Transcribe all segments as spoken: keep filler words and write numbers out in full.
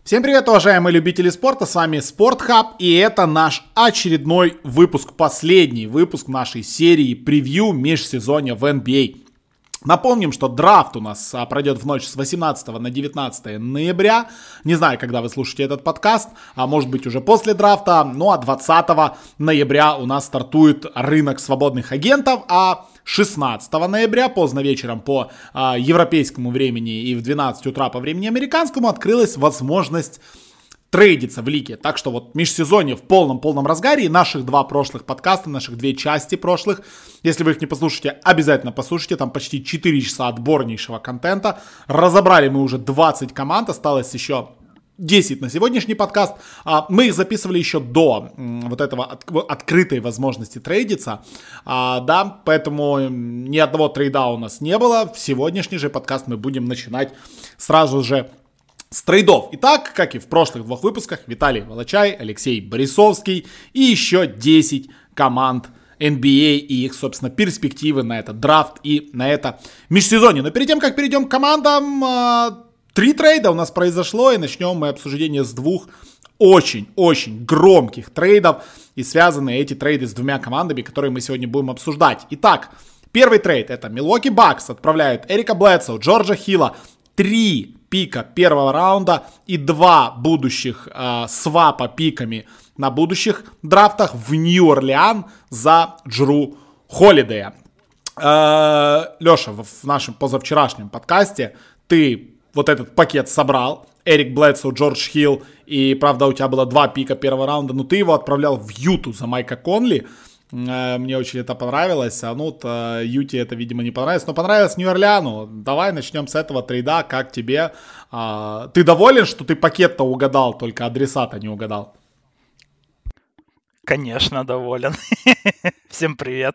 Всем привет, уважаемые любители спорта, с вами Спортхаб, и это наш очередной выпуск, последний выпуск нашей серии превью межсезонья в эн би эй. Напомним, что драфт у нас а, пройдет в ночь с восемнадцатого на девятнадцатое ноября. Не знаю, когда вы слушаете этот подкаст, а может быть уже после драфта. Ну а двадцатого ноября у нас стартует рынок свободных агентов, а шестнадцатого ноября поздно вечером по а, европейскому времени и в двенадцать утра по времени американскому открылась возможность трейдиться в лиге. Так что вот межсезонье в полном-полном разгаре. И наших два прошлых подкаста, наших две части прошлых, если вы их не послушаете, обязательно послушайте. Там почти четыре часа отборнейшего контента. Разобрали мы уже двадцать команд. Осталось еще десять на сегодняшний подкаст. Мы их записывали еще до вот этого от, открытой возможности трейдиться. А, да, поэтому ни одного трейда у нас не было. В сегодняшний же подкаст мы будем начинать сразу же с трейдов. Итак, как и в прошлых двух выпусках, Виталий Волочай, Алексей Борисовский и еще десять команд эн би эй и их, собственно, перспективы на этот драфт и на это межсезонье. Но перед тем, как перейдем к командам, три трейда у нас произошло, и начнем мы обсуждение с двух очень-очень громких трейдов, и связаны эти трейды с двумя командами, которые мы сегодня будем обсуждать. Итак, первый трейд — это Milwaukee Bucks отправляют Эрика Блэдсоу, Джорджа Хилла, три пика первого раунда и два будущих э, свапа пиками на будущих драфтах в Нью-Орлеан за Джру Холидея. Э, Леша, в нашем позавчерашнем подкасте ты вот этот пакет собрал. Эрик Блэдсоу, Джордж Хилл, и, правда, у тебя было два пика первого раунда, но ты его отправлял в Юту за Майка Конли. Мне очень это понравилось, а ну Юте это, видимо, не понравилось, но понравилось Нью-Орлеану. Давай начнем с этого трейда, как тебе? А, ты доволен, что ты пакет-то угадал, только адреса-то не угадал? Конечно, доволен. Всем привет.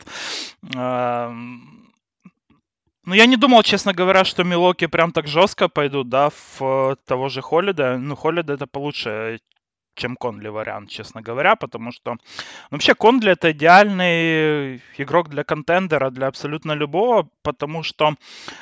Ну, я не думал, честно говоря, что Милоки прям так жестко пойдут, да, в того же Холлида. Ну, Холлида это получше, чем Конли вариант, честно говоря, потому что ну, вообще Конли это идеальный игрок для контендера, для абсолютно любого, потому что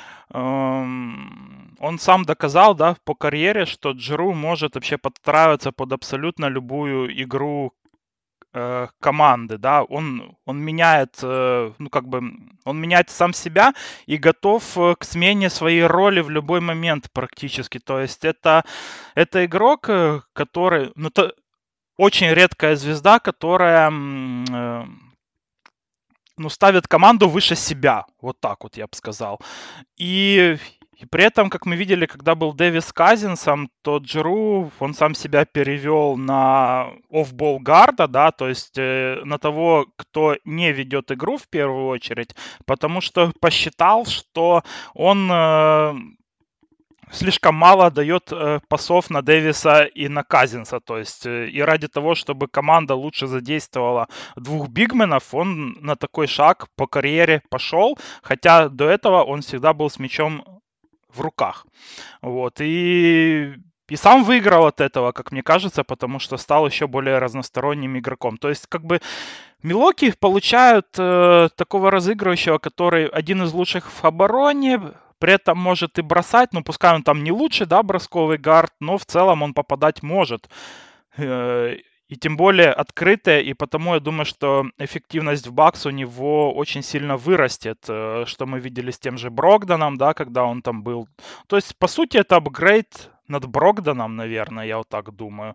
эм, он сам доказал, да, по карьере, что Джру может вообще подстраиваться под абсолютно любую игру э, команды, да, он, он меняет, э, ну, как бы, он меняет сам себя и готов э, к смене своей роли в любой момент практически, то есть это, это игрок, э, который, ну, то, очень редкая звезда, которая, э, ну, ставит команду выше себя, вот так вот я бы сказал, и... И при этом, как мы видели, когда был Дэвис Казинсом, то Джру, он сам себя перевел на оффбол гарда, да, то есть э, на того, кто не ведет игру в первую очередь, потому что посчитал, что он э, слишком мало дает э, пасов на Дэвиса и на Казинса, то есть э, и ради того, чтобы команда лучше задействовала двух бигменов, он на такой шаг по карьере пошел, хотя до этого он всегда был с мячом в руках. Вот. И, и сам выиграл от этого, как мне кажется, потому что стал еще более разносторонним игроком. То есть, как бы, Милоки получают э, такого разыгрывающего, который один из лучших в обороне, при этом может и бросать, ну, пускай он там не лучший, да, бросковый гард, но в целом он попадать может. Э, И тем более открытая, и потому я думаю, что эффективность в Бакс у него очень сильно вырастет, что мы видели с тем же Брогдоном, да, когда он там был. То есть, по сути, это апгрейд над Брогдоном, наверное, я вот так думаю.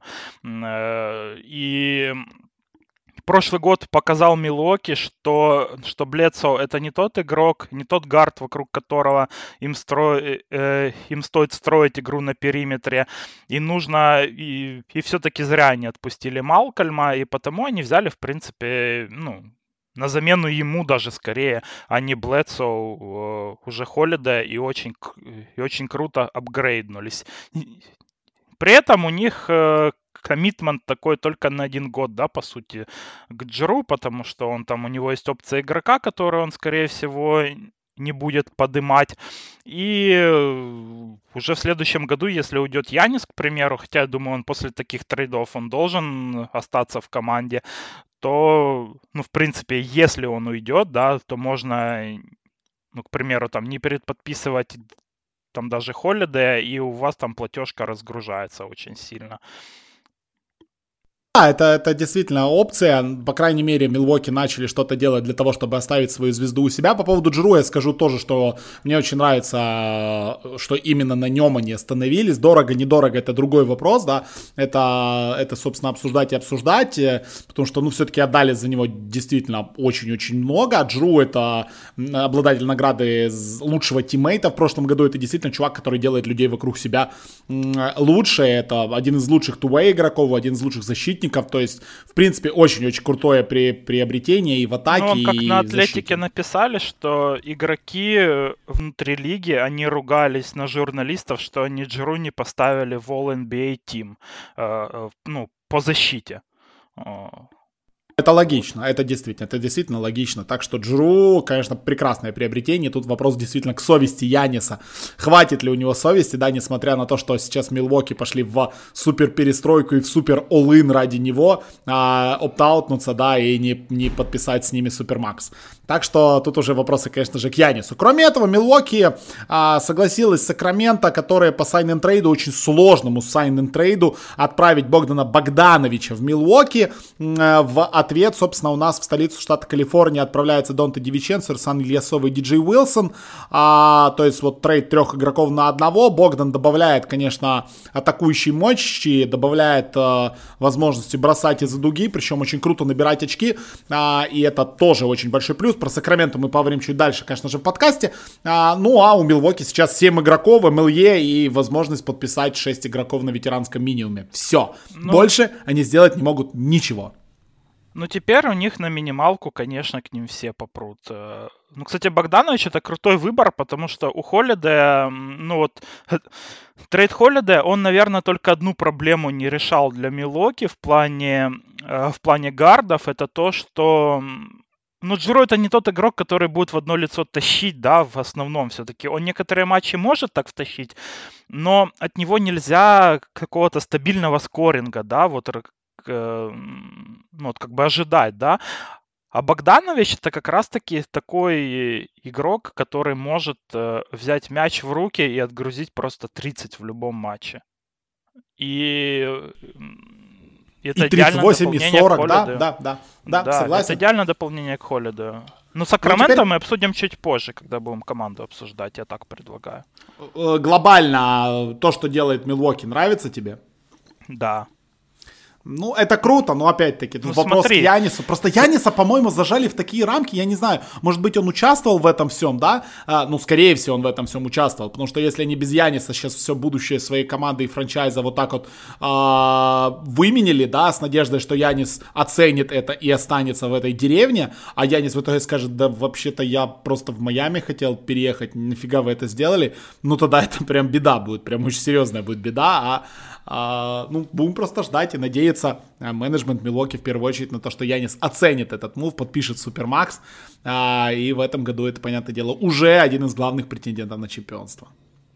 И прошлый год показал Милуоки, что, что Блэдсоу это не тот игрок, не тот гард, вокруг которого им, стро... э, им стоит строить игру на периметре. И нужно... И, и все-таки зря они отпустили Малкольма, и потому они взяли, в принципе, ну, на замену ему даже скорее, а не Блэдсоу, э, уже Холлида, и очень, и очень круто апгрейднулись. При этом у них... Э, коммитмент такой только на один год, да, по сути, к Джру, потому что он там, у него есть опция игрока, которую он, скорее всего, не будет подымать. И уже в следующем году, если уйдет Янис, к примеру, хотя я думаю, он после таких трейдов, он должен остаться в команде, то, ну, в принципе, если он уйдет, да, то можно, ну, к примеру, там, не переподписывать там даже Холидея, и у вас там платежка разгружается очень сильно. Да, это, это действительно опция. По крайней мере, Милуоки начали что-то делать для того, чтобы оставить свою звезду у себя. По поводу Джру я скажу тоже, что мне очень нравится, что именно на нем они остановились. Дорого, недорого, это другой вопрос, да. Это, это, собственно, обсуждать и обсуждать, потому что, ну, все-таки отдали за него действительно очень-очень много. Джру — это обладатель награды лучшего тиммейта в прошлом году. Это действительно чувак, который делает людей вокруг себя лучше. Это один из лучших two-way игроков, один из лучших защитников. То есть, в принципе, очень-очень крутое при, приобретение и в атаке, ну, как и на в защите. Атлетике написали, что игроки внутри лиги, они ругались на журналистов, что они Джру не поставили в All-эн би эй Team, э, ну, по защите. Это логично, это действительно, это действительно логично. Так что Джру, конечно, прекрасное приобретение. Тут вопрос действительно к совести Яниса. Хватит ли у него совести, да, несмотря на то, что сейчас Милуоки пошли в супер перестройку и в супер all-in ради него, а, опт-аутнуться, да, и не, не подписать с ними супермакс. Так что тут уже вопросы, конечно же, к Янису. Кроме этого, Милуоки а, согласилась с Сакраменто, которые по сайн-ин-трейду, очень сложному сайн-ин-трейду, отправить Богдана Богдановича в Милуоки. А, в ответ, собственно, у нас в столицу штата Калифорния отправляется Донте Дивиченцо, Ирсан Ильясов и Диджей Уилсон. А, то есть вот трейд трех игроков на одного. Богдан добавляет, конечно, атакующей мощи, добавляет а, возможности бросать из-за дуги, причем очень круто набирать очки. А, и это тоже очень большой плюс. Про Сакраменто мы поговорим чуть дальше, конечно же, в подкасте. А, ну, а у Милуоки сейчас семь игроков, эм эл е и возможность подписать шесть игроков на ветеранском минимуме. Все. Ну, больше они сделать не могут ничего. Ну, теперь у них на минималку, конечно, к ним все попрут. Ну, кстати, Богданович — это крутой выбор, потому что у Холидея, ну вот, трейд Холидея, он, наверное, только одну проблему не решал для Милуоки в плане, в плане гардов. Это то, что... Ну, Джру — это не тот игрок, который будет в одно лицо тащить, да, в основном все-таки. Он некоторые матчи может так втащить, но от него нельзя какого-то стабильного скоринга, да, вот, э, ну, вот как бы ожидать, да. А Богданович — это как раз-таки такой игрок, который может э, взять мяч в руки и отгрузить просто тридцать в любом матче. И... Это и тридцать восемь, и сорок, да, да, да, да, да, согласен. Это идеальное дополнение к Холидею. Но Сакраменто ну, теперь... мы обсудим чуть позже, когда будем команду обсуждать, я так предлагаю. Глобально то, что делает Милуоки, нравится тебе? Да. Ну, это круто, но опять-таки, тут ну, вопрос смотри. К Янису. Просто Яниса, по-моему, зажали в такие рамки, я не знаю, может быть, он участвовал в этом всем, да? А, ну, скорее всего, он в этом всем участвовал, потому что если они без Яниса сейчас все будущее своей команды и франчайза вот так вот а, выменили, да, с надеждой, что Янис оценит это и останется в этой деревне, а Янис в итоге скажет, да, вообще-то я просто в Майами хотел переехать, нафига вы это сделали? Ну, тогда это прям беда будет, прям очень серьезная будет беда, а Uh, ну, будем просто ждать и надеяться uh, менеджмент Милуоки в первую очередь на то, что Янис оценит этот мув, подпишет супермакс, uh, и в этом году это, понятное дело, уже один из главных претендентов на чемпионство.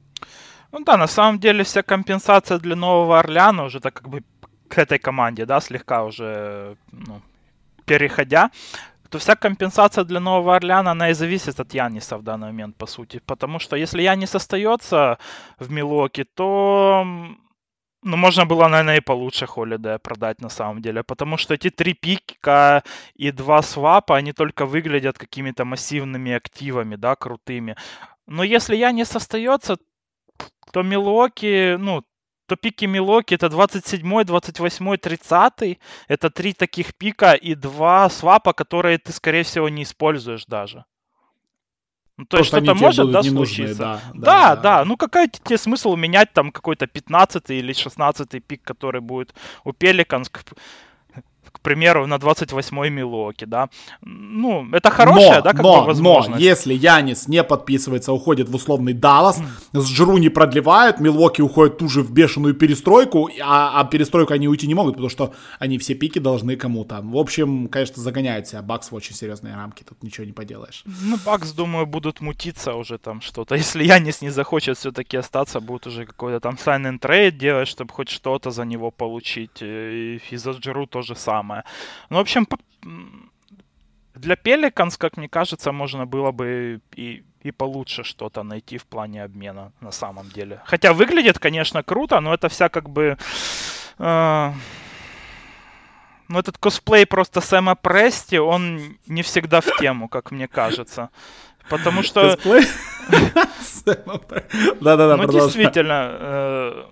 Ну да, на самом деле вся компенсация для Нового Орлеана уже так как бы к этой команде, да, слегка уже, ну, переходя, то вся компенсация для Нового Орлеана, она и зависит от Яниса в данный момент, по сути, потому что если Янис остается в Милуоки, то... Ну, можно было, наверное, и получше Холидея продать на самом деле, потому что эти три пика и два свапа, они только выглядят какими-то массивными активами, да, крутыми. Но если Янис остается, то Милуоки, ну, то пики Милуоки — это двадцать седьмой, двадцать восьмой, тридцатый. Это три таких пика и два свапа, которые ты, скорее всего, не используешь даже. Ну, то, то есть что-то может, да, случиться. Да, да, да, да, да. Ну, какой тебе смысл менять там какой-то пятнадцатый или шестнадцатый пик, который будет у Пеликанс, к, к примеру, на двадцать восьмой Милуоки, да. Ну, это хорошая, но, да, как но, бы возможность. Но если Янис не подписывается, уходит в условный Даллас, mm. с Джру не продлевают, Милуоки уходит тут же в бешеную перестройку, а, а перестройку они уйти не могут, потому что они все пики должны кому-то. В общем, конечно, загоняют себя Бакс в очень серьезные рамки, тут ничего не поделаешь. Ну, Бакс, думаю, будут мутиться уже там что-то. Если Янис не захочет все-таки остаться, будет уже какой-то там sign-and-trade делать, чтобы хоть что-то за него получить. И, и за Джру то же самое. Ну, в общем, для Пеликанс, как мне кажется, можно было бы и и получше что-то найти в плане обмена на самом деле. Хотя выглядит, конечно, круто, но это вся как бы... Э, ну, этот косплей просто Сэма Прести, он не всегда в тему, как мне кажется. Потому что... Косплей? Да-да-да, ну, действительно... Э,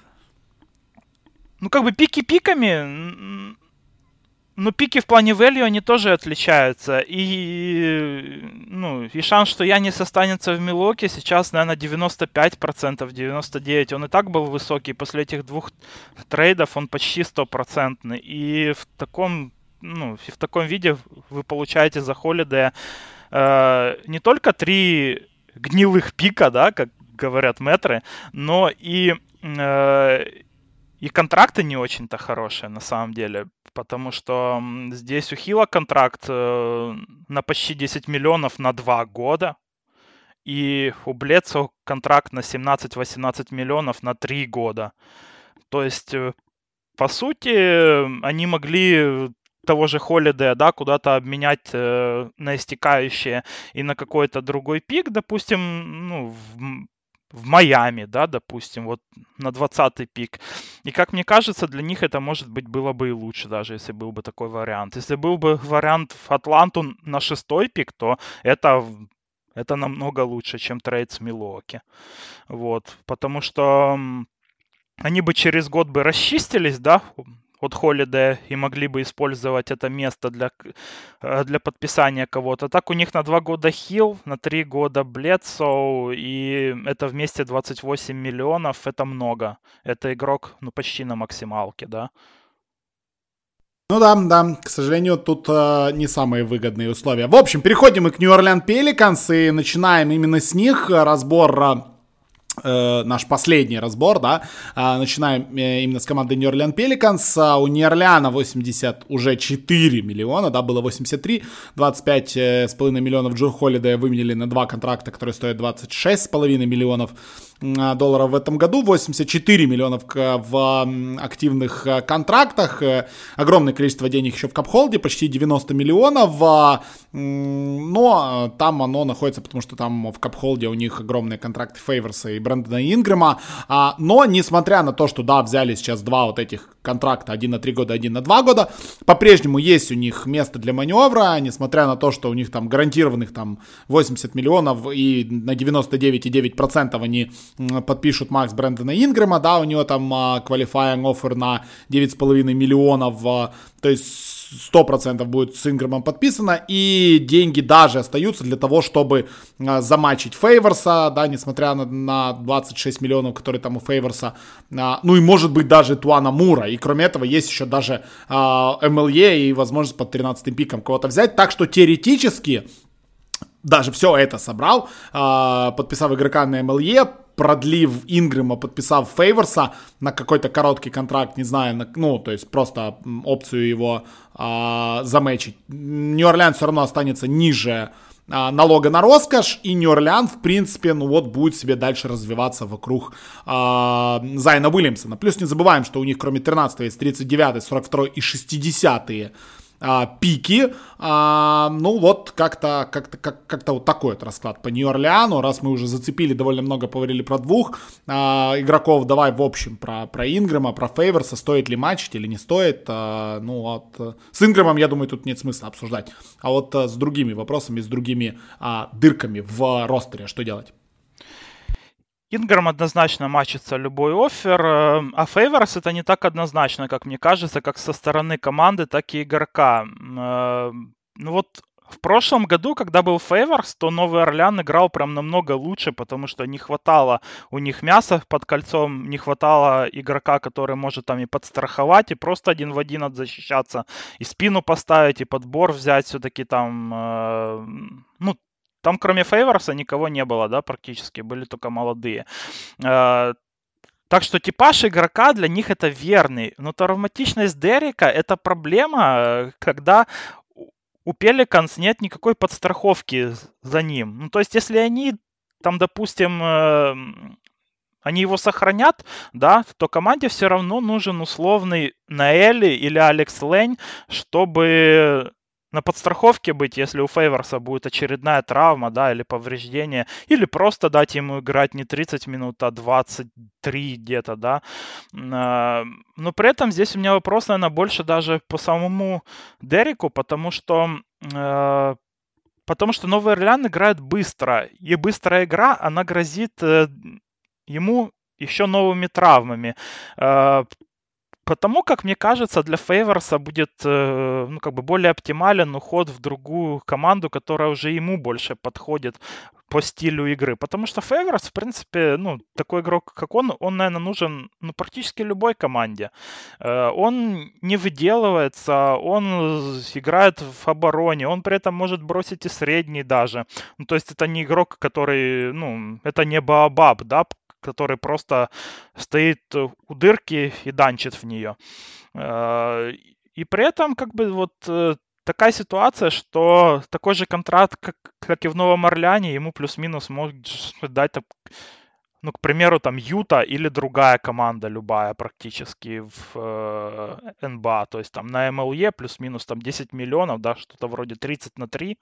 ну, как бы пики пиками... Но пики в плане value, они тоже отличаются. И, ну, и шанс, что Янис останется в Милуоке, сейчас, наверное, девяносто пять процентов, девяносто девять процентов. Он и так был высокий. После этих двух трейдов он почти стопроцентный. И в таком, ну, в таком виде вы получаете за Холидея э, не только три гнилых пика, да, как говорят мэтры, но и... Э, И контракты не очень-то хорошие, на самом деле, потому что здесь у Хила контракт э, на почти десять миллионов на два года, и у Блецо контракт на семнадцать-восемнадцать миллионов на три года. То есть, э, по сути, они могли того же Холидея, да, куда-то обменять э, на истекающее и на какой-то другой пик, допустим, ну, в, в Майами, да, допустим, вот на двадцатый пик. И, как мне кажется, для них это, может быть, было бы и лучше, даже если был бы такой вариант. Если был бы вариант в Атланту на шестой пик, то это, это намного лучше, чем трейд с Милуоки. Вот, потому что они бы через год бы расчистились, да, от Холидея и могли бы использовать это место для, для подписания кого-то. Так у них на два года Хилл, на три года Бледсоу, и это вместе двадцать восемь миллионов, это много. Это игрок, ну, почти на максималке, да. Ну да, да, к сожалению, тут э, не самые выгодные условия. В общем, переходим мы к Нью-Орлеан Пеликанс и начинаем именно с них разбор... Э, наш последний разбор, да, начинаем именно с команды New Orleans Pelicans. У Нью-Орлеана восемьдесят уже четыре миллиона, да, было восемьдесят три, двадцать пять с половиной миллионов Джру Холидея выменили на два контракта, которые стоят двадцать шесть с половиной миллионов долларов в этом году, восемьдесят четыре миллионов в активных контрактах, огромное количество денег еще в капхолде, почти девяносто миллионов, но там оно находится, потому что там в капхолде у них огромные контракты Фейверса и Брэндона Ингрэма, но несмотря на то, что да, взяли сейчас два вот этих контракта, один на три года, один на два года, по-прежнему есть у них место для маневра, несмотря на то, что у них там гарантированных там восемьдесят миллионов и на девяносто девять целых девять десятых процента они подпишут Макс Брэндона Ингрэма, да, у него там qualifying offer на девять с половиной миллионов, то есть сто процентов будет с Ингрэмом подписано, и деньги даже остаются для того, чтобы замачить Фейверса, да, несмотря на, на двадцать шесть миллионов, которые там у Фейверса, ну и может быть даже Туана Мура, и кроме этого есть еще даже эм эл и возможность под тринадцатым пиком кого-то взять, так что теоретически даже все это собрал, подписав игрока на эм эл и, продлив Ингрэма, подписав Фейверса на какой-то короткий контракт, не знаю, на, ну, то есть просто опцию его а, замэчить. Нью-Орлеан все равно останется ниже а, налога на роскошь, и Нью-Орлеан, в принципе, ну вот, будет себе дальше развиваться вокруг а, Зайна Уильямсона. Плюс не забываем, что у них кроме тринадцатого есть тридцать девятый, сорок второй и шестидесятый А, пики, а, ну вот как-то, как-то, как, как-то вот такой вот расклад по Нью-Орлеану, раз мы уже зацепили, довольно много поговорили про двух а, игроков, давай в общем про, про Ингрэма, про Фейверса, стоит ли матчить или не стоит, а, ну вот с Ингрэмом, я думаю, тут нет смысла обсуждать, а вот а, с другими вопросами, с другими а, дырками в ростере, что делать? Ингрэм однозначно матчится любой оффер, а Фейверс это не так однозначно, как мне кажется, как со стороны команды, так и игрока. Ну вот в прошлом году, когда был Фейверс, то Новый Орлеан играл прям намного лучше, потому что не хватало у них мяса под кольцом, не хватало игрока, который может там и подстраховать, и просто один в один отзащищаться, и спину поставить, и подбор взять все-таки там, ну, там кроме Фейверса никого не было, да, практически, были только молодые. Э, так что типаж игрока для них это верный. Но травматичность Дерека это проблема, когда у Пеликанс нет никакой подстраховки за ним. Ну, то есть, если они там, допустим, э, они его сохранят, да, то команде все равно нужен условный Наэли или Алекс Лэнь, чтобы на подстраховке быть, если у Фейворса будет очередная травма, да, или повреждение, или просто дать ему играть не тридцать минут, а двадцать три где-то, да. Но при этом здесь у меня вопрос, наверное, больше даже по самому Дереку, потому что потому что Новый Орлеан играет быстро, и быстрая игра, она грозит ему еще новыми травмами. Потому как, мне кажется, для Фейворса будет ну, как бы более оптимален уход в другую команду, которая уже ему больше подходит по стилю игры. Потому что Фейворс, в принципе, ну, такой игрок, как он, он, наверное, нужен ну, практически любой команде. Он не выделывается, он играет в обороне, он при этом может бросить и средний даже. Ну, то есть это не игрок, который, ну, это не Баобаб, да, который просто стоит у дырки и данчит в нее. И при этом, как бы, вот такая ситуация, что такой же контракт, как, как и в Новом Орлеане, ему плюс-минус может дать, ну, к примеру, там, Юта или другая команда, любая практически в э, эн бэ а. То есть там на эм эл е плюс-минус там десять миллионов, да, что-то вроде тридцать на три.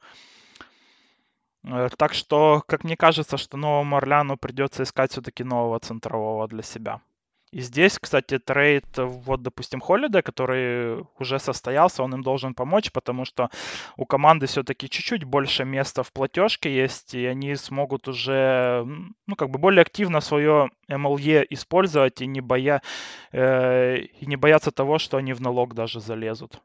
Так что, как мне кажется, что Новому Орлеану придется искать все-таки нового центрового для себя. И здесь, кстати, трейд, вот, допустим, Холидей, который уже состоялся, он им должен помочь, потому что у команды все-таки чуть-чуть больше места в платежке есть, и они смогут уже, ну, как бы более активно свое эм эл е использовать и не, боя... э... и не бояться того, что они в налог даже залезут.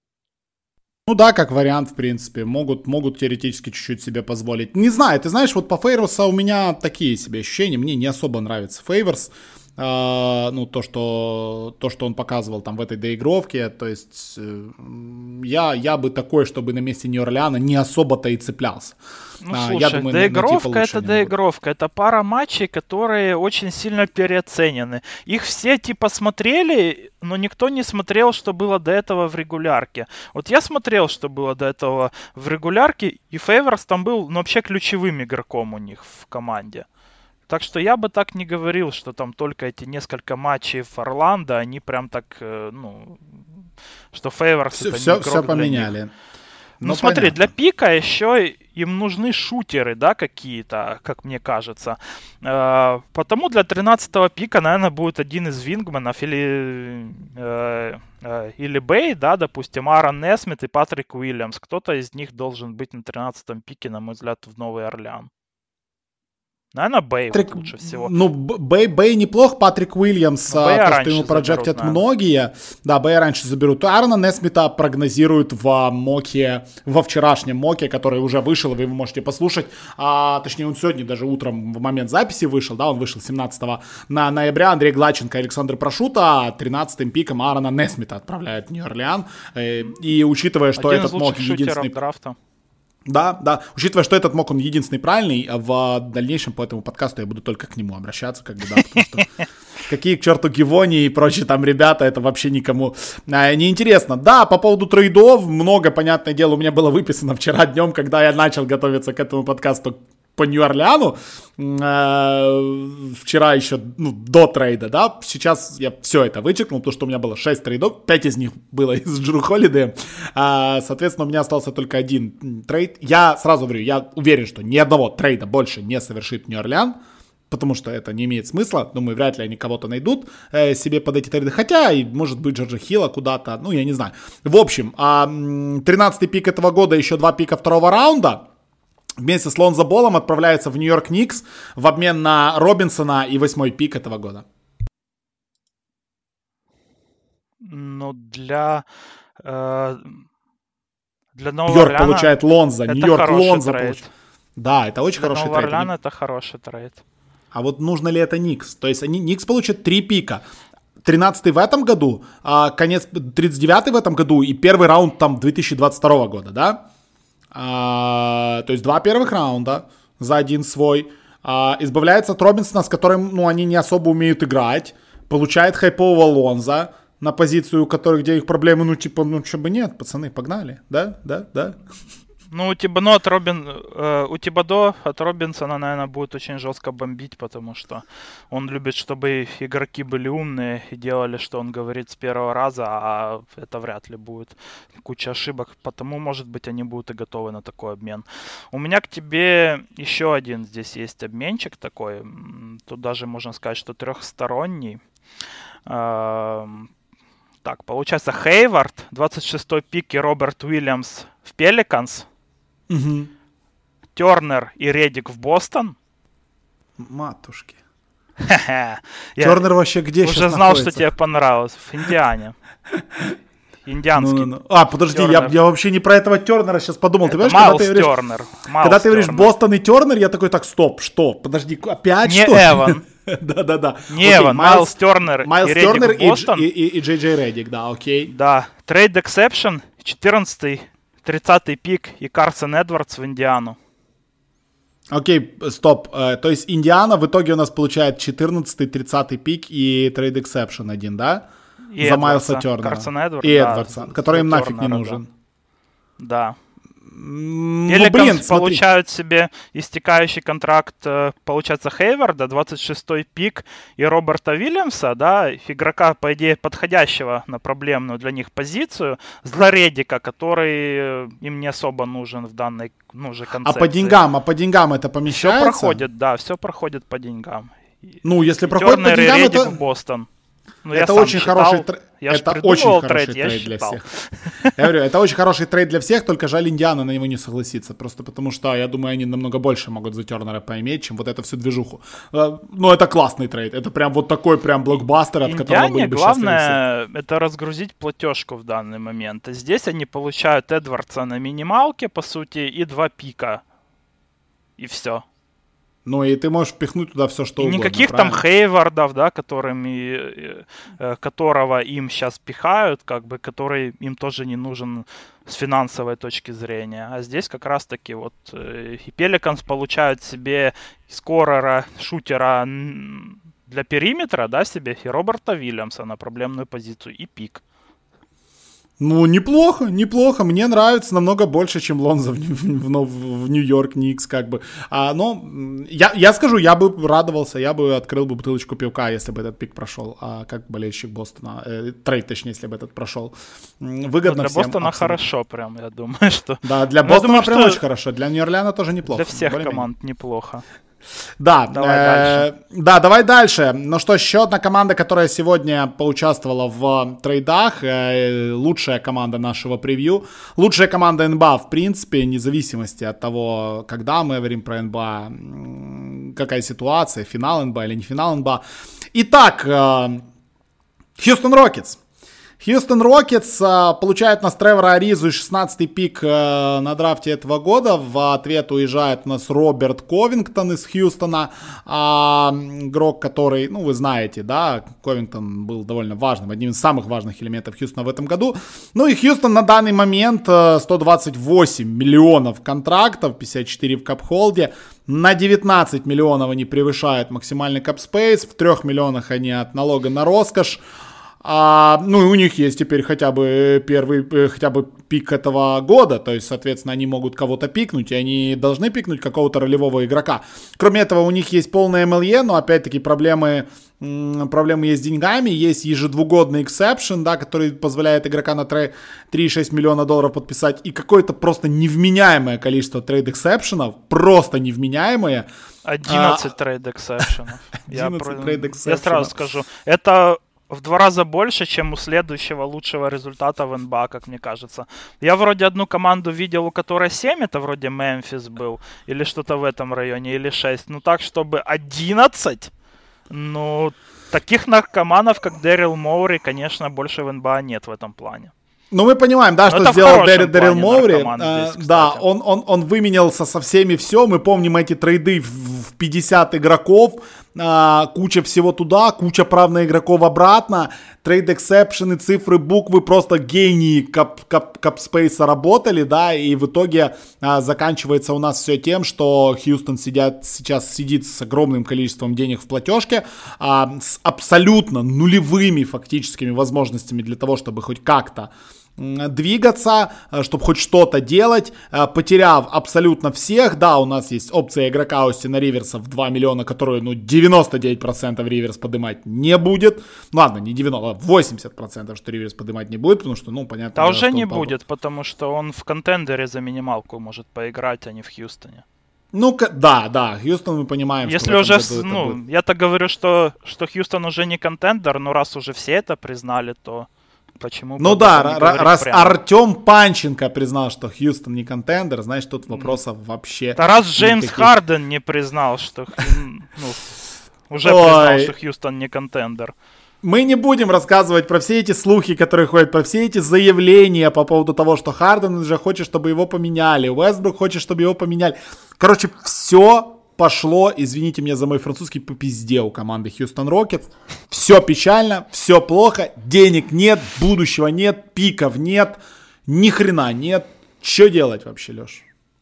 Ну да, как вариант, в принципе, могут, могут теоретически чуть-чуть себе позволить. Не знаю, ты знаешь, вот по Фейворсу у меня такие себе ощущения, мне не особо нравится Фейворс. Uh, ну, то что, то, что он показывал там в этой доигровке, то есть uh, я, я бы такой, чтобы на месте Нью-Орлеана не особо-то и цеплялся. Ну, uh, слушай, я думаю, доигровка это доигровка, это пара матчей, которые очень сильно переоценены. Их все типа смотрели, но никто не смотрел, что было до этого в регулярке. Вот я смотрел, что было до этого в регулярке, и Фейворс там был, ну, вообще ключевым игроком у них в команде. Так что я бы так не говорил, что там только эти несколько матчей в Орландо, они прям так, ну, что Фейворс все, это все, не игрок все поменяли. Ну, ну смотри, понятно. Для пика еще им нужны шутеры, да, какие-то, как мне кажется. Э, потому для тринадцатого пика, наверное, будет один из вингманов или, э, э, или Бэй, да, допустим, Аарон Несмит и Патрик Уильямс. Кто-то из них должен быть на тринадцатом пике, на мой взгляд, в Новый Орлеан. Наверное, Бэй Патрик, вот лучше всего. Ну, Бэй, Бэй неплох, Патрик Уильямс, а, то, что ему проджектят многие. Да, Бэя раньше заберут. Аарона Несмита прогнозируют в моке, во вчерашнем моке, который уже вышел, вы его можете послушать. А, точнее, он сегодня даже утром в момент записи вышел, да, он вышел семнадцатого ноября. Андрей Гладченко и Александр Прошута тринадцатым пиком Аарона Несмита отправляют в Нью-Орлеан. И учитывая, что Один этот мок единственный... драфта. Да, да. Учитывая, что этот мок, он единственный правильный, а в дальнейшем по этому подкасту я буду только к нему обращаться, как бы, да, потому что какие к черту Гивони и прочие там ребята, это вообще никому а, не интересно. Да, по поводу трейдов, много, понятное дело, у меня было выписано вчера днем, когда я начал готовиться к этому подкасту по Нью-Орлеану, э, вчера еще, ну, до трейда, да, сейчас я все это вычеркнул, потому что у меня было шесть трейдов, пять из них было из Джру Холидея, э, соответственно, у меня остался только один трейд. Я сразу говорю, я уверен, что ни одного трейда больше не совершит Нью-Орлеан, потому что это не имеет смысла, думаю, вряд ли они кого-то найдут э, себе под эти трейды, хотя, и, может быть, Джорджа Хилла куда-то, ну, я не знаю. В общем, э, тринадцатый пик этого года, еще два пика второго раунда, вместе с Лонзо Боллом отправляется в Нью-Йорк Никс в обмен на Робинсона и восьмой пик этого года. Ну, для... Э, для Нового Нью-Йорк Орлеана получает Лонзо. Нью-Йорк Лонзо получает. Да, это очень для хороший Нового трейд. Орлеана это хороший трейд. А вот нужно ли это Никс? То есть они, Никс получат три пика. тринадцатый в этом году, а конец тридцать девятый в этом году и первый раунд там две тысячи двадцать второго года, да? А, то есть два первых раунда за один свой. А, избавляется от Робинсона, с которым, ну, они не особо умеют играть. Получает хайпового Лонза на позицию, у которой, где их проблемы, ну, типа, ну, что бы нет, пацаны, погнали. Да, да, да. Ну, у Тибадо от, Робин, э, у Тибадо от Робинсона, наверное, будет очень жестко бомбить, потому что он любит, чтобы игроки были умные и делали, что он говорит с первого раза, а это вряд ли будет. Куча ошибок, потому, может быть, они будут и готовы на такой обмен. У меня к тебе еще один здесь есть обменчик такой, тут даже можно сказать, что трехсторонний. Так, получается, Хейвард, двадцать шестой пик и Роберт Уильямс в Пеликанс. Угу. Тернер и Редик в Бостон. Матушки. Ха-ха. Тернер вообще где сейчас уже знал, находится? Что тебе понравилось. В Индиане. Индианский. Ну, ну, ну. А, подожди, я, я вообще не про этого Тернера сейчас подумал. Это ты Майлз когда ты говоришь, Тернер. Майлз когда ты говоришь Тернер. Бостон и Тернер, я такой, так, стоп, что? Подожди, опять не что? Эван. Да-да-да. Не Эван, Майлз Тернер Майлз и Редик Тернер в Бостон. И, и, и Джей Джей Редик, да, окей. Да. Трейд эксепшн, четырнадцатый, тридцатый пик и Карсон Эдвардс в Индиану. Окей, стоп. То есть Индиана в итоге у нас получает четырнадцатый, тридцатый пик и трейд эксепшн один, да? И за Эдвардса, Майлса Тернера. Карсона Эдвардса. И да, Эдвардса, который им нафиг Тернера, не нужен. Да. Ну, Пеликанс блин, получают себе истекающий контракт, получается, Хейварда, двадцать шестой пик и Роберта Уильямса, да, игрока, по идее, подходящего на проблемную для них позицию, Злоредика, который им не особо нужен в данной, ну, же концепции. А по деньгам, а по деньгам это помещается? Все проходит, да, все проходит по деньггам. Ну, если проходит по деньгам, это... это... в Бостон. Ну, это очень считал, хороший трейд. Я это очень хороший трейд, трейд я для всех. Я говорю, это очень хороший трейд для всех, только жаль, Индиана на него не согласится. Просто потому что, я думаю, они намного больше могут за Тернера поиметь, чем вот эту всю движуху. Ну, это классный трейд. Это прям вот такой прям блокбастер, от Индиане, которого были бы главное, это разгрузить платежку в данный момент. Здесь они получают Эдвардса на минималке, по сути, и два пика. И все. Ну, и ты можешь впихнуть туда все, что и угодно. Никаких правильно? там Хейвардов, да, которыми, которого им сейчас пихают, как бы, который им тоже не нужен с финансовой точки зрения. А здесь как раз-таки вот и Пеликанс получают себе скорера, шутера для периметра, да, себе, и Роберта Уильямса на проблемную позицию, и пик. Ну, неплохо, неплохо. Мне нравится намного больше, чем Лонзо в, в, в, в Нью-Йорк Никс, как бы. А, но я, я скажу, я бы радовался, я бы открыл бы бутылочку пивка, если бы этот пик прошел. А как болельщик Бостона, э, трейд, точнее, если бы этот прошел. Выгодно для всем. Бостона абсолютно. Хорошо, прям, я думаю, что... Да, для но Бостона думаю, прям что очень хорошо, для Нью-Орлеана тоже неплохо. Для всех команд неплохо. Да, давай э, дальше. да, давай дальше. Ну что, еще одна команда, которая сегодня поучаствовала в трейдах, э, лучшая команда нашего превью, лучшая команда эн би эй, в принципе, вне зависимости от того, когда мы говорим про эн би эй, какая ситуация, финал эн би эй или не финал эн би эй. Итак, Хьюстон Рокетс. Хьюстон Рокетс а, получает у нас Тревора Аризу и шестнадцатый пик а, на драфте этого года. В ответ уезжает у нас Роберт Ковингтон из Хьюстона. А, игрок, который, ну вы знаете, да, Ковингтон был довольно важным, одним из самых важных элементов Хьюстона в этом году. Ну и Хьюстон на данный момент сто двадцать восемь миллионов контрактов, пятьдесят четыре в кап-холде. На девятнадцать миллионов они превышают максимальный кап-спейс, в трех миллионах они от налога на роскошь. А, ну и у них есть теперь хотя бы первый, хотя бы пик этого года, то есть, соответственно, они могут кого-то пикнуть, и они должны пикнуть какого-то ролевого игрока. Кроме этого, у них есть полная эм эл и, но опять-таки проблемы, проблемы есть с деньгами, есть ежедвугодный эксепшн, да, который позволяет игрока на три и шесть миллиона долларов подписать, и какое-то просто невменяемое количество трейд-эксепшенов, просто невменяемое. одиннадцать а, трейд-эксепшенов. Я, я сразу скажу, это... в два раза больше, чем у следующего лучшего результата в эн би эй, как мне кажется. Я вроде одну команду видел, у которой семь, это вроде Мемфис был, или что-то в этом районе, или шесть. Ну так, чтобы одиннадцать, ну, таких наркоманов, как Дэрил Моури, конечно, больше в эн би эй нет в этом плане. Ну, мы понимаем, да, что сделал Дэрил Моури. А, здесь, да, он, он, он выменялся со всеми все. Мы помним эти трейды в пятьдесят игроков. А, куча всего туда, куча прав на игроков обратно. Трейд-эксепшены, цифры, буквы. Просто гении кап, кап, капспейса работали, да. И в итоге а, заканчивается у нас все тем, что Хьюстон сидят, сейчас сидит с огромным количеством денег в платежке. А, с абсолютно нулевыми фактическими возможностями для того, чтобы хоть как-то двигаться, чтобы хоть что-то делать, потеряв абсолютно всех. Да, у нас есть опция игрока Остина Риверса в два миллиона, которую, ну, девяносто девять процентов Риверс поднимать не будет. Ладно, не девяносто, восемьдесят процентов, что Риверс поднимать не будет, потому что, ну, понятно. Да уже не будет, потому что он в контендере за минималку может поиграть, а не в Хьюстоне. Ну, да, да, Хьюстон мы понимаем, если что уже, ну, будет. Я так говорю, что, что Хьюстон уже не контендер, но раз уже все это признали, то почему? Ну да, р- раз прямо? Артем Панченко признал, что Хьюстон не контендер, значит, тут вопросов вообще да раз Джеймс никаких. Харден не признал, что ну, уже Ой. признал, что Хьюстон не контендер. Мы не будем рассказывать про все эти слухи, которые ходят, про все эти заявления по поводу того, что Харден уже хочет, чтобы его поменяли, Уэстбрук хочет, чтобы его поменяли. Короче, все пошло, извините меня за мой французский, по пизде у команды Хьюстон Рокетс. Все печально, все плохо, денег нет, будущего нет, пиков нет, ни хрена нет. Что делать вообще, Леш?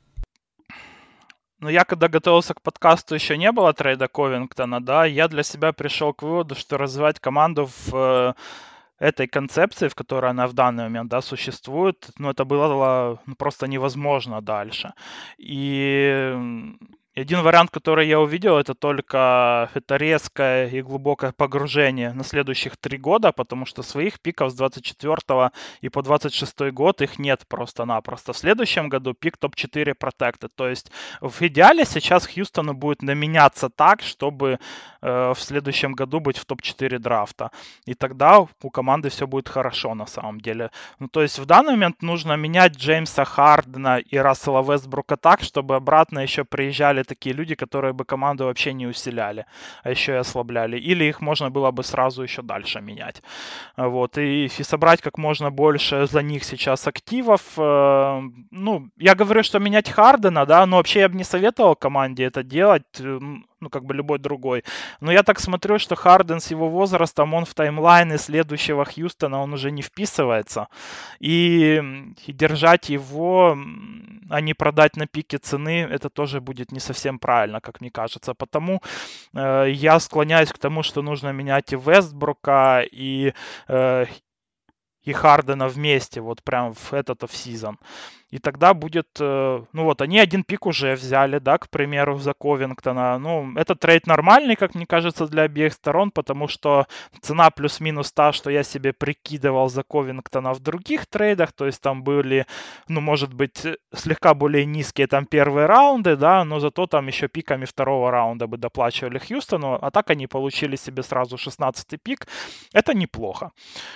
Ну, я когда готовился к подкасту, еще не было трейда Ковингтона, да, я для себя пришел к выводу, что развивать команду в э, этой концепции, в которой она в данный момент, да, существует, ну, это было ну, просто невозможно дальше. И один вариант, который я увидел, это только это резкое и глубокое погружение на следующих три года, потому что своих пиков с двадцать четвёртого и по двадцать шестой год их нет просто-напросто. В следующем году пик топ четыре protected. То есть в идеале сейчас Хьюстону будет наменяться так, чтобы э, в следующем году быть в топ четыре драфта. И тогда у команды все будет хорошо на самом деле. Ну, то есть в данный момент нужно менять Джеймса Хардена и Рассела Вестбрука так, чтобы обратно еще приезжали такие люди, которые бы команду вообще не усиляли, а еще и ослабляли. Или их можно было бы сразу еще дальше менять. Вот. И, и собрать как можно больше за них сейчас активов. Ну, я говорю, что менять Хардена, да, но вообще я бы не советовал команде это делать, ну, как бы любой другой. Но я так смотрю, что Харден с его возрастом, он в таймлайны следующего Хьюстона, он уже не вписывается. И, и держать его, а не продать на пике цены, это тоже будет не совсем правильно, как мне кажется. Потому э, я склоняюсь к тому, что нужно менять и Вестбрука, и, э, и Хардена вместе, вот прям в этот оффсизон. И тогда будет, ну вот, они один пик уже взяли, да, к примеру, за Ковингтона. Ну, этот трейд нормальный, как мне кажется, для обеих сторон, потому что цена плюс-минус та, что я себе прикидывал за Ковингтона в других трейдах, то есть там были, ну, может быть, слегка более низкие там первые раунды, да, но зато там еще пиками второго раунда бы доплачивали Хьюстону, а так они получили себе сразу шестнадцатый пик. Это неплохо.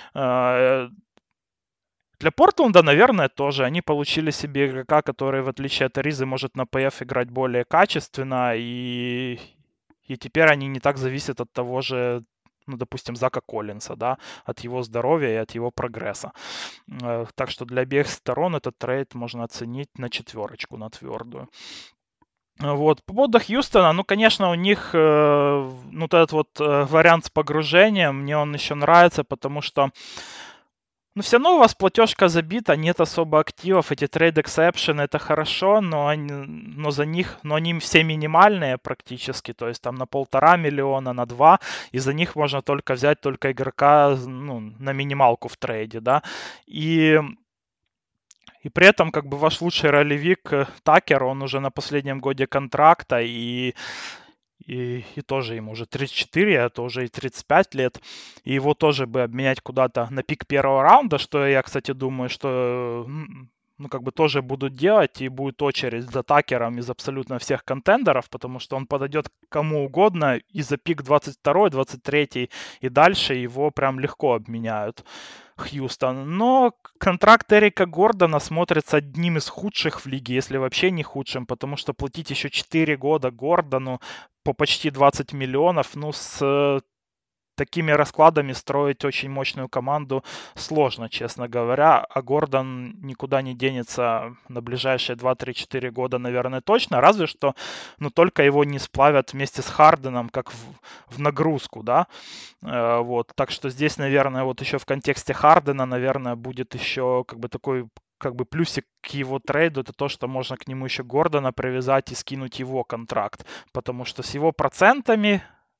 Для Портленда, наверное, тоже. Они получили себе игрока, который, в отличие от Аризы, может на пэ эф играть более качественно. И, и теперь они не так зависят от того же, ну, допустим, Зака Коллинса, да, от его здоровья и от его прогресса. Так что для обеих сторон этот трейд можно оценить на четверочку, на твердую. Вот. По поводу Хьюстона, ну, конечно, у них э, ну, этот вот э, вариант с погружением, мне он еще нравится, потому что ну, все равно у вас платежка забита, нет особо активов, эти трейд эксепшены это хорошо, но, они, но за них, но они все минимальные практически, то есть там на полтора миллиона, на два, и за них можно только взять только игрока, ну, на минималку в трейде, да, и... И при этом, как бы, ваш лучший ролевик Такер, он уже на последнем годе контракта, и, и, и тоже ему уже тридцать четыре, а то уже и тридцать пять лет. И его тоже бы обменять куда-то на пик первого раунда, что я, кстати, думаю, что, ну, как бы тоже будут делать, и будет очередь за Такером из абсолютно всех контендеров, потому что он подойдет кому угодно, и за пик двадцать второй, двадцать третий и дальше его прям легко обменяют. Хьюстон. Но контракт Эрика Гордона смотрится одним из худших в лиге, если вообще не худшим, потому что платить еще четыре года Гордону по почти двадцать миллионов, ну, с такими раскладами строить очень мощную команду сложно, честно говоря. А Гордон никуда не денется на ближайшие два-три-четыре года, наверное, точно. Разве что, ну, только его не сплавят вместе с Харденом, как в, в нагрузку, да. Э, вот. Так что здесь, наверное, вот еще в контексте Хардена, наверное, будет еще как бы такой как бы плюсик к его трейду, это то, что можно к нему еще Гордона привязать и скинуть его контракт. Потому что с его процентами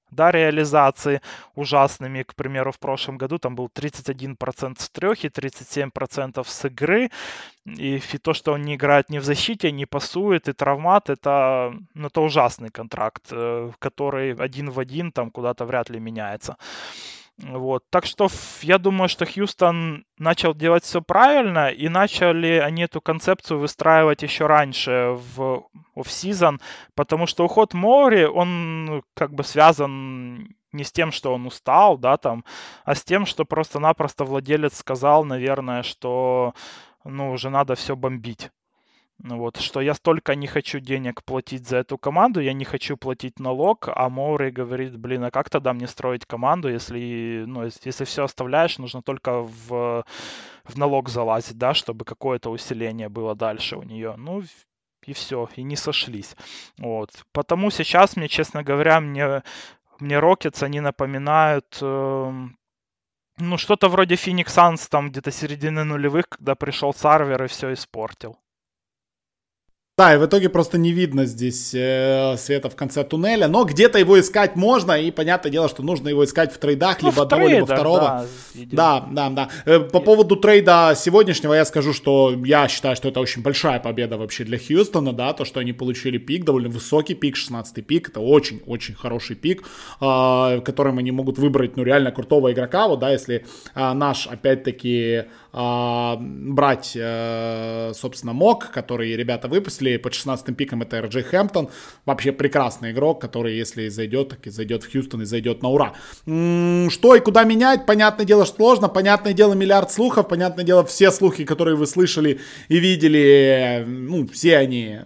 да, реализации ужасными. К примеру, в прошлом году там был тридцать один процент с трех и тридцать семь процентов с игры. И, и то, что он не играет ни в защите, не пасует, и травмат, это, ну, это ужасный контракт, э, который один в один там куда-то вряд ли меняется. Вот. Так что я думаю, что Хьюстон начал делать все правильно, и начали они эту концепцию выстраивать еще раньше в оффсизон, потому что уход Моури, он как бы связан не с тем, что он устал, да, там, а с тем, что просто-напросто владелец сказал, наверное, что, ну, уже надо все бомбить. Вот, что я столько не хочу денег платить за эту команду, я не хочу платить налог, а Моури говорит, блин, а как тогда мне строить команду, если, ну, если все оставляешь, нужно только в, в налог залазить, да, чтобы какое-то усиление было дальше у нее. Ну, и все, и не сошлись. Вот. Потому сейчас мне, честно говоря, мне, мне Рокетс, они напоминают... Э, ну, что-то вроде Phoenix Suns, там где-то середины нулевых, когда пришел Сарвер и все испортил. Да, и в итоге просто не видно здесь э, света в конце туннеля, но где-то его искать можно, и понятное дело, что нужно его искать в трейдах, ну, либо в одного, трейдах, либо второго. Да, да, да. да. По и... поводу трейда сегодняшнего я скажу, что я считаю, что это очень большая победа вообще для Хьюстона, да, то, что они получили пик, довольно высокий пик, шестнадцатый пик, это очень-очень хороший пик, э, которым они могут выбрать, ну, реально крутого игрока, вот, да, если э, наш, опять-таки, э, брать, э, собственно, мок, который ребята выпустили, под шестнадцатым пиком это Эр Джей Хэмптон. Вообще прекрасный игрок, который, если зайдет, так и зайдет в Хьюстон и зайдет на ура. М-м, что и куда менять? Понятное дело, что сложно. Понятное дело, миллиард слухов. Понятное дело, все слухи, которые вы слышали и видели, ну, все они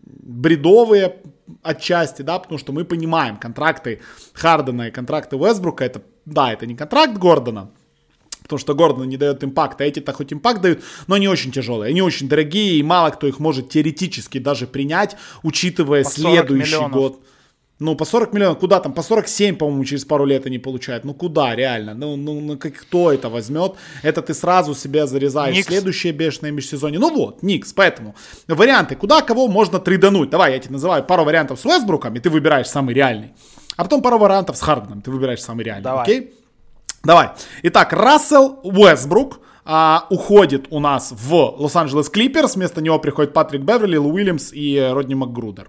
бредовые отчасти, да, потому что мы понимаем, контракты Хардена и контракты Уэсбрука, это, да, это не контракт Гордона, потому что Гордон не дает импакта, а эти-то хоть импакт дают, но они очень тяжелые, они очень дорогие, и мало кто их может теоретически даже принять, учитывая следующий год. Ну, по сорок миллионов, куда там, по сорок семь, по-моему, через пару лет они получают. Ну, куда, реально? Ну, ну, ну как, кто это возьмет? Это ты сразу себя зарезаешь в следующее бешеное межсезонье. Ну вот, Никс, поэтому варианты, куда кого можно трейдануть. Давай, я тебе называю пару вариантов с Уэсбруком, и ты выбираешь самый реальный. А потом пару вариантов с Харденом, ты выбираешь самый реальный, Давай. Окей? Давай. Итак, Рассел Уэсбрук а, уходит у нас в Лос-Анджелес Клиперс. Вместо него приходит Патрик Беверли, Лу Уильямс и Родни МакГрудер.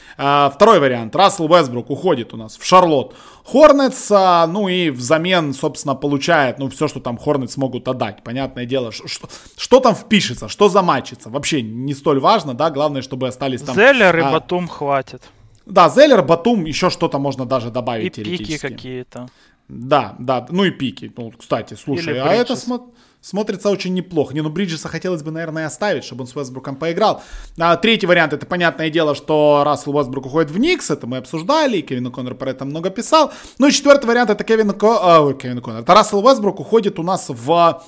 А, второй вариант. Рассел Уэсбрук уходит у нас в Шарлотт Хорнетс. А, ну и взамен, собственно, получает, ну, все, что там Хорнетс могут отдать. Понятное дело, что, что, что там впишется, что замачится. Вообще не столь важно, да. Главное, чтобы остались там... Зеллер и а, Батум хватит. Да, Зеллер, Батум, еще что-то можно даже добавить и теоретически. И пики какие-то. Да, да, ну и пики. Ну, кстати, слушай, а это смо- смотрится очень неплохо. Не, ну Бриджеса хотелось бы, наверное, оставить, чтобы он с Уэсбруком поиграл. А, третий вариант, это понятное дело, что Рассел Уэсбрук уходит в Никс, это мы обсуждали, и Кевин О'Коннор про это много писал. Ну и четвертый вариант, это Кевин, Ко- а, Кевин О'Коннор, это Рассел Уэсбрук уходит у нас в,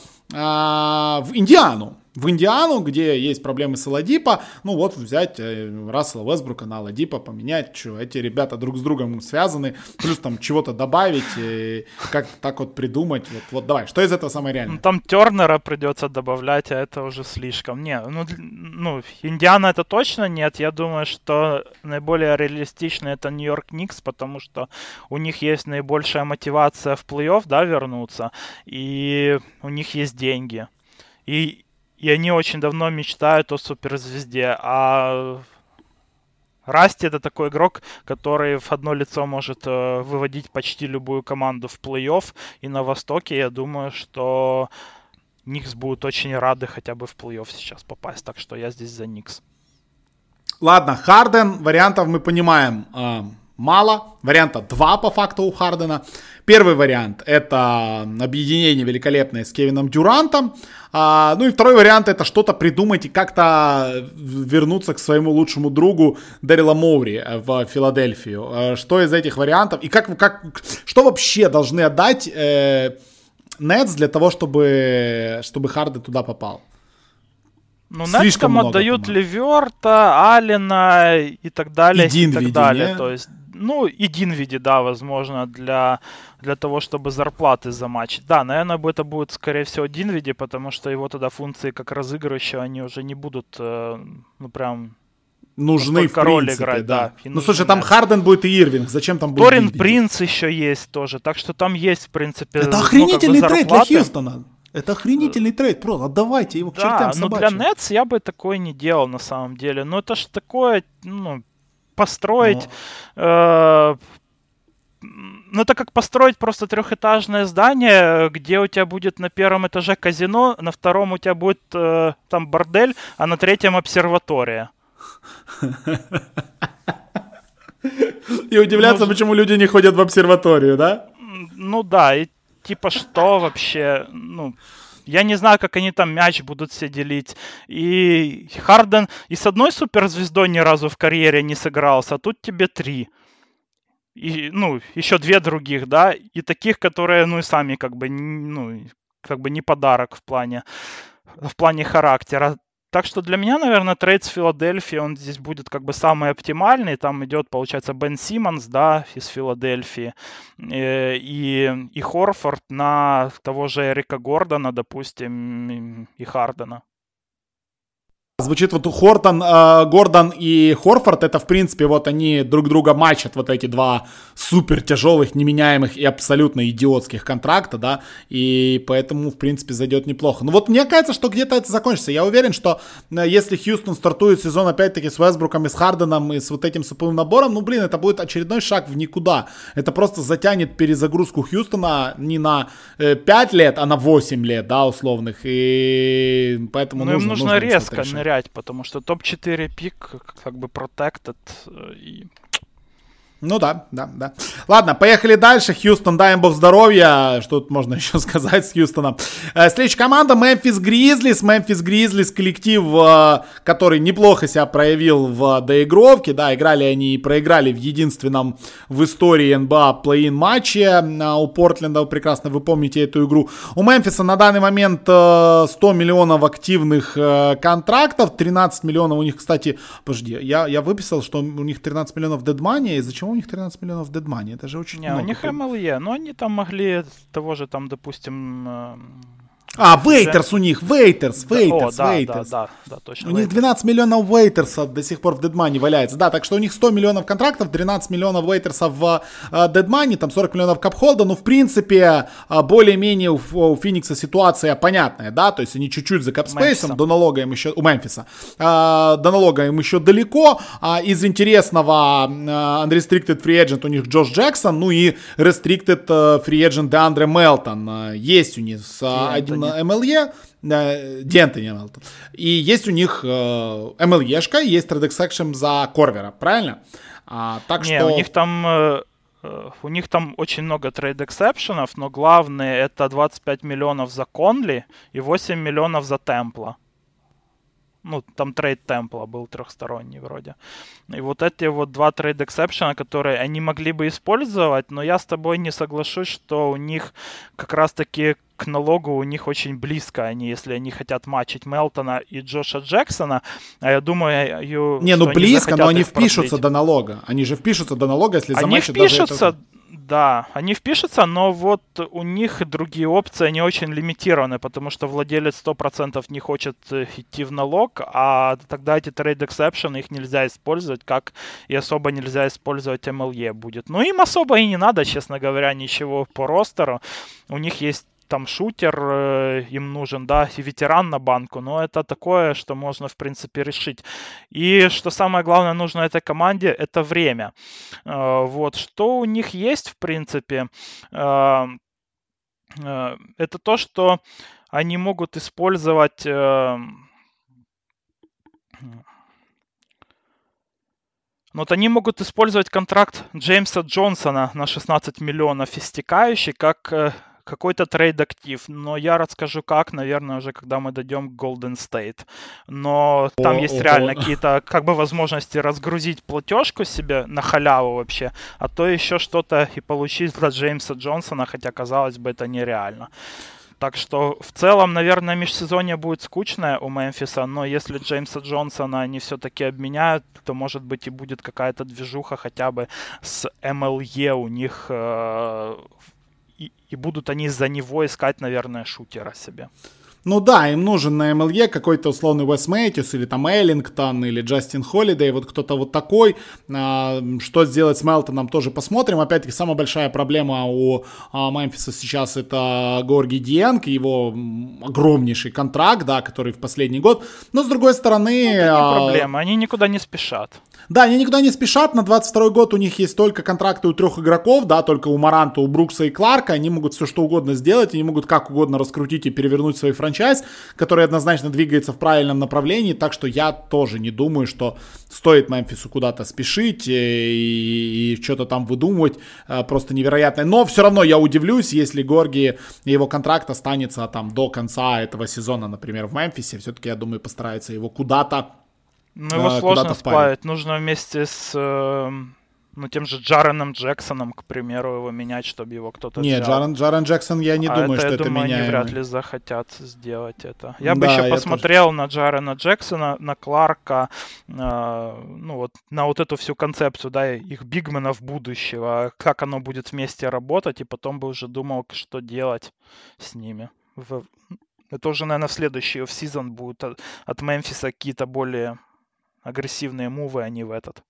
а, в Индиану. В Индиану, где есть проблемы с Оладипо, ну вот взять э, Рассела Уэсбрука на Оладипо, поменять, что эти ребята друг с другом связаны, плюс там чего-то добавить, э, как-то так вот придумать. Вот, вот давай, что из этого самое реальное? Ну, там Тернера придется добавлять, а это уже слишком. Не, ну, ну, Индиана это точно нет. Я думаю, что наиболее реалистично это Нью-Йорк Никс, потому что у них есть наибольшая мотивация в плей-офф, да, вернуться, и у них есть деньги. И И они очень давно мечтают о суперзвезде. А Расти это такой игрок, который в одно лицо может э, выводить почти любую команду в плей-офф. И на Востоке, я думаю, что Никс будут очень рады хотя бы в плей-офф сейчас попасть. Так что я здесь за Никс. Ладно, Харден, вариантов мы понимаем э, мало. Варианта два по факту у Хардена. Первый вариант — это объединение великолепное с Кевином Дюрантом. А, ну и второй вариант — это что-то придумать и как-то вернуться к своему лучшему другу Дэрила Моури в Филадельфию. Что из этих вариантов? И как, как, что вообще должны отдать э, Нетс для того, чтобы, чтобы Харден туда попал? Ну, Нетс там отдают Леверта, Аллена и так далее. И, и так далее. Не? То есть, ну, и Динвиди, да, возможно, для, для того, чтобы зарплаты замачить. Да, наверное, это будет, скорее всего, Динвиди, потому что его тогда функции как разыгрывающего, они уже не будут, ну, прям нужны в роль принципе, играть, да. да. Ну, слушай, там Харден будет и Ирвинг, зачем там будет Торин Гидди? Принц еще есть тоже, так что там есть, в принципе, Это ну, охренительный как бы трейд для зарплаты. Хьюстона. Это охренительный трейд, просто отдавайте его к Да, чертям но собачьим. для Нетс я бы такое не делал на самом деле. Но это ж такое, ну, построить... Но... Э, ну, это как построить просто трехэтажное здание, где у тебя будет на первом этаже казино, на втором у тебя будет э, там бордель, а на третьем обсерватория. И удивляться, ну, почему люди не ходят в обсерваторию, да? Ну да, и типа что вообще, ну... Я не знаю, как они там мяч будут все делить. И Харден и с одной суперзвездой ни разу в карьере не сыгрался, а тут тебе три. И, ну, еще две других, да, и таких, которые, ну, и сами как бы, ну, как бы не подарок в плане, в плане характера. Так что для меня, наверное, трейд с Филадельфией, он здесь будет как бы самый оптимальный. Там идет, получается, Бен Симмонс, да, из Филадельфии, и, и Хорфорд на того же Эрика Гордона, допустим, и Хардена. Звучит вот у Хортон, э, Гордон и Хорфорд, это в принципе вот они друг друга матчат, вот эти два супер тяжелых, неменяемых и абсолютно идиотских контракта, да, и поэтому в принципе зайдет неплохо. Ну вот мне кажется, что где-то это закончится. Я уверен, что если Хьюстон стартует сезон опять-таки с Уэсбруком и с Харденом и с вот этим суповым набором, ну блин, это будет очередной шаг в никуда. Это просто затянет перезагрузку Хьюстона не на э, пять лет, а на восемь лет, да, условных, и поэтому ну, нужно, им нужно, нужно резко нырять, потому что топ четыре пик как бы protected. И... Ну да, да, да. Ладно, поехали дальше. Хьюстон, дай им бог здоровья. Что тут можно еще сказать с Хьюстоном? Следующая команда Мемфис Гризлис. Мемфис Гризлис коллектив, который неплохо себя проявил в доигровке. Да, играли они и проиграли в единственном в истории эн би эй плей-ин матче у Портленда. Прекрасно вы помните эту игру. У Мемфиса на данный момент сто миллионов активных контрактов. тринадцать миллионов у них, кстати, подожди, я, я выписал, что у них тринадцать миллионов дедмани. Из-за чего у них тринадцать миллионов дедмани? Это же очень Не, много. У них эм эл и, но они там могли того же там, допустим... А, Вейтерс у них, Вейтерс, Вейтерс, да, Вейтерс. Да, да, да, точно. У них двенадцать миллионов Вейтерса до сих пор в дедмане валяется. Да, так что у них сто миллионов контрактов, тринадцать миллионов Вейтерса в дедмане, там сорок миллионов капхолда. Ну, в принципе, более-менее у, у Феникса ситуация понятная, да, то есть они чуть-чуть за капспейсом, до налога им еще, у Мемфиса, а, до налога им еще далеко. А из интересного unrestricted free agent у них Джош Джексон, ну и restricted free agent DeAndre Melton. Есть у них один эм эл и, Д'Антони Мелтон. И есть у них э, эм эл и-шка, есть трейд эксепшн за Корвера, правильно? А, так Не, что... у них там... Э... У них там очень много трейд-эксепшенов, но главное это двадцать пять миллионов за Конли и восемь миллионов за Темпла. Ну, там трейд Темпла был трехсторонний вроде. И вот эти вот два трейд-эксепшена, которые они могли бы использовать, но я с тобой не соглашусь, что у них как раз-таки к налогу у них очень близко они, если они хотят матчить Мелтона и Джоша Джексона, а я думаю... Не, ну близко, но они впишутся продлить. до налога. Они же впишутся до налога, если они заматчат впишутся, даже это... Да, они впишутся, но вот у них другие опции, они очень лимитированы, потому что владелец сто процентов не хочет идти в налог, а тогда эти трейд-эксепшены, их нельзя использовать, как и особо нельзя использовать эм эл и будет. Ну, им особо и не надо, честно говоря, ничего по ростеру. У них есть там шутер э, им нужен, да, и ветеран на банку, но это такое, что можно, в принципе, решить. И что самое главное нужно этой команде, это время. Э, вот, что у них есть, в принципе, э, э, это то, что они могут использовать... Э, Вот они могут использовать контракт Джеймса Джонсона на шестнадцать миллионов истекающий, как... Э, какой-то трейд-актив, но я расскажу как, наверное, уже когда мы дойдем к Golden State. Но там О, есть о, реально о. какие-то как бы возможности разгрузить платежку себе на халяву вообще, а то еще что-то и получить для Джеймса Джонсона, хотя, казалось бы, это нереально. Так что в целом, наверное, межсезонье будет скучное у Мемфиса, но если Джеймса Джонсона они все-таки обменяют, то, может быть, и будет какая-то движуха хотя бы с эм эл и у них э, И, и будут они за него искать, наверное, шутера себе. Ну да, им нужен на эм эл е какой-то условный Уэс Мэтьюс, или там Эллингтон, или Джастин Холлидей, вот кто-то вот такой. Что сделать с Мелтоном, тоже посмотрим. Опять-таки, самая большая проблема у Мемфиса сейчас это Георгий Диэнг, его огромнейший контракт, да, который в последний год. Но с другой стороны... Это не проблема, они никуда не спешат. Да, они никуда не спешат, на двадцать второй год у них есть только контракты у трех игроков, да, только у Моранта, у Брукса и Кларка, они могут все что угодно сделать, они могут как угодно раскрутить и перевернуть свой франчайз, который однозначно двигается в правильном направлении, так что я тоже не думаю, что стоит Мемфису куда-то спешить и, и, и что-то там выдумывать просто невероятное, но все равно я удивлюсь, если Георгий и его контракт останется там до конца этого сезона, например, в Мемфисе, все-таки, я думаю, постарается его куда-то Ну, его сложно сплавить. Нужно вместе с ну, тем же Джареном Джексоном, к примеру, его менять, чтобы его кто-то Нет, взял. Джарен, Джарен Джексон, я не а думаю, это, что я это думаю, меняемый. они вряд ли захотят сделать это. Я да, бы еще я посмотрел тоже. на Джарена Джексона, на Кларка, э, ну вот на вот эту всю концепцию, да, их бигменов будущего, как оно будет вместе работать, и потом бы уже думал, что делать с ними. В... Это уже, наверное, в следующий оффсизон будут от, от Мемфиса какие-то более агрессивные мувы, а не в этот.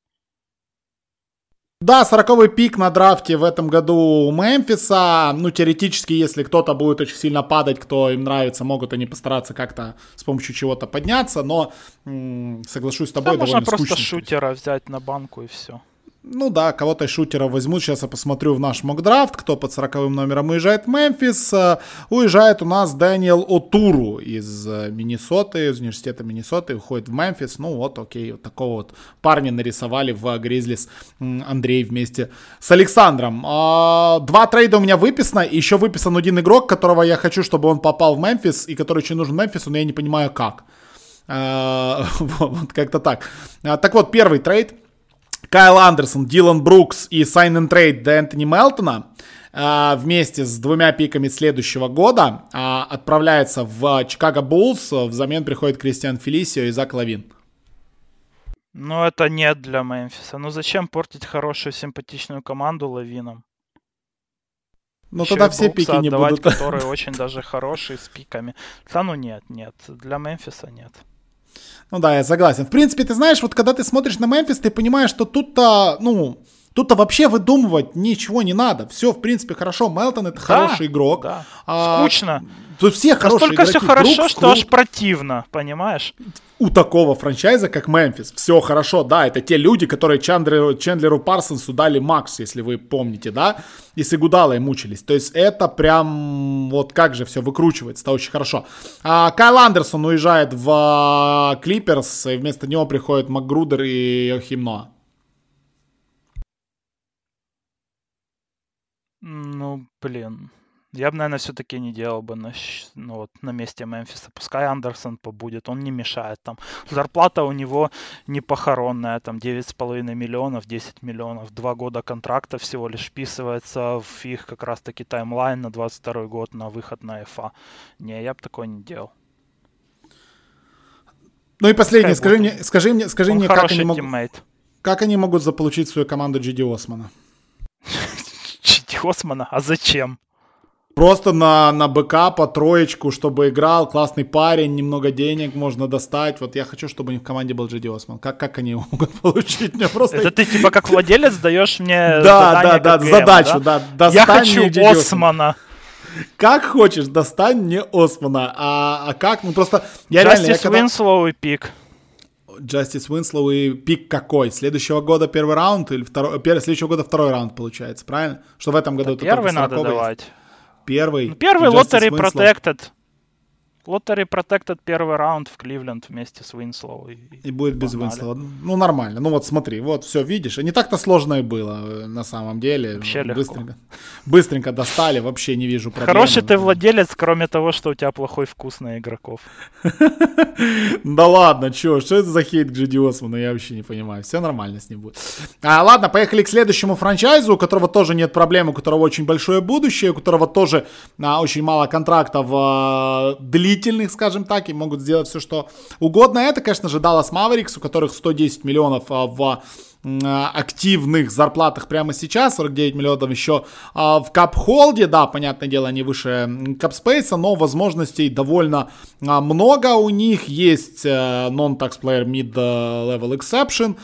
Да, сороковой пик на драфте в этом году у Мемфиса. Ну, теоретически, если кто-то будет очень сильно падать, кто им нравится, могут они постараться как-то с помощью чего-то подняться. Но, м- соглашусь с тобой, да, довольно можно скучно. просто шутера взять на банку и все. Ну да, кого-то из шутеров возьмут. Сейчас я посмотрю в наш мокдрафт, кто под сороковым номером уезжает в Мемфис. Уезжает у нас Дэниел Отуру из Миннесоты, из университета Миннесоты, уходит в Мемфис. Ну вот, окей, вот такого вот парня нарисовали в Гризлис Андрей вместе с Александром. Два трейда у меня выписано. Еще выписан один игрок, которого я хочу, чтобы он попал в Мемфис, и который очень нужен Мемфису, но я не понимаю как. Вот как-то так. Так вот, первый трейд. Кайл Андерсон, Дилан Брукс и sign and trade Д'Энтони Мелтона э, вместе с двумя пиками следующего года э, отправляется в Чикаго Буллс. Взамен приходит Кристиан Фелисио и Зак Лавин. Ну, это нет для Мемфиса. Ну, зачем портить хорошую, симпатичную команду Лавином? Ну, тогда все Брукса пики не отдавать, будут. которые очень даже хорошие, с пиками. Да, ну нет, нет. Для Мемфиса нет. Ну да, я согласен. В принципе, ты знаешь, вот когда ты смотришь на Мемфис, ты понимаешь, что тут-то, ну, тут-то вообще выдумывать ничего не надо. Все, в принципе, хорошо. Мелтон это да, хороший игрок. Да. А, скучно. Тут все хорошие Настолько игроки. все хорошо, Брукс, что Крут. аж противно, понимаешь? У такого франчайза, как Мемфис, все хорошо, да, это те люди, которые Чендлеру, Чендлеру Парсонсу дали макс, если вы помните, да, и с Игудалой мучились, то есть это прям, вот как же все выкручивается, это очень хорошо. А, Кайл Андерсон уезжает в Клиперс, и вместо него приходят МакГрудер и Йохим Ноа. Ну, блин. Я бы, наверное, все-таки не делал бы на, ну, вот, на месте Мемфиса. Пускай Андерсон побудет, он не мешает. Там зарплата у него не похоронная, там девять с половиной миллионов, десять миллионов. Два года контракта всего лишь вписывается в их как раз-таки таймлайн на двадцать второй год на выход на эф а. Не, я бы такое не делал. Ну и последнее, скажи мне, скажи мне, скажи он мне, как они, могут, как они могут заполучить свою команду Джиди Османа? Джиди Османа? А зачем? Просто на, на бэкапа, троечку, чтобы играл, классный парень, немного денег можно достать. Вот я хочу, чтобы у них в команде был Джиди Осман. Как, как они его могут получить? Мне просто... Это ты типа как владелец даешь мне да, задание, да, да, ГМ, задачу, да? да я хочу Османа. Как хочешь, достань мне Османа. А, а как? Ну просто... я Джастис реально, я когда... Уинслоу и пик. Джастис Уинслоу и пик какой? Следующего года первый раунд или второй? Следующего года второй раунд получается, правильно? Что в этом году... Да, первый надо давать. Есть. Первый. Ну, первый Lottery Protected. Lottery Protected первый раунд в Кливленд вместе с Уинслоу. И, и будет без Уинслоу. Ну, нормально. Ну, вот смотри, вот все, видишь. Не так-то сложно и было на самом деле. Вообще быстренько, быстренько достали, вообще не вижу проблем. Хороший ты владелец, кроме того, что у тебя плохой вкус на игроков. Да ладно, чё, что это за хейт к Джиди Осману, я вообще не понимаю. Все нормально с ним будет. А, ладно, поехали к следующему франчайзу, у которого тоже нет проблем, у которого очень большое будущее, у которого тоже а, очень мало контрактов а, длинных длительных, скажем так, и могут сделать все, что угодно. Это, конечно же, Dallas Mavericks, у которых сто десять миллионов в активных зарплатах прямо сейчас, сорок девять миллионов еще а, в кап-холде, да, понятное дело, они выше кап-спейса, но возможностей довольно а, много у них, есть а, non-tax player mid-level exception,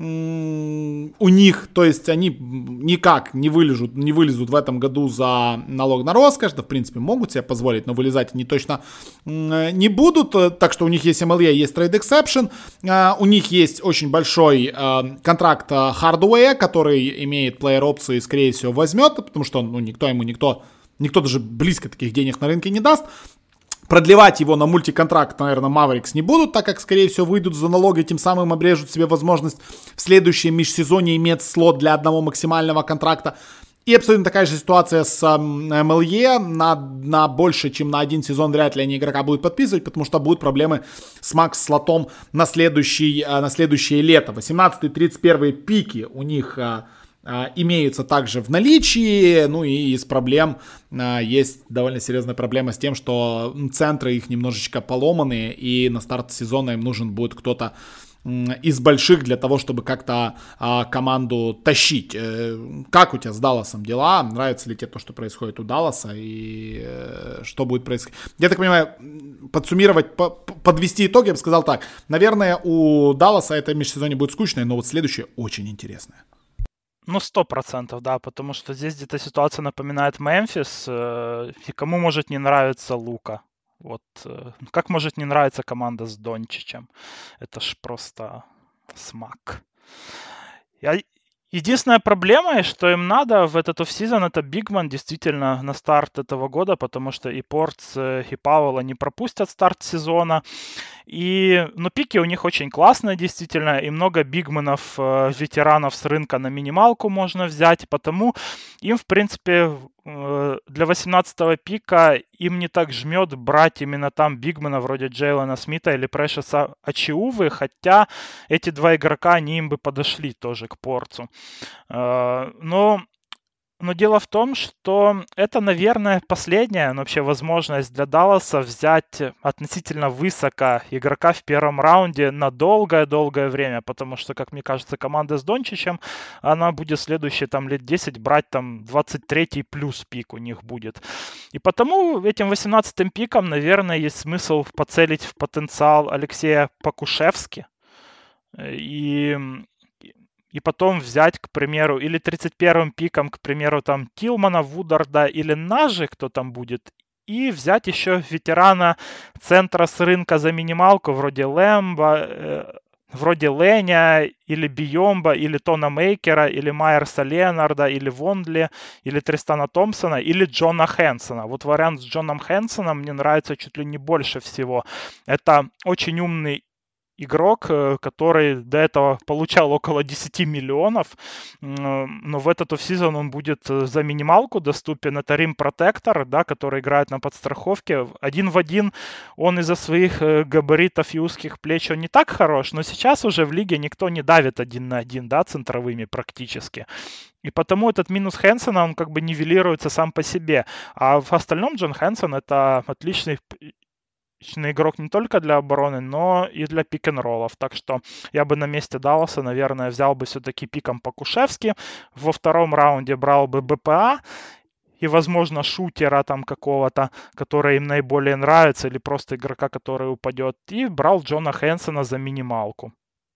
у них, то есть они никак не вылезут, не вылезут в этом году за налог на роскошь, да, в принципе, могут себе позволить, но вылезать они точно не будут, так что у них есть эм эл и, есть trade exception, у них есть очень большой контракт Hardaway, который имеет плеер опции, скорее всего, возьмет, потому что, ну, никто ему, никто, никто даже близко таких денег на рынке не даст. Продлевать его на мультиконтракт, наверное, Mavericks не будут, так как, скорее всего, выйдут за налог и тем самым обрежут себе возможность в следующем межсезонье иметь слот для одного максимального контракта. И абсолютно такая же ситуация с эм эл и. На, на больше, чем на один сезон вряд ли они игрока будут подписывать, потому что будут проблемы с макс-слотом на, следующий, на следующее лето. восемнадцатый тридцать первый пики у них имеются также в наличии, ну и из проблем есть довольно серьезная проблема с тем, что центры их немножечко поломаны, и на старт сезона им нужен будет кто-то из больших для того, чтобы как-то а, команду тащить. Как у тебя с Далласом дела? Нравится ли тебе то, что происходит у Далласа? И э, что будет происходить? Я так понимаю, подсуммировать, по- подвести итог, я бы сказал так. Наверное, у Далласа это межсезонье будет скучное, но вот следующее очень интересное. Ну, сто процентов, да, потому что здесь где-то ситуация напоминает Мемфис, э, и кому может не нравиться Лука? Вот, э, как может не нравиться команда с Дончичем? Это ж просто смак. Я... Единственная проблема, что им надо в этот оффсизон, это бигман действительно на старт этого года, потому что и Портс, и Пауэлл не пропустят старт сезона. И, ну, пики у них очень классные, действительно, и много бигменов, э, ветеранов с рынка на минималку можно взять, потому им, в принципе, э, для восемнадцатого пика им не так жмет брать именно там бигмена вроде Джейлена Смита или Прэшеса Ачиувы, хотя эти два игрока, они им бы подошли тоже к Портсу. Э, но... Но дело в том, что это, наверное, последняя вообще возможность для Далласа взять относительно высоко игрока в первом раунде на долгое-долгое время, потому что, как мне кажется, команда с Дончичем, она будет следующие там лет десять брать там двадцать третий плюс пик у них будет. И потому этим восемнадцатым пиком, наверное, есть смысл поцелить в потенциал Алексея Покушевски. И... И потом взять, к примеру, или тридцать первым пиком, к примеру, там Тилмана, Вударда или Нажи, кто там будет, и взять еще ветерана центра с рынка за минималку, вроде Лэмба, э, вроде Леня, или Биомба, или Тона Мейкера, или Майерса Ленарда, или Вондли, или Тристана Томпсона, или Джона Хэнсона. Вот вариант с Джоном Хэнсоном мне нравится чуть ли не больше всего. Это очень умный игрок, который до этого получал около десять миллионов, но в этот оффсизон он будет за минималку доступен. Это Rim Protector, да, который играет на подстраховке. Один в один он из-за своих габаритов и узких плеч он не так хорош, но сейчас уже в лиге никто не давит один на один, да, центровыми практически. И потому этот минус Хэнсона, он как бы нивелируется сам по себе. А в остальном Джон Хэнсон это отличный игрок не только для обороны, но и для пик-н-роллов. Так что я бы на месте Далласа, наверное, взял бы все-таки пиком Покушевски. Во втором раунде брал бы БПА и, возможно, шутера там какого-то, который им наиболее нравится, или просто игрока, который упадет. И брал Джона Хэнсона за минималку.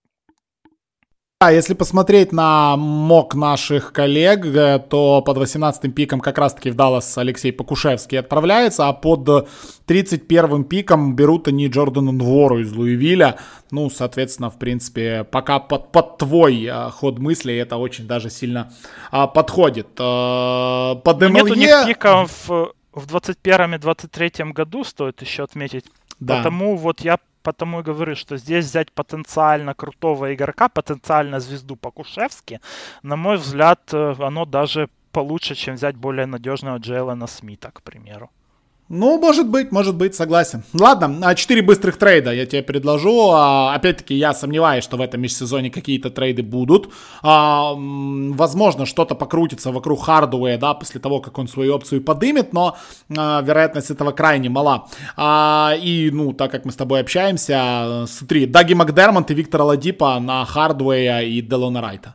Да, если посмотреть на мок наших коллег, то под восемнадцатым пиком как раз-таки в Даллас Алексей Покушевский отправляется, а под тридцать первым пиком берут они Джордана Нвору из Луивилля. Ну, соответственно, в принципе, пока под, под твой а, ход мысли это очень даже сильно а, подходит. А, под эм эл и... Нет у них пиков в двадцать первом и двадцать третьем году, стоит еще отметить. Да. Потому вот я Потому и говорю, что здесь взять потенциально крутого игрока, потенциально звезду Покушевски, на мой взгляд, оно даже получше, чем взять более надежного Джейлена Смита, к примеру. Ну, может быть, может быть, согласен. Ладно, четыре быстрых трейда я тебе предложу. Опять-таки, я сомневаюсь, что в этом межсезонье какие-то трейды будут. Возможно, что-то покрутится вокруг Хардуэя, да, после того, как он свою опцию подымет, но вероятность этого крайне мала. И, ну, так как мы с тобой общаемся, смотри, Даги Макдермонт и Виктора Ладипа на Хардуэя и Делона Райта.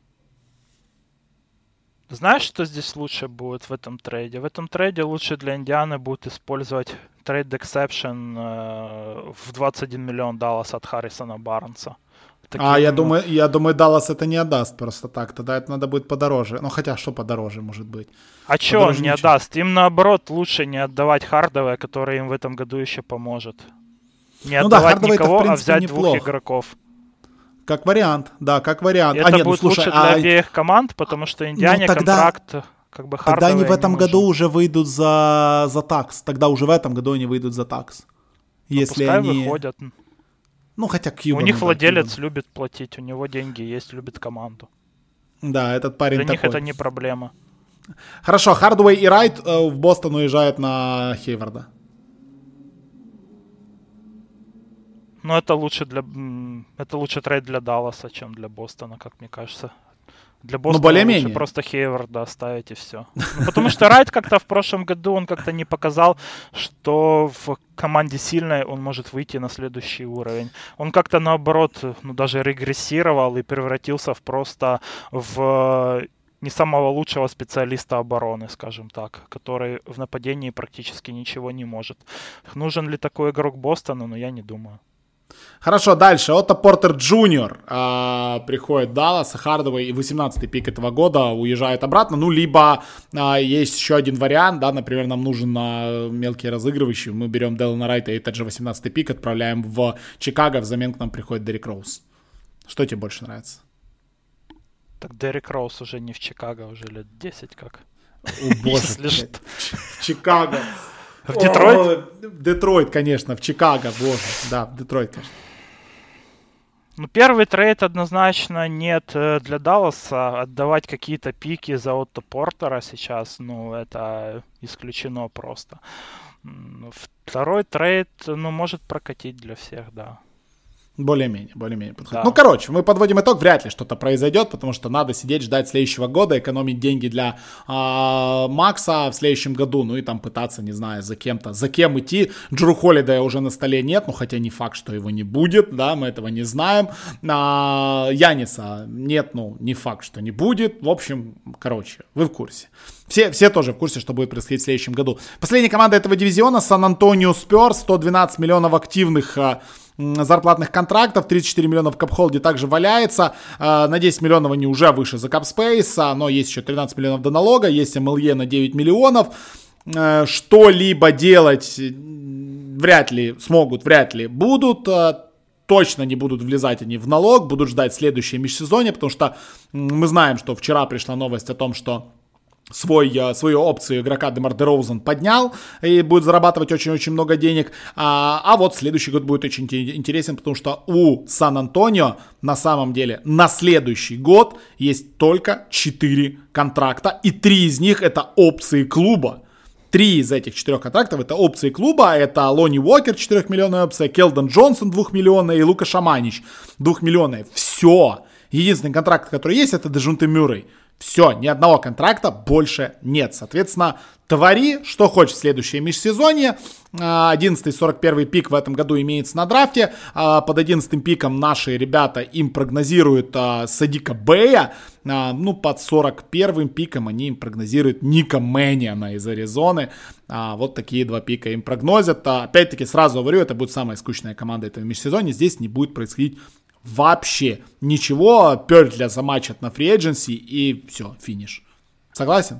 Знаешь, что здесь лучше будет в этом трейде? В этом трейде лучше для Индианы будет использовать трейд эксепшн э, в двадцать один миллион Даллас от Харрисона Барнса. Таким... А я думаю, я думаю, Даллас это не отдаст просто так. Тогда это надо будет подороже. Ну, хотя, что подороже может быть? А что он не ничего. Отдаст? Им, наоборот, лучше не отдавать Хардовая, который им в этом году еще поможет. Не ну отдавать да, никого, это, в принципе, а взять неплохо. Двух игроков. Как вариант, да, как вариант. Это а, нет, будет ну, слушай, лучше а... для обеих команд, потому что Индиане ну, тогда... контракт как бы Тогда они в этом году уже выйдут за, за такс. Тогда уже в этом году они выйдут за такс. Ну, если пускай они... выходят. Ну, хотя Кьюбан... У них да, владелец Кьюбан. любит платить, у него деньги есть, любит команду. Да, этот парень Для такой. них это не проблема. Хорошо, Хардуэй и Райт э, в Бостон уезжают на Хейварда. Ну, это лучше для... Это лучше трейд для Далласа, чем для Бостона, как мне кажется. Для Бостона ну, лучше просто Хейварда оставить и все. Ну, потому что Райт как-то в прошлом году он как-то не показал, что в команде сильной он может выйти на следующий уровень. Он как-то наоборот, ну даже регрессировал и превратился в просто в не самого лучшего специалиста обороны, скажем так, который в нападении практически ничего не может. Нужен ли такой игрок Бостону? Ну, я не думаю. Хорошо, дальше. Отто Портер Джуниор а, приходит в Даллас, Хардуэй и восемнадцатый пик этого года уезжает обратно. Ну, либо а, есть еще один вариант, да, например, нам нужен а, мелкие разыгрывающие. Мы берем Делона Райта и этот же восемнадцатый пик отправляем в Чикаго, взамен к нам приходит Деррик Роуз. Что тебе больше нравится? Так Деррик Роуз уже не в Чикаго, уже лет десять как. О боже, в Чикаго. В Детройт? О, Детройт, конечно, в Чикаго, боже. Да, в Детройт, конечно. Ну, первый трейд однозначно нет для Далласа. Отдавать какие-то пики за Отто Портера сейчас, ну, это исключено просто. Второй трейд, ну, может прокатить для всех, да. Более-менее, более-менее подходит. Да. Ну, короче, мы подводим итог, вряд ли что-то произойдет, потому что надо сидеть, ждать следующего года, экономить деньги для э, Макса в следующем году, ну и там пытаться, не знаю, за кем-то, за кем идти. Джру Холлидея уже на столе нет, ну хотя не факт, что его не будет, да, мы этого не знаем. А, Яниса нет, ну не факт, что не будет. В общем, короче, вы в курсе. Все, все тоже в курсе, что будет происходить в следующем году. Последняя команда этого дивизиона Сан-Антонио Спёрс, сто двенадцать миллионов активных а, зарплатных контрактов, тридцать четыре миллиона в капхолде также валяется, на десять миллионов они уже выше за капспейса, но есть еще тринадцать миллионов до налога, есть эм эл е на девять миллионов, что-либо делать вряд ли смогут, вряд ли будут, точно не будут влезать они в налог, будут ждать следующее межсезонье, потому что мы знаем, что вчера пришла новость о том, что Свой, свою опцию игрока Демар Дерозан поднял и будет зарабатывать очень-очень много денег. А, а вот следующий год будет очень интересен, потому что у Сан-Антонио на самом деле на следующий год есть только четыре контракта, и три из них это опции клуба. Три из этих четырех контрактов это опции клуба. Это Лонни Уокер, четырехмиллионная опция, Келдон Джонсон, двухмиллионная, и Лука Шаманич, двухмиллионная. Все. Единственный контракт, который есть, это Дежонте Мюррей. Все, ни одного контракта больше нет. Соответственно, твори, что хочешь в следующее межсезонье. одиннадцатый сорок первый пик в этом году имеется на драфте. Под одиннадцатым пиком наши ребята им прогнозируют Садика Бэя. Ну, под сорок первым пиком они им прогнозируют Ника Мэниана из Аризоны. Вот такие два пика им прогнозят. Опять-таки, сразу говорю, это будет самая скучная команда этого межсезонья. Здесь не будет происходить вообще ничего, Пёртля замачат на фри-эйдженси и все, финиш. Согласен?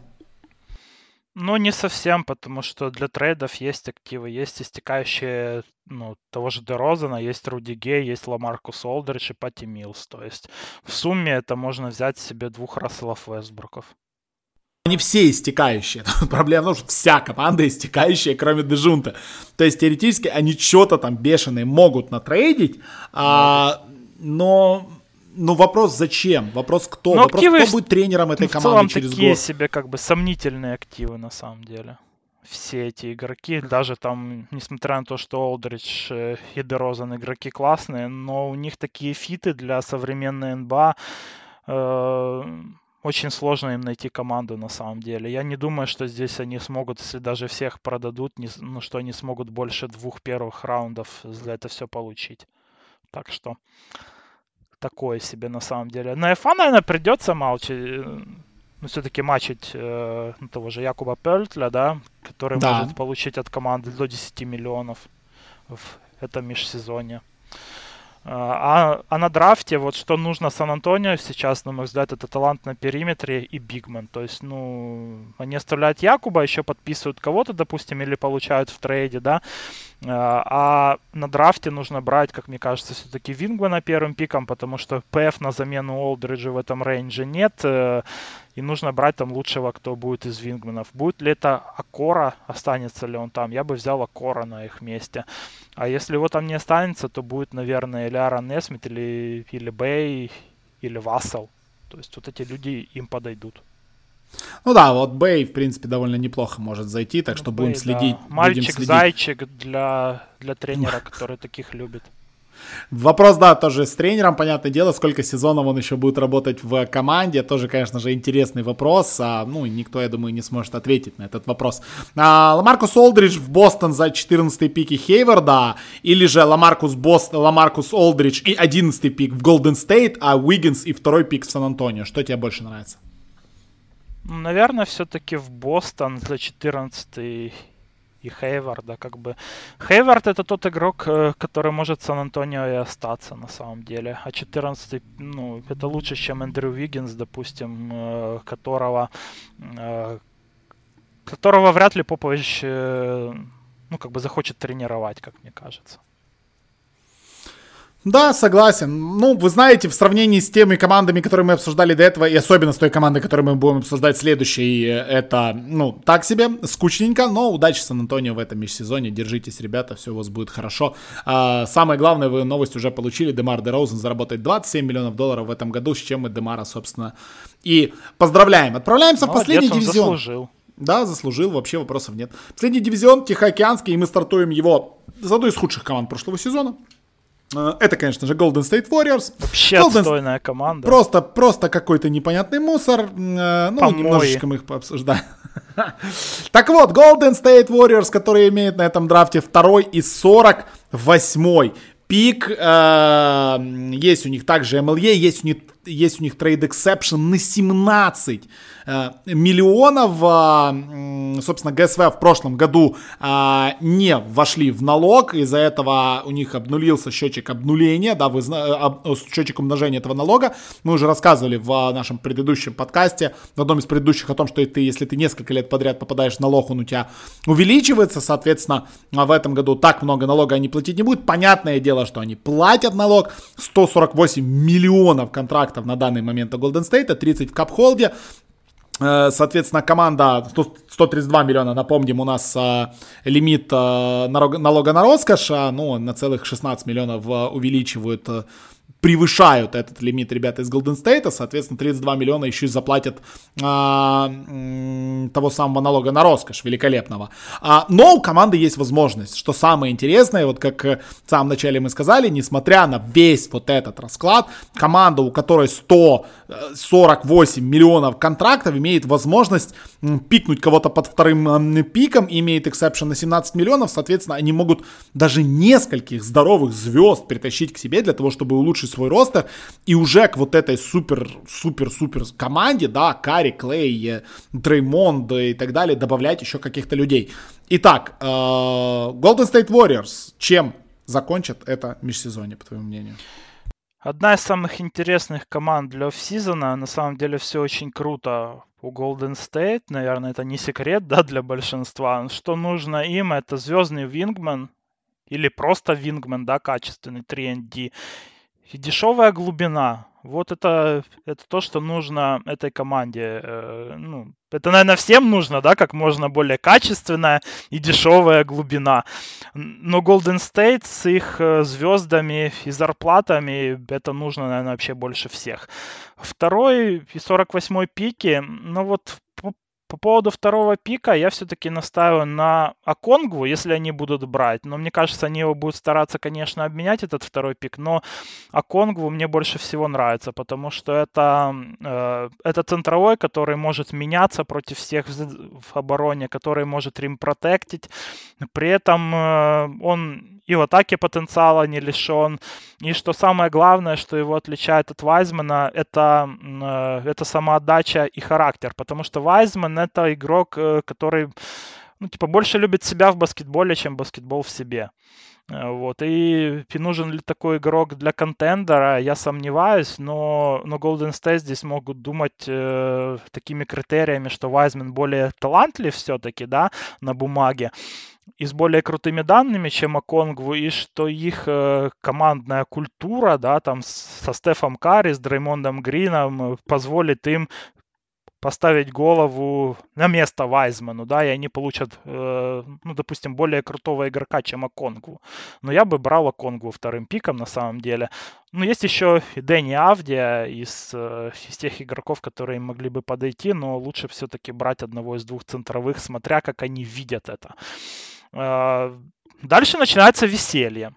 Ну, не совсем, потому что для трейдов есть активы, есть истекающие, ну, того же Дерозана, есть Руди Гей, есть Ламаркус Олдридж и Патти Милс. То есть в сумме это можно взять себе двух Расселов Вестбруков. Они все истекающие. Проблема в том, что вся команда истекающая, кроме Дежунта. То есть теоретически они что-то там бешеные могут натрейдить, а, но, но вопрос зачем? Вопрос кто? Но вопрос кто будет тренером этой команды через год? В целом такие себе как бы сомнительные активы на самом деле. все эти игроки, даже там, несмотря на то, что Олдридж и Дерозан игроки классные, но у них такие фиты для современной эн би эй, э, очень сложно им найти команду на самом деле. Я не думаю, что здесь они смогут, если даже всех продадут, не, ну, что они смогут больше двух первых раундов за это все получить. Так что такое себе на самом деле. На эф эй, наверное, придется молчать. Ну, все-таки матчить э, того же Якуба Пёльтля, да, который Да. может получить от команды до десять миллионов в этом межсезонье. А, а на драфте вот что нужно Сан-Антонио сейчас, на мой взгляд, это талант на периметре и бигмен. То есть, ну, они оставляют Якуба, еще подписывают кого-то, допустим, или получают в трейде, да. А на драфте нужно брать, как мне кажется, все-таки Вингмана первым пиком, потому что ПФ на замену Олдриджа в этом рейнже нет. И нужно брать там лучшего, кто будет из вингменов. Будет ли это Акора, останется ли он там? Я бы взял Акора на их месте. А если его там не останется, то будет, наверное, или Аарон Несмит, или, или Бэй, или Вассел. То есть вот эти люди им подойдут. Ну да, вот Бэй, в принципе, довольно неплохо может зайти, так что ну, будем Бэй, следить. Да. Мальчик-зайчик для, для тренера, который таких любит. Вопрос, да, тоже с тренером, понятное дело, сколько сезонов он еще будет работать в команде, тоже, конечно же, интересный вопрос, а, ну, никто, я думаю, не сможет ответить на этот вопрос. А, Ламаркус Олдридж в Бостон за четырнадцатый пик и Хейварда, или же Ламаркус, Бост, Ламаркус Олдридж и одиннадцатый пик в Голден Стейт, а Уиггинс и второй пик в Сан-Антонио. Что тебе больше нравится? Наверное, все-таки в Бостон за четырнадцатый и Хейварда, как бы. Хейвард это тот игрок, который может в Сан-Антонио и остаться на самом деле. А четырнадцатый, ну, это лучше, чем Эндрю Уиггинс, допустим, которого, которого вряд ли Попович, ну, как бы захочет тренировать, как мне кажется. Да, согласен. Ну, вы знаете, в сравнении с теми командами, которые мы обсуждали до этого, и особенно с той командой, которую мы будем обсуждать следующей, это, ну, так себе, скучненько, но удачи Сан-Антонио в этом межсезонье. Держитесь, ребята, все у вас будет хорошо. А, самое главное, вы новость уже получили. Демар Дерозан заработает двадцать семь миллионов долларов в этом году, с чем мы Демара, собственно, и поздравляем. Отправляемся Молодец, в последний он дивизион. Заслужил. Да, заслужил, вообще вопросов нет. Последний дивизион, Тихоокеанский, и мы стартуем его с одной из худших команд прошлого сезона. Это, конечно же, Golden State Warriors. Вообще Golden... отстойная команда. Просто, просто какой-то непонятный мусор. Ну, Помои. Немножечко мы их пообсуждаем. Так вот, Golden State Warriors, который имеет на этом драфте второй и сорок восьмой пик. Есть у них также эм эл е, есть у них, есть у них трейд эксепшн на семнадцать миллионов. Собственно, гэ эс вэ в прошлом году не вошли в налог, из-за этого у них обнулился счетчик обнуления, да, вы, счетчик умножения этого налога. Мы уже рассказывали в нашем предыдущем подкасте, в одном из предыдущих, о том, что ты, если ты несколько лет подряд попадаешь в налог, он у тебя увеличивается, соответственно, в этом году так много налога они платить не будут. Понятное дело, что они платят налог, сто сорок восемь миллионов контрактов на данный момент у Golden State, тридцать в кап-холде. Соответственно, команда сто тридцать два миллиона, напомним, у нас а, лимит а, налога на роскошь, а, ну, на целых шестнадцать миллионов а, увеличивают, а, превышают этот лимит ребята из Golden State, соответственно, тридцать два миллиона еще и заплатят а, м, того самого налога на роскошь, великолепного. А, но у команды есть возможность, что самое интересное, вот как в самом начале мы сказали, несмотря на весь вот этот расклад, команда, у которой сто сорок восемь миллионов контрактов, имеет возможность м, пикнуть кого-то под вторым м, пиком, имеет эксепшн на семнадцать миллионов, соответственно, они могут даже нескольких здоровых звезд притащить к себе для того, чтобы улучшить свой ростер, и уже к вот этой супер-супер-супер команде, да, Карри, Клей, Дреймонд и так далее, добавлять еще каких-то людей. Итак, э, Golden State Warriors, чем закончат это межсезонье, по твоему мнению? Одна из самых интересных команд для оффсизона. На самом деле все очень круто у Golden State. Наверное, это не секрет, да, для большинства. Что нужно им, это звездный вингман или просто вингман, да, качественный три энд ди. И дешевая глубина. Вот это, это то, что нужно этой команде. Э, ну, это, наверное, всем нужно, да, как можно более качественная и дешевая глубина. Но Golden State с их звездами и зарплатами, это нужно, наверное, вообще больше всех. Второй и сорок восьмой пики, ну вот по поводу второго пика я все-таки настаиваю на Оконгву, если они будут брать. Но мне кажется, они его будут стараться, конечно, обменять, этот второй пик. Но Оконгву мне больше всего нравится, потому что это, э, это центровой, который может меняться против всех в, в обороне, который может рим-протектить. При этом э, он и в атаке потенциала не лишен. И что самое главное, что его отличает от Вайзмана, это, э, это самоотдача и характер. Потому что Вайзман — это игрок, э, который, ну, типа, больше любит себя в баскетболе, чем баскетбол в себе. Вот. И, и нужен ли такой игрок для контендера, я сомневаюсь, но, но Golden State здесь могут думать э, такими критериями, что Вайзман более талантлив все-таки, да, на бумаге, и с более крутыми данными, чем Оконгву, и что их э, командная культура, да, там со Стефом Карри, с Дреймондом Грином позволит им поставить голову на место Вайзману, да, и они получат, э, ну, допустим, более крутого игрока, чем Оконгву. Но я бы брал Оконгву вторым пиком на самом деле. Ну, есть еще и Дэнни Авдия из, э, из тех игроков, которые могли бы подойти, но лучше все-таки брать одного из двух центровых, смотря как они видят это. Э, дальше начинается веселье.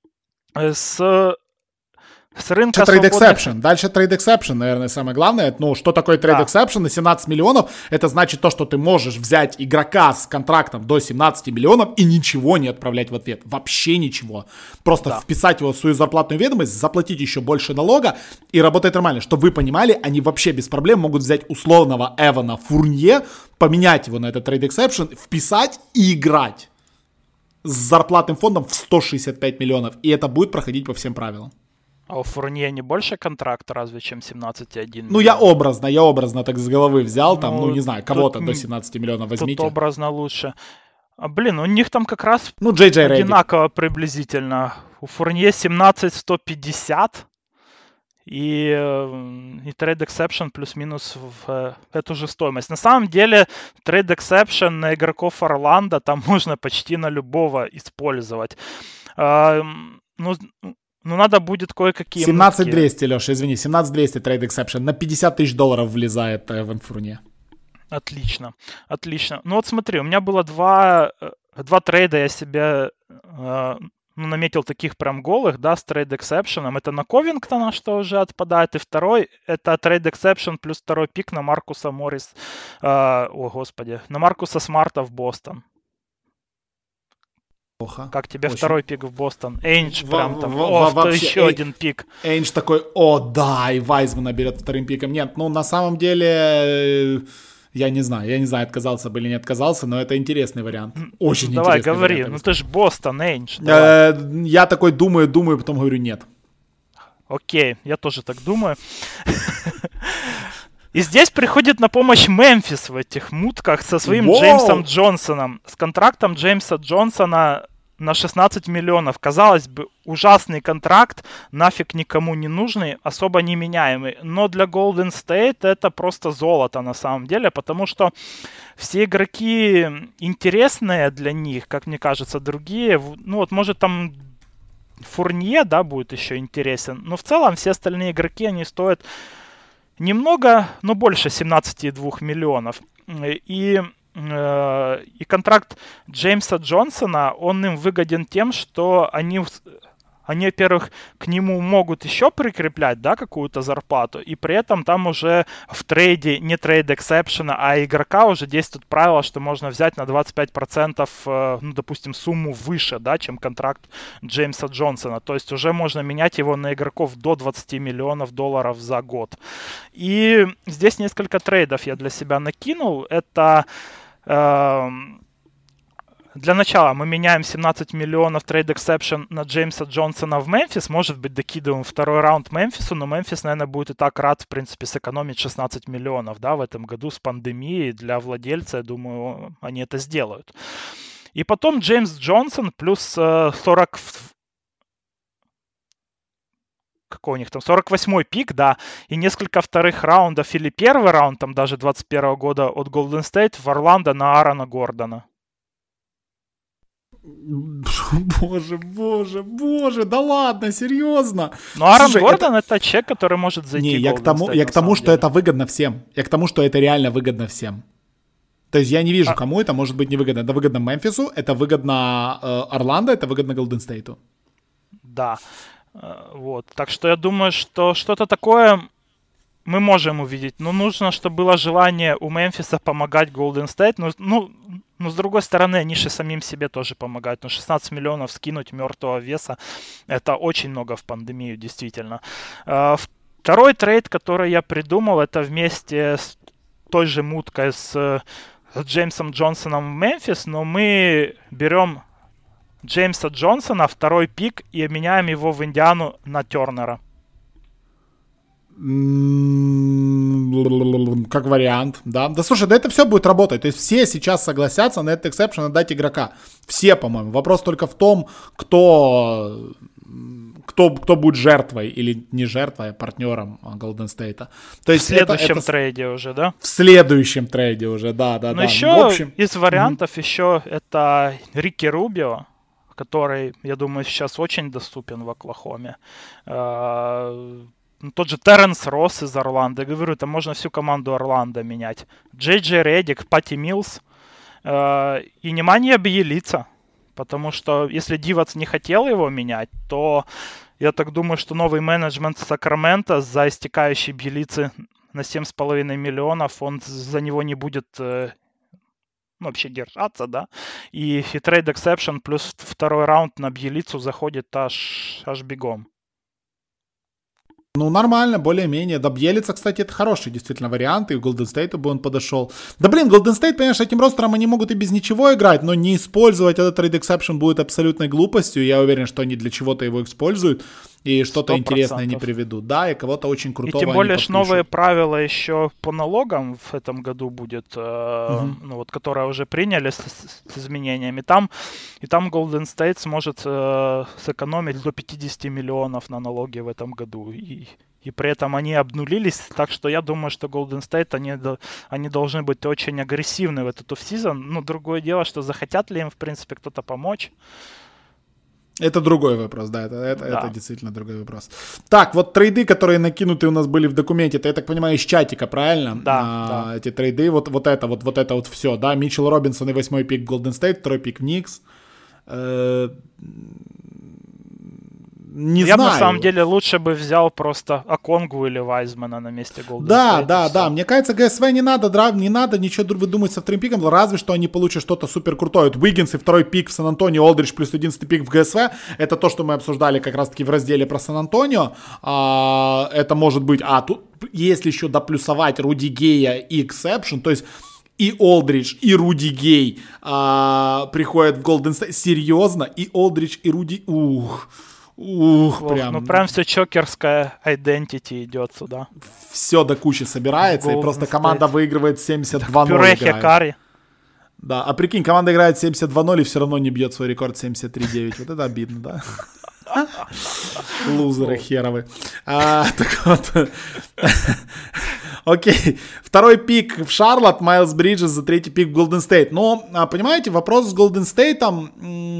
С С рынка Трейд свободных... эксепшн. Дальше трейд эксепшн, наверное, самое главное. Ну, что такое трейд эксепшн на семнадцать миллионов? Это значит то, что ты можешь взять игрока с контрактом до семнадцати миллионов и ничего не отправлять в ответ. Вообще ничего. Просто да. вписать его в свою зарплатную ведомость, заплатить еще больше налога и работать нормально. Чтобы вы понимали, они вообще без проблем могут взять условного Эвана Фурнье, поменять его на этот трейд эксепшн, вписать и играть с зарплатным фондом в сто шестьдесят пять миллионов. И это будет проходить по всем правилам. А у Фурнье не больше контракт разве, чем семнадцать целых один? Ну, я образно, я образно так с головы взял, ну, там, ну, не знаю, кого-то до семнадцати миллионов возьмите. Тут образно лучше. А, блин, у них там как раз ну, Джей Джей одинаково Рейдик. Приблизительно. У Фурнье семнадцать сто пятьдесят и, и трейд эксепшн плюс-минус в эту же стоимость. На самом деле, трейд эксепшн на игроков Орландо там можно почти на любого использовать. А, ну... Ну, надо будет кое-какие... семнадцать двести, Леша, извини, семнадцать двести трейд эксепшн. На пятьдесят тысяч долларов влезает Эван Фурнье. Отлично, отлично. Ну вот смотри, у меня было два, два трейда, я себе э, ну, наметил таких прям голых, да, с трейд эксепшеном. Это на Ковингтона, что уже отпадает. И второй, это трейд эксепшн плюс второй пик на Маркуса Моррис... Э, о, господи, на Маркуса Смарта в Бостон. Плохо. Как тебе Очень. Второй пик в Бостон? Эйндж в, прям там. В, о, в, вообще, еще Эй, один пик. Эйндж такой, о, да, и Вайзмана берет вторым пиком. Нет, ну на самом деле, я не знаю, я не знаю, отказался бы или не отказался, но это интересный вариант. Очень Давай, интересный говори, вариант. ну ты ж Бостон, Эйндж. Э, я такой думаю, думаю, потом говорю нет. Окей, я тоже так думаю. И здесь приходит на помощь Мемфис в этих мутках со своим Воу! Джеймсом Джонсоном. С контрактом Джеймса Джонсона на шестнадцать миллионов. Казалось бы, ужасный контракт, нафиг никому не нужный, особо не меняемый. Но для Golden State это просто золото на самом деле, потому что все игроки интересные для них, как мне кажется, другие. Ну вот, может, там Фурнье, да, будет еще интересен. Но в целом все остальные игроки, они стоят... Немного, но больше семнадцать целых два миллионов. И, э, и контракт Джеймса Джонсона, он им выгоден тем, что они, они, во-первых, к нему могут еще прикреплять, да, какую-то зарплату, и при этом там уже в трейде, не трейд эксепшена, а игрока уже действует правило, что можно взять на двадцать пять процентов, ну, допустим, сумму выше, да, чем контракт Джеймса Джонсона. То есть уже можно менять его на игроков до двадцати миллионов долларов за год. И здесь несколько трейдов я для себя накинул. Это... Э- Для начала мы меняем семнадцать миллионов трейд эксепшн на Джеймса Джонсона в Мемфис. Может быть, докидываем второй раунд Мемфису, но Мемфис, наверное, будет и так рад, в принципе, сэкономить шестнадцать миллионов, да, в этом году с пандемией. Для владельца, я думаю, они это сделают. И потом Джеймс Джонсон плюс э, сорок... Какой у них там? сорок восьмой пик, да, и несколько вторых раундов или первый раунд, там даже двадцать первого года от Golden State в Орландо на Аарона Гордона. Боже, боже, боже, да ладно, серьезно. Ну, Аарон Слушай, Гордон это... это человек, который может зайти Не, в я к тому, State, я к тому что деле. это выгодно всем. Я к тому, что это реально выгодно всем. То есть я не вижу, кому это может быть невыгодно. Это выгодно Мемфису, это выгодно э, Орландо, это выгодно Голден Стейту. Да. Вот. Так что я думаю, что что-то такое мы можем увидеть. Но нужно, чтобы было желание у Мемфиса помогать Golden State. Ну, ну, ну, с другой стороны, они же самим себе тоже помогают. Ну, шестнадцать миллионов скинуть мертвого веса, это очень много в пандемию, действительно. Второй трейд, который я придумал, это вместе с той же муткой с, с Джеймсом Джонсоном в Мемфис, но мы берем Джеймса Джонсона, второй пик, и обменяем его в Индиану на Тернера. Как вариант, да. Да слушай, да это все будет работать. То есть все сейчас согласятся на этот эксепшн отдать игрока. Все, по-моему. Вопрос только в том, кто... Кто, кто будет жертвой или не жертвой, а партнером Голден Стейта. То есть в следующем это, это... трейде уже, да? В следующем трейде уже, да, да, Но да. еще в общем... из вариантов mm-hmm. еще это Рики Рубио, который, я думаю, сейчас очень доступен в Оклахоме. Тот же Терренс Росс из Орландо. Я говорю, там можно всю команду Орландо менять. Джей Джей Реддик, Патти Милс. И Немanja Бьелица. Потому что если Дивац не хотел его менять, то я так думаю, что новый менеджмент Сакраменто за истекающей Бьелицы на семь с половиной миллионов, он за него не будет ну, вообще держаться, да. И, и трейд эксепшн плюс второй раунд на Бьелицу заходит аж, аж бегом. Ну, нормально, более-менее. Да, Бьелица, кстати, это хороший действительно вариант, и в Голден Стейту бы он подошел. Да, блин, Голден Стейт, понимаешь, этим ростером они могут и без ничего играть, но не использовать этот трейд эксепшн будет абсолютной глупостью. Я уверен, что они для чего-то его используют и что-то сто процентов интересное не приведут. Да, и кого-то очень крутого. И тем более, что новые правила еще по налогам в этом году будет, э, uh-huh. ну вот, которые уже приняли с, с изменениями. Там, и там Golden State сможет э, сэкономить до пятьдесят миллионов на налоги в этом году. И, и при этом они обнулились, так что я думаю, что Golden State, они, они должны быть очень агрессивны в этот оффсизон. Ну, другое дело, что захотят ли им, в принципе, кто-то помочь. Это другой вопрос, да, это, это, да, это действительно другой вопрос. Так, вот трейды, которые накинуты у нас были в документе, это, я так понимаю, из чатика, правильно? Да, а, да. Эти трейды, вот, вот это вот, вот это вот все, да, Митчелл Робинсон и восьмой пик Golden State, второй пик Никс. Э, не Я знаю. на самом деле лучше бы взял просто Оконгву или Вайзмана на месте Golden да, State. Да, да, да. Мне кажется, ГСВ не надо, драйв, не надо ничего выдумать со вторым пиком, разве что они получат что-то супер крутое. Вот Уиггинс и второй пик в Сан-Антонио, Олдридж плюс одиннадцатый пик в ГСВ. Это то, что мы обсуждали как раз-таки в разделе про Сан-Антонио. А, это может быть... А, тут если еще доплюсовать Руди Гея и Эксепшн, то есть и Олдридж, и Руди Гей а, приходят в Golden State. Серьезно? И Олдридж, и Руди... Ух... Ух, Ох, прям. Ну, прям все чокерская identity идет сюда. Все до кучи собирается, Golden и просто State. Команда выигрывает семьдесят два ноль. Пюре Хикари. Да, а прикинь, команда играет семьдесят два ноль и все равно не бьет свой рекорд семьдесят три девять. Вот это обидно, да? Лузеры херовы. А, так вот. Окей. Второй пик в Шарлотт, Майлз Бриджес за третий пик в Голден Стейт. Но, понимаете, вопрос с Голден Стейтом...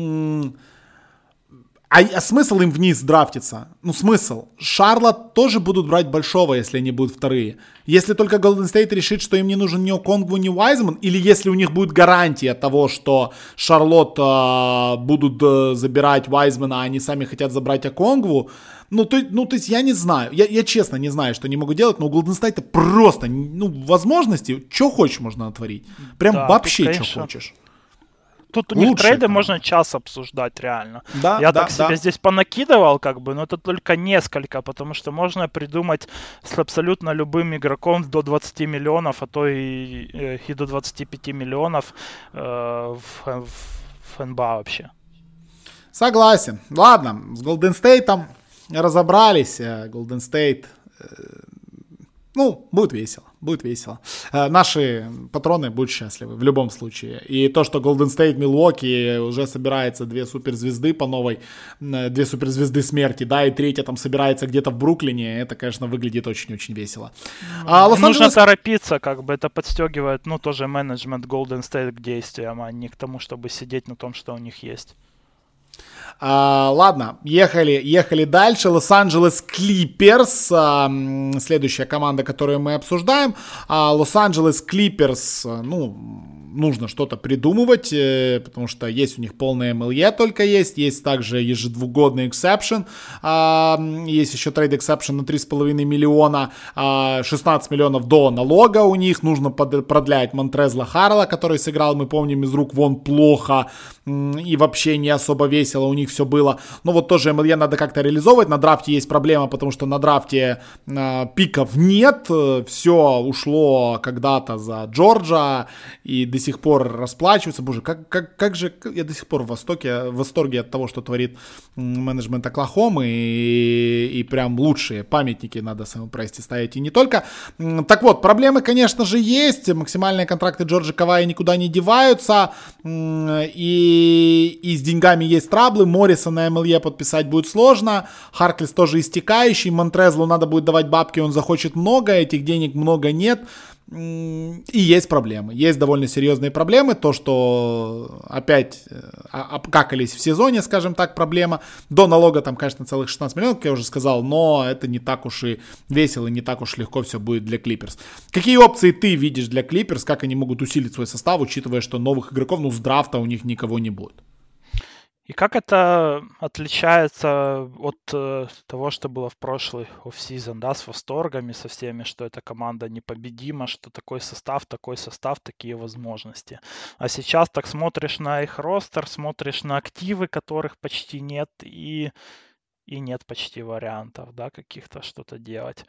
А, а смысл им вниз драфтиться? Ну, смысл. Шарлотт тоже будут брать большого, если они будут вторые. Если только Golden State решит, что им не нужен ни Оконгву, ни Уайзман, или если у них будет гарантия того, что Шарлотт э, будут э, забирать Уайзмана, а они сами хотят забрать Оконгву, ну то, ну, то есть я не знаю. Я, я честно не знаю, что они могут делать, но у Golden State просто, ну, возможности, что хочешь можно натворить. Прям да, вообще, что хочешь. Тут у них Лучше трейды команда. Можно час обсуждать реально. Да, Я да, так себе да. здесь понакидывал, как бы, но это только несколько, потому что можно придумать с абсолютно любым игроком до двадцати миллионов, а то и, и до двадцати пяти миллионов э, в, в, в эн бэ а вообще. Согласен. Ладно, с Golden State'ом разобрались. Golden State, э, ну, будет весело. Будет весело. Э, наши патроны будут счастливы в любом случае. И то, что Golden State, Милуоки уже собирается две суперзвезды по новой, э, две суперзвезды смерти, да, и третья там собирается где-то в Бруклине, это, конечно, выглядит очень-очень весело. А, нужно торопиться, как бы это подстегивает, ну, тоже менеджмент Golden State к действиям, а не к тому, чтобы сидеть на том, что у них есть. Uh, ладно, ехали, ехали дальше. Лос-Анджелес Клиперс, uh, следующая команда, которую мы обсуждаем. Uh, Лос-Анджелес Клиперс, uh, ну, нужно что-то придумывать, э, потому что есть у них полное эм эл и только есть, есть также ежедвугодный эксепшн, э, есть еще трейд эксепшн на три с половиной миллиона, э, шестнадцать миллионов до налога у них, нужно под, продлять Монтрезла Харрелла, который сыграл, мы помним, из рук вон плохо э, и вообще не особо весело у них все было, но вот тоже эм эл и надо как-то реализовывать, на драфте есть проблема, потому что на драфте э, пиков нет, все ушло когда-то за Джорджа и до сих пор расплачиваются. Боже, как, как, как же я до сих пор в восторге, в восторге от того, что творит менеджмент Оклахомы, и, и прям лучшие памятники надо своему прайсе ставить, и не только. Так вот, проблемы, конечно же, есть. Максимальные контракты Джорджа Кавая никуда не деваются, и, и с деньгами есть траблы. Морриса на эм эл и подписать будет сложно. Харклес тоже истекающий. Монтрезлу надо будет давать бабки, он захочет много, этих денег много нет. И есть проблемы, есть довольно серьезные проблемы, то, что опять обкакались в сезоне, скажем так, проблема, до налога там, конечно, целых шестнадцать миллионов, как я уже сказал, но это не так уж и весело, не так уж легко все будет для Клиперс. Какие опции ты видишь для Клиперс, как они могут усилить свой состав, учитывая, что новых игроков, ну, с драфта у них никого не будет? И как это отличается от э, того, что было в прошлый оффсизон, да, с восторгами, со всеми, что эта команда непобедима, что такой состав, такой состав, такие возможности. А сейчас так смотришь на их ростер, смотришь на активы, которых почти нет, и, и нет почти вариантов, да, каких-то что-то делать.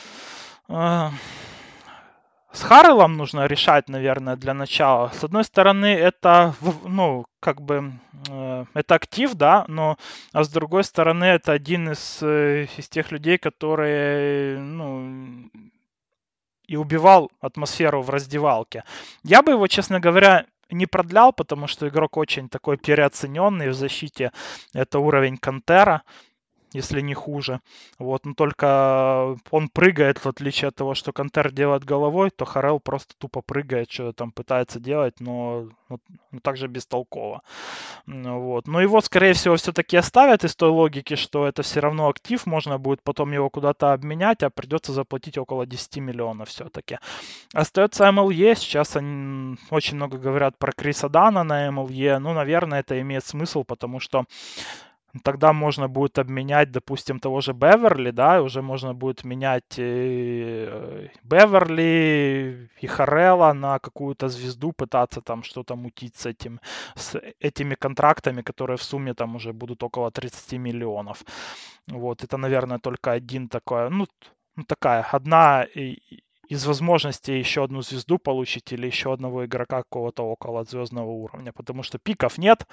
С Харреллом нужно решать, наверное, для начала. С одной стороны, это, ну, как бы, э, это актив, да, но, а с другой стороны, это один из, из тех людей, которые, ну, и убивал атмосферу в раздевалке. Я бы его, честно говоря, не продлял, потому что игрок очень такой переоцененный в защите. Это уровень Кантера, если не хуже. Вот, но только он прыгает, в отличие от того, что Кантер делает головой, то Харрелл просто тупо прыгает, что там пытается делать, но, но, но также бестолково. Вот. Но его, скорее всего, все-таки оставят из той логики, что это все равно актив, можно будет потом его куда-то обменять, а придется заплатить около десять миллионов все-таки. Остается эм эл и, сейчас они очень много говорят про Криса Дана на эм эл и, ну, наверное, это имеет смысл, потому что тогда можно будет обменять, допустим, того же Беверли, да, и уже можно будет менять и Беверли, и Харрелла на какую-то звезду, пытаться там что-то мутить с, этим, с этими контрактами, которые в сумме там уже будут около тридцать миллионов. Вот, это, наверное, только один такой, ну, такая, одна из возможностей еще одну звезду получить или еще одного игрока какого-то около звездного уровня, потому что пиков нет.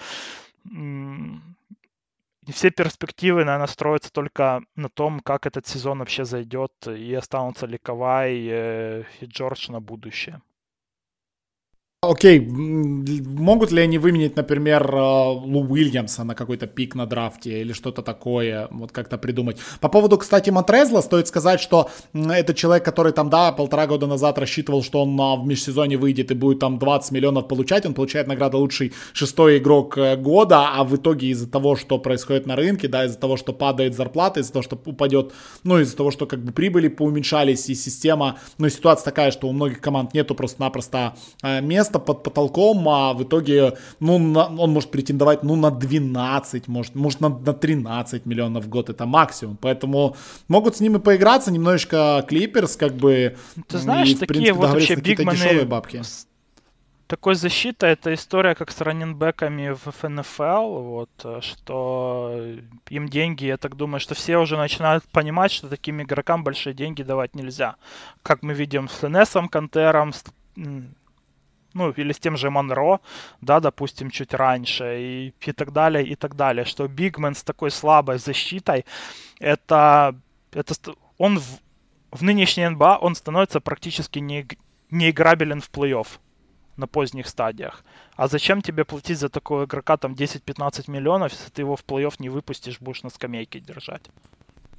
И все перспективы, наверное, строятся только на том, как этот сезон вообще зайдет, и останутся ли Кавай и Джордж на будущее. Окей, могут ли они выменять, например, Лу Уильямса на какой-то пик на драфте или что-то такое, вот как-то придумать. По поводу, кстати, Монтрезла, стоит сказать, что это человек, который там, да, полтора года назад рассчитывал, что он в межсезонье выйдет и будет там двадцать миллионов получать, он получает награду лучший шестой игрок года, а в итоге из-за того, что происходит на рынке, да, из-за того, что падает зарплата, из-за того, что упадет, ну, из-за того, что как бы прибыли поуменьшались, и система, ну, и ситуация такая, что у многих команд нету просто-напросто места под потолком, а в итоге, ну, на, он может претендовать, ну, на двенадцать, может, может на, на тринадцать миллионов в год, это максимум, поэтому могут с ними поиграться немножечко Клиперс, как бы, ты знаешь, и, в такие принципе, вот вообще бигманы, бабки. Такой защита, это история как с раннинбэками в эф эн эф эл, вот, что им деньги, я так думаю, что все уже начинают понимать, что таким игрокам большие деньги давать нельзя. Как мы видим с Энесом Кантером, с, ну, или с тем же Монро, да, допустим, чуть раньше, и, и так далее, и так далее, что бигмен с такой слабой защитой, это, это он в, в нынешней эн би эй, он становится практически не, неиграбелен в плей-офф на поздних стадиях. А зачем тебе платить за такого игрока там десять-пятнадцать миллионов, если ты его в плей-офф не выпустишь, будешь на скамейке держать?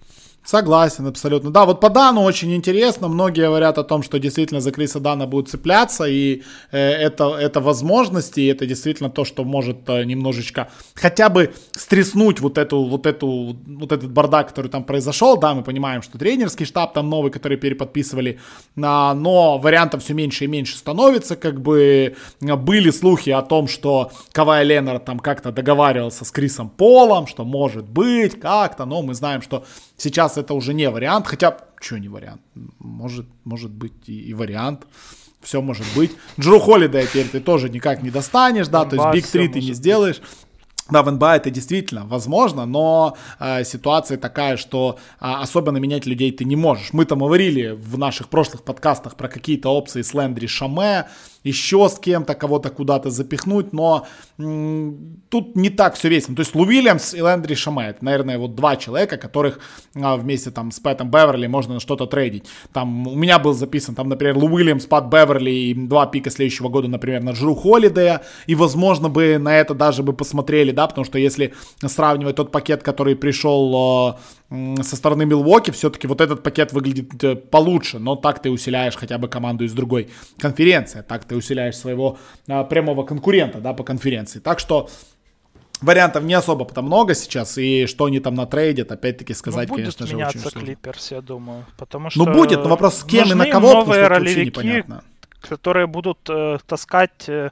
Согласен, абсолютно. Да, вот по Дану очень интересно. Многие говорят о том, что действительно за Криса Дана будет цепляться, и э, это, это возможности, и это действительно то, что может э, немножечко хотя бы стреснуть вот эту, вот эту, вот этот бардак, который там произошел. Да, мы понимаем, что тренерский штаб там новый, который переподписывали, а, но вариантов все меньше и меньше становится. Как бы были слухи о том, что Кавай Ленард там как-то договаривался с Крисом Полом, что может быть как-то, но мы знаем, что сейчас это уже не вариант, хотя, что не вариант, может, может быть и, и вариант, все может быть. Джру Холлидея теперь ты тоже никак не достанешь, да, то есть Биг три ты не сделаешь. Да, в эн би эй это действительно возможно, но э, ситуация такая, что э, особенно менять людей ты не можешь. Мы там говорили в наших прошлых подкастах про какие-то опции с Лендри Шаме, еще с кем-то, кого-то куда-то запихнуть, но м- тут не так все весело. То есть Лу Уильямс и Лендри Шаме, это, наверное, вот два человека, которых а, вместе там с Пэтом Беверли можно на что-то трейдить. Там у меня был записан, там, например, Лу Уильямс, Пат Беверли и два пика следующего года, например, на Джру Холлидея, и, возможно, бы на это даже бы посмотрели, да, потому что если сравнивать тот пакет, который пришел э, со стороны Милуоки, все-таки вот этот пакет выглядит э, получше, но так ты усиляешь хотя бы команду из другой конференции, так ты усиляешь своего э, прямого конкурента, да, по конференции. Так что вариантов не особо-то много сейчас, и что они там натрейдят, опять-таки сказать, ну, конечно же, очень сложно. Будет меняться Клиперс, я думаю, потому что... Ну, будет, но вопрос с кем и на кого, потому что это вообще непонятно. Которые будут э, таскать э,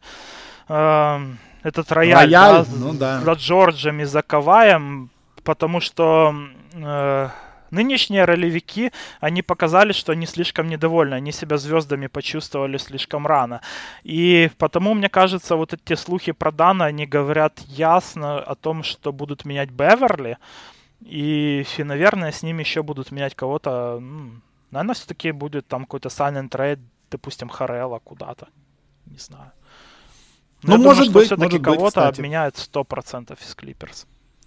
э, этот рояль, рояль да, ну, да. за Джорджем и за Каваем, потому что... Э, Нынешние ролевики, они показали, что они слишком недовольны, они себя звездами почувствовали слишком рано. И потому, мне кажется, вот эти слухи про Дана, они говорят ясно о том, что будут менять Беверли, и, и наверное, с ними еще будут менять кого-то. Ну, наверное, все-таки будет там какой-то sign and trade, допустим, Харрелла куда-то, не знаю. Но ну, я может думаю, быть, что все-таки может кого-то быть, обменяют сто процентов из Клиперс.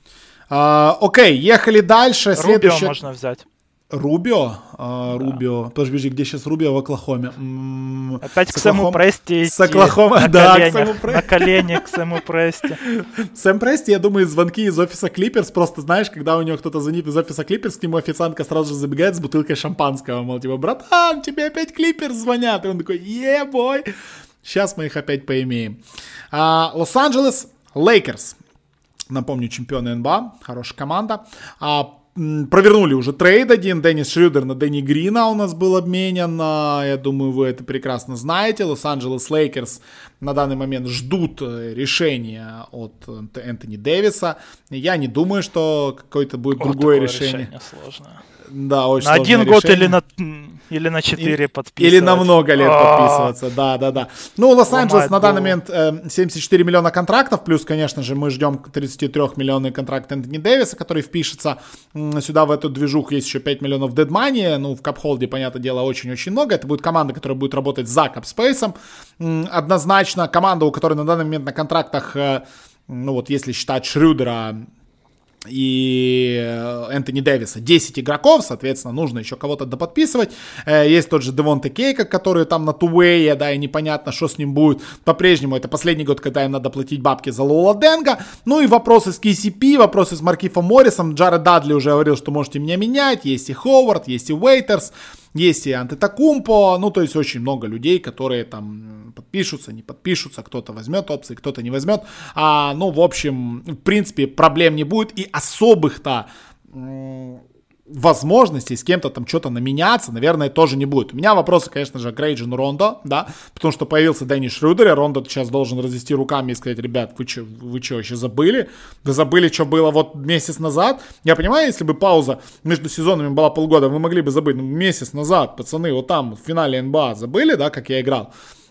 А, окей, ехали дальше. Рубио Следующее... можно взять. Рубио? А, да. Рубио. Подожди, где сейчас Рубио в Оклахоме? М-м, Опять к Сэму Прести с Оклахома, на да, коленях, к Сэму Прести. На колени к Сэму Прести. Сэм Прести, я думаю, звонки из офиса Клиперс, просто знаешь, когда у него кто-то звонит из офиса Клиперс, к нему официантка сразу же забегает с бутылкой шампанского, мол, типа, братан, тебе опять Клиперс звонят. И он такой, е-бой, сейчас мы их опять поимеем. А, Лос-Анджелес Лейкерс. Напомню, чемпионы эн би эй, хорошая команда. А, м, провернули уже трейд один. Деннис Шрюдер на Дэнни Грина у нас был обменен. А, я думаю, вы это прекрасно знаете. Лос-Анджелес Лейкерс на данный момент ждут решения от Энтони Дэвиса. Я не думаю, что какое-то будет Ох, другое решение. решение сложное. Да, очень на один год решение. или на, или на четыре подписывать. Или на много лет подписываться, да-да-да. Ну, Лос-Анджелес на данный момент э, семьдесят четыре миллиона контрактов, плюс, конечно же, мы ждем тридцать три миллионный контракт Энтони Дэвиса, который впишется м, сюда в эту движуху. Есть еще пять миллионов дедмани, ну, в капхолде, понятное дело, очень-очень много. Это будет команда, которая будет работать за капспейсом. М, однозначно команда, у которой на данный момент на контрактах, э, ну, вот если считать Шрюдера и Энтони Дэвиса десять игроков, соответственно, нужно еще кого-то доподписывать. Есть тот же Девонте Кейка, который там на тувее, да, и непонятно, что с ним будет. По-прежнему это последний год, когда им надо платить бабки за Лола Денга. Ну и вопросы с кей си пи, вопросы с Маркифом Моррисом. Джаред Дадли уже говорил, что можете меня менять. Есть и Ховард, есть и Уэйтерс, есть и Антетокумпо. Ну, то есть очень много людей, которые там подпишутся, не подпишутся. Кто-то возьмет опции, кто-то не возьмет. А, ну, в общем, в принципе, проблем не будет. И особых-то м- возможностей с кем-то там что-то наменяться, наверное, тоже не будет. У меня вопросы, конечно же, к Рейджину Рондо, да, потому что появился Дэнни Шрюдер, и Рондо сейчас должен развести руками и сказать, ребят, вы что, вы что, еще забыли? Вы забыли, что было вот месяц назад? Я понимаю, если бы пауза между сезонами была полгода, вы могли бы забыть, ну, месяц назад, пацаны, вот там в финале эн би эй забыли, да, как я играл.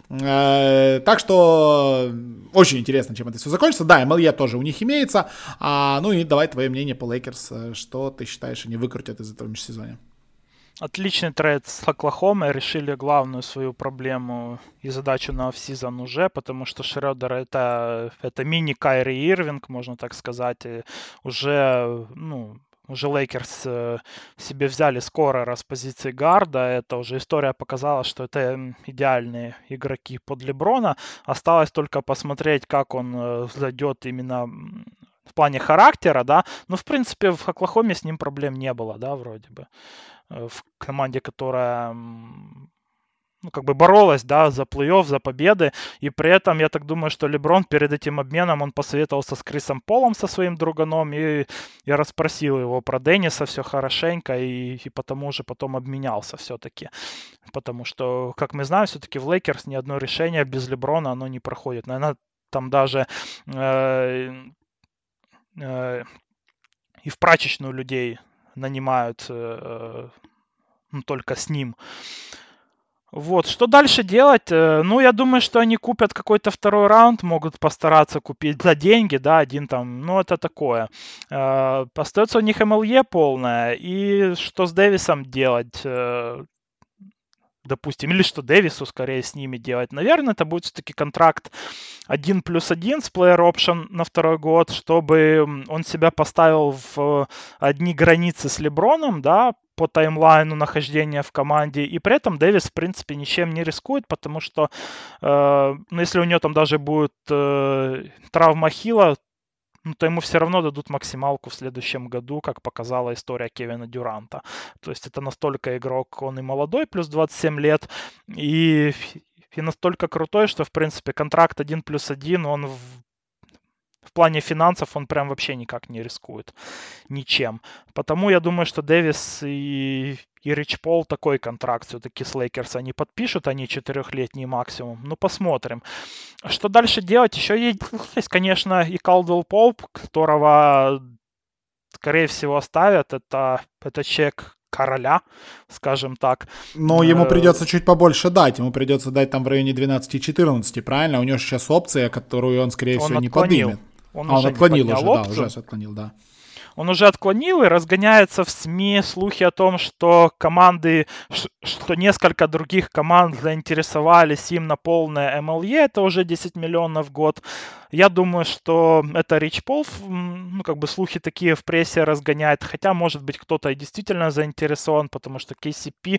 Так что очень интересно, чем это все закончится. Да, эм эл и тоже у них имеется. А, ну и давай твое мнение по Лейкерс. Что ты считаешь, они выкрутят из этого межсезонья? Отличный трейд с Оклахомой. Решили главную свою проблему и задачу на офсизон уже, потому что Шрёдер это, это мини Кайри Ирвинг, можно так сказать. И уже, ну... Уже Лейкерс э, себе взяли скорера с позиции гарда. Это уже история показала, что это идеальные игроки под Леброна. Осталось только посмотреть, как он э, зайдет именно в плане характера, да, но, в принципе, в Оклахоме с ним проблем не было, да, вроде бы. В команде, которая, ну, как бы боролась, да, за плей-офф, за победы, и при этом, я так думаю, что Леброн перед этим обменом, он посоветовался с Крисом Полом, со своим друганом, и я расспросил его про Денниса все хорошенько, и, и потому же потом обменялся все-таки, потому что, как мы знаем, все-таки в Лейкерс ни одно решение без Леброна, оно не проходит, наверное, там даже э, э, и в прачечную людей нанимают э, ну, только с ним. Вот, что дальше делать? Ну, я думаю, что они купят какой-то второй раунд, могут постараться купить за деньги, да, один там, ну, это такое. Остается у них эм эл е полная, и что с Дэвисом делать? Допустим, или что Дэвису скорее с ними делать. Наверное, это будет все-таки контракт один плюс один с player option на второй год, чтобы он себя поставил в одни границы с Леброном, да, по таймлайну нахождения в команде, и при этом Дэвис, в принципе, ничем не рискует, потому что, э, ну, если у него там даже будет э, травма хила, ну, то ему все равно дадут максималку в следующем году, как показала история Кевина Дюранта. То есть это настолько игрок, он и молодой, плюс двадцать семь лет, и, и настолько крутой, что, в принципе, контракт один плюс один, он в, в плане финансов, он прям вообще никак не рискует ничем. Потому я думаю, что Дэвис и, и Рич Пол такой контракт все-таки с Лейкерс они подпишут, они четырехлетний максимум. Ну, посмотрим. Что дальше делать? Еще есть, конечно, и Калдвелл Поуп, которого, скорее всего, оставят. Это, это чек короля, скажем так. Но ему придется чуть побольше дать. Ему придется дать там в районе двенадцать-четырнадцать, правильно? У него сейчас опция, которую он, скорее он всего, не отклонил. поднимет. Он а, уже он отклонил уже, опцию. да, уже отклонил, да. Он уже отклонил, и разгоняется в СМИ слухи о том, что команды, что несколько других команд заинтересовались им на полное эм эл е, это уже десять миллионов в год. Я думаю, что это Рич Пол, ну, как бы слухи такие в прессе разгоняет, хотя, может быть, кто-то и действительно заинтересован, потому что кей си пи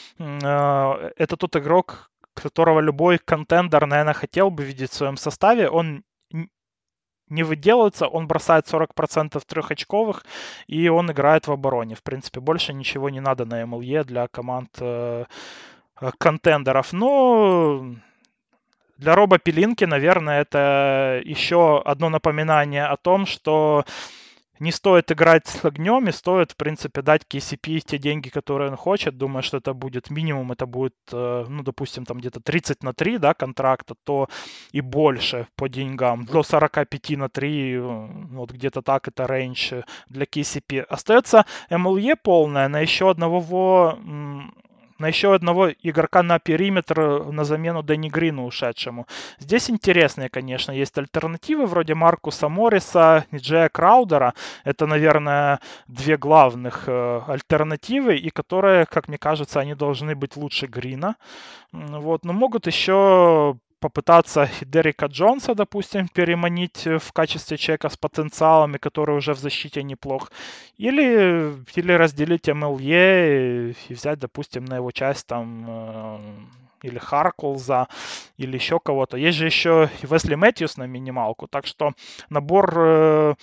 э, это тот игрок, которого любой контендер, наверное, хотел бы видеть в своем составе. Он не выделывается, он бросает сорок процентов трехочковых, и он играет в обороне. В принципе, больше ничего не надо на эм эл е для команд э, контендеров. Но для Роба Пелинки, наверное, это еще одно напоминание о том, что не стоит играть с огнем, и стоит, в принципе, дать кей си пи те деньги, которые он хочет. Думаю, что это будет минимум, это будет, ну, допустим, там где-то тридцать на три, да, контракта, то и больше по деньгам. До сорок пять на три, вот где-то так это рейндж для кей си пи. Остается эм эл е полная на еще одного... на еще одного игрока на периметр на замену Дэнни Грину ушедшему. Здесь интересные, конечно, есть альтернативы вроде Маркуса Морриса и Джея Краудера. Это, наверное, две главных э, альтернативы, и которые, как мне кажется, они должны быть лучше Грина. Вот. Но могут еще попытаться Дерека Джонса, допустим, переманить в качестве человека с потенциалами, который уже в защите неплох. Или, или разделить эм эл е и взять, допустим, на его часть там э, или Харклза, или еще кого-то. Есть же еще Весли Мэтьюс на минималку. Так что набор... Э,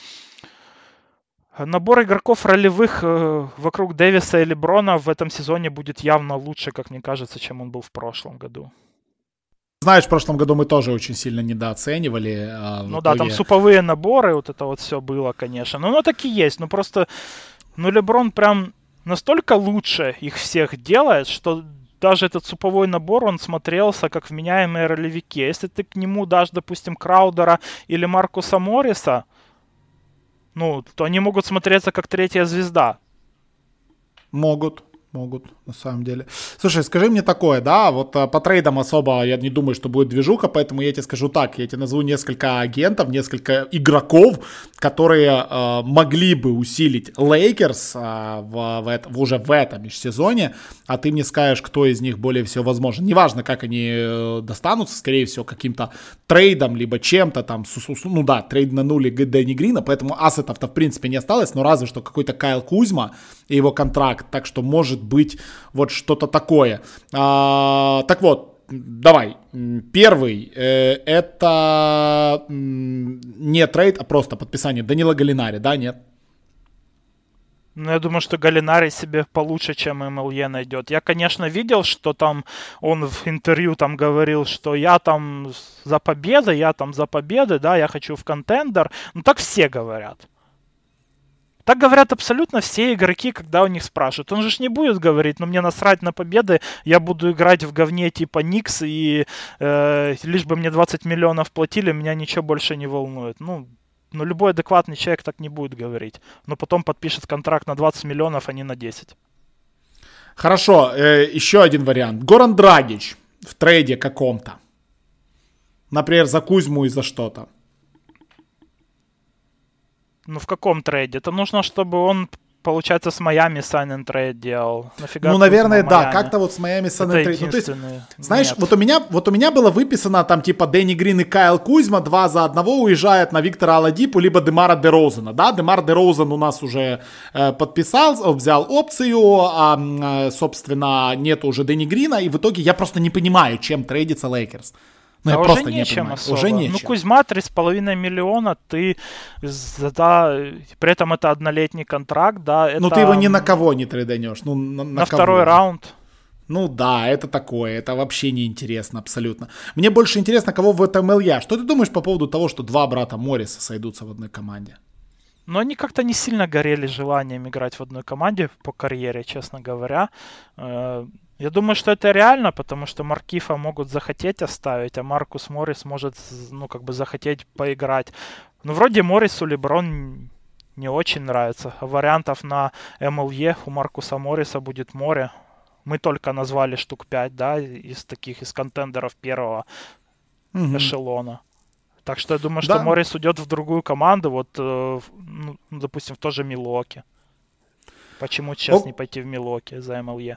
Набор игроков ролевых э, вокруг Дэвиса и Леброна в этом сезоне будет явно лучше, как мне кажется, чем он был в прошлом году. Знаешь, в прошлом году мы тоже очень сильно недооценивали. А ну итоге... да, там суповые наборы, вот это вот все было, конечно. Ну, ну так и есть. Ну просто, ну Леброн прям настолько лучше их всех делает, что даже этот суповой набор, он смотрелся как вменяемые ролевики. Если ты к нему дашь, допустим, Краудера или Маркуса Морриса, ну, то они могут смотреться как третья звезда. Могут. Могут, на самом деле. Слушай, скажи мне такое, да, вот по трейдам особо я не думаю, что будет движуха, поэтому я тебе скажу так, я тебе назову несколько агентов, несколько игроков, которые э, могли бы усилить Лейкерс э, в, в, в, уже в этом межсезоне, а ты мне скажешь, кто из них более всего возможен. Неважно, как они э, достанутся, скорее всего, каким-то трейдом, либо чем-то там, ну да, трейд на нуле Дэнни Грина, поэтому ассетов-то в принципе не осталось, но разве что какой-то Кайл Кузьма и его контракт, так что может быть вот что-то такое. А, так вот, давай. Первый э, это не трейд, а просто подписание Данила Галлинари, да, нет? Ну, я думаю, что Галлинари себе получше, чем эм эл е найдет. Я, конечно, видел, что там он в интервью там говорил, что я там за победы, я там за победы, да, я хочу в контендер. Ну, так все говорят. Так говорят абсолютно все игроки, когда у них спрашивают. Он же ж не будет говорить, ну мне насрать на победы, я буду играть в говне типа Никс, и э, лишь бы мне двадцать миллионов платили, меня ничего больше не волнует. Ну, ну, любой адекватный человек так не будет говорить. Но потом подпишет контракт на двадцать миллионов, а не на десять. Хорошо, э, еще один вариант. Горан Драгич в трейде каком-то. Например, за Кузьму и за что-то. Ну, в каком трейде? Это нужно, чтобы он, получается, с Майами sign and trade делал. Нафига ну, наверное, да, как-то вот с Майами sign and trade. Ну, то есть, знаешь, Нет. вот у меня вот у меня было выписано там типа Дэнни Грин и Кайл Кузьма, два за одного уезжают на Виктора Аладипу, либо Демара Дерозена, да, Демар Дерозен у нас уже э, подписал, взял опцию, а, э, собственно, нет уже Дэнни Грина, и в итоге я просто не понимаю, чем трейдится Лейкерс. Ну, а я просто не понимаю. Особо. Уже нечем. Ну, Кузьма три с половиной миллиона, ты, да, при этом это однолетний контракт, да. Это... Ну, ты его ни на кого не трейданешь. Ну, на, на, на второй раунд. Ну да, это такое, это вообще не интересно абсолютно. Мне больше интересно, кого в этом эм эл е. Что ты думаешь по поводу того, что два брата Морриса сойдутся в одной команде? Но они как-то не сильно горели желанием играть в одной команде по карьере, честно говоря. Я думаю, что это реально, потому что Маркифа могут захотеть оставить, а Маркус Моррис может, ну, как бы захотеть поиграть. Ну, вроде Моррису Леброн не очень нравится. Вариантов на эм эл е у Маркуса Морриса будет море. Мы только назвали штук пять, да, из таких, из контендеров первого mm-hmm. эшелона. Так что я думаю, что да. Моррис уйдет в другую команду, вот, ну, допустим, в то же Милуоки. Почему сейчас О. не пойти в Милуоки за эм эл е?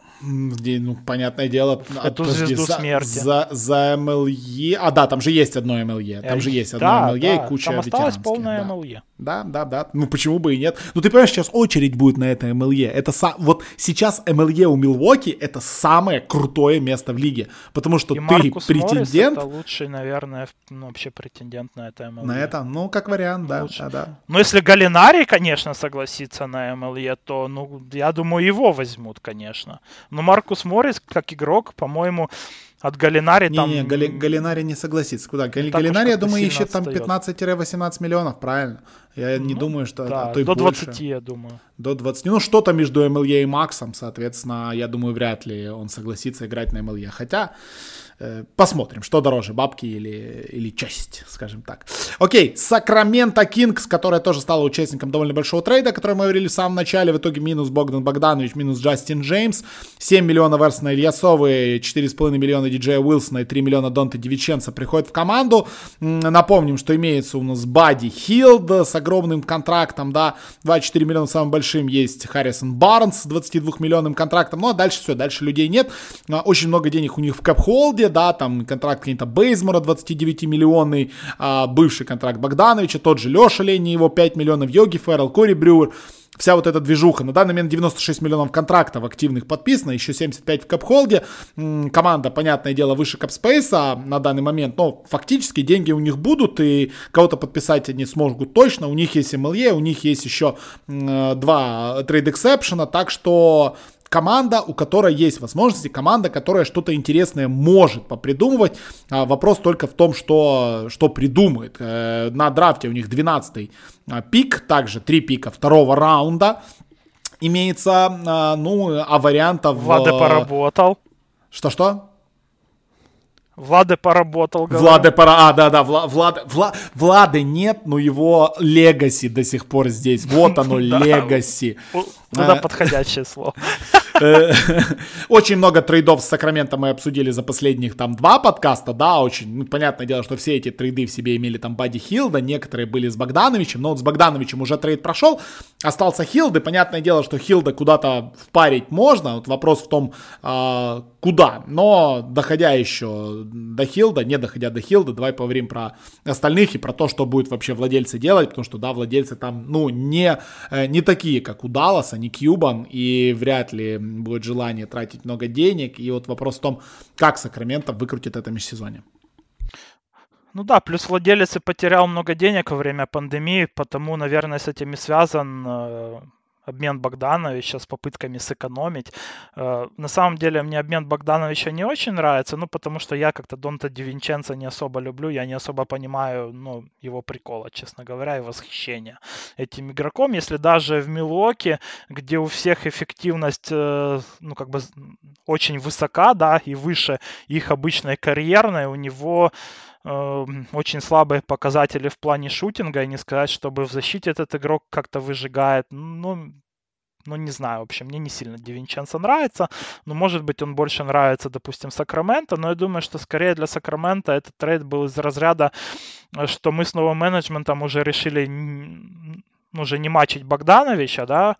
Ну, понятное дело. Эту подожди, звезду за, смерти. За, за эм эл е. А, да, там же есть одно эм эл е. Там же есть одно да, эм эл е да, и куча там осталось полное да. эм эл е. Да, да, да. Ну, почему бы и нет? Ну, ты понимаешь, сейчас очередь будет на это эм эл е. Это са... Вот сейчас эм эл е у Милуоки — это самое крутое место в лиге. Потому что и ты Маркус претендент. Моррис — это лучший, наверное, ну, вообще претендент на это эм эл е. На это? Ну, как вариант, да. да, да. Но если Галлинари, конечно, согласится на эм эл е, то, ну, я думаю, его возьмут, конечно. Но Маркус Моррис, как игрок, по-моему, от Галлинари не, там... Не, Гали, Галлинари не согласится. Куда? Гали, Галлинари, я думаю, ищет там пятнадцать-восемнадцать миллионов, правильно? Я ну, не думаю, что... Да, а то и до больше. двадцати, я думаю. До двадцати. Ну, что-то между эм эл е и Максом, соответственно, я думаю, вряд ли он согласится играть на эм эл е. Хотя... Посмотрим, что дороже, бабки или, или честь, скажем так. Окей, Сакраменто Кингс, которая тоже стала участником довольно большого трейда, о котором мы говорили в самом начале. В итоге минус Богдан Богданович, минус Джастин Джеймс. семь миллионов Эрсона Ильясовы, четыре с половиной миллиона Диджея Уилсона и три миллиона Донте Дивиченца приходят в команду. Напомним, что имеется у нас Бадди Хилд с огромным контрактом, да, двадцать четыре миллиона самым большим. Есть Харрисон Барнс с двадцатидвухмиллионным контрактом. Ну, а дальше все, дальше людей нет. Очень много денег у них в кэп-холде. Да, там контракт какие-то Бейзмора двадцатидевятимиллионный, а, бывший контракт Богдановича, тот же Леша Лени, его пять миллионов, Йоги Феррелл, Кори Брюер, вся вот эта движуха. На данный момент девяносто шесть миллионов контрактов активных подписано, еще семьдесят пять в кэп-холде. М-м, команда, понятное дело, выше кэп-спейса на данный момент, но фактически деньги у них будут, и кого-то подписать они смогут точно. У них есть эм эл е, у них есть еще м- два трейд-эксепшена, так что... Команда, у которой есть возможности, команда, которая что-то интересное может попридумывать. А, вопрос только в том, что, что придумает. Э, на драфте у них двенадцатый а, пик, также три пика второго раунда имеется. А, ну, а вариантов... Владе поработал. Что-что? Владе поработал. Говорю. Владе пора... А, да-да, Вла... Влад... Вла... Влады нет, но его легаси до сих пор здесь. Вот оно, легаси. Куда подходящее слово. Очень много трейдов с Сакраменто мы обсудили за последних там два подкаста, да, очень, ну, понятное дело, что все эти трейды в себе имели там Бадди Хилда, некоторые были с Богдановичем, но вот с Богдановичем уже трейд прошел, остался Хилд, и понятное дело, что Хилда куда-то впарить можно, вот вопрос в том, э, куда, но доходя еще до Хилда, не доходя до Хилда, давай поговорим про остальных и про то, что будут вообще владельцы делать, потому что, да, владельцы там, ну, не, не такие, как у Далласа, не Кьюбан, и вряд ли будет желание тратить много денег. И вот вопрос в том, как Сакраменто выкрутит это межсезонье. Ну да, плюс владелец и потерял много денег во время пандемии, потому, наверное, с этим и связан э, обмен Богдановича с попытками сэкономить. Э, на самом деле мне обмен Богдановича не очень нравится, ну потому что я как-то Донте Ди-Винченцо не особо люблю, я не особо понимаю, ну, его прикола, честно говоря, и восхищения этим игроком. Если даже в Милуоки, где у всех эффективность, э, ну как бы очень высока, да, и выше их обычной карьерной, у него очень слабые показатели в плане шутинга, и не сказать, чтобы в защите этот игрок как-то выжигает. Ну, ну, не знаю, в общем, мне не сильно Ди-Винченцо нравится, но, может быть, он больше нравится, допустим, Сакраменто, но я думаю, что скорее для Сакраменто этот трейд был из разряда, что мы с новым менеджментом уже решили ну, уже не мачить Богдановича, да,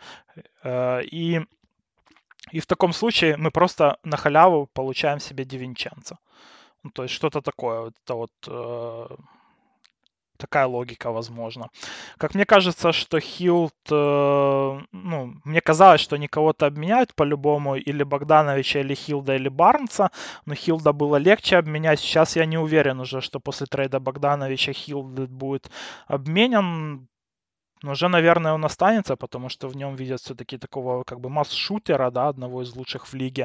и, и в таком случае мы просто на халяву получаем себе Ди-Винченцо. Ну, то есть что-то такое, это вот э, такая логика, возможно. Как мне кажется, что Хилд, э, ну, мне казалось, что они кого-то обменяют по-любому, или Богдановича, или Хилда, или Барнса, но Хилда было легче обменять. Сейчас я не уверен уже, что после трейда Богдановича Хилд будет обменен. Но уже, наверное, он останется, потому что в нем видят все-таки такого как бы масс-шутера, да, одного из лучших в лиге.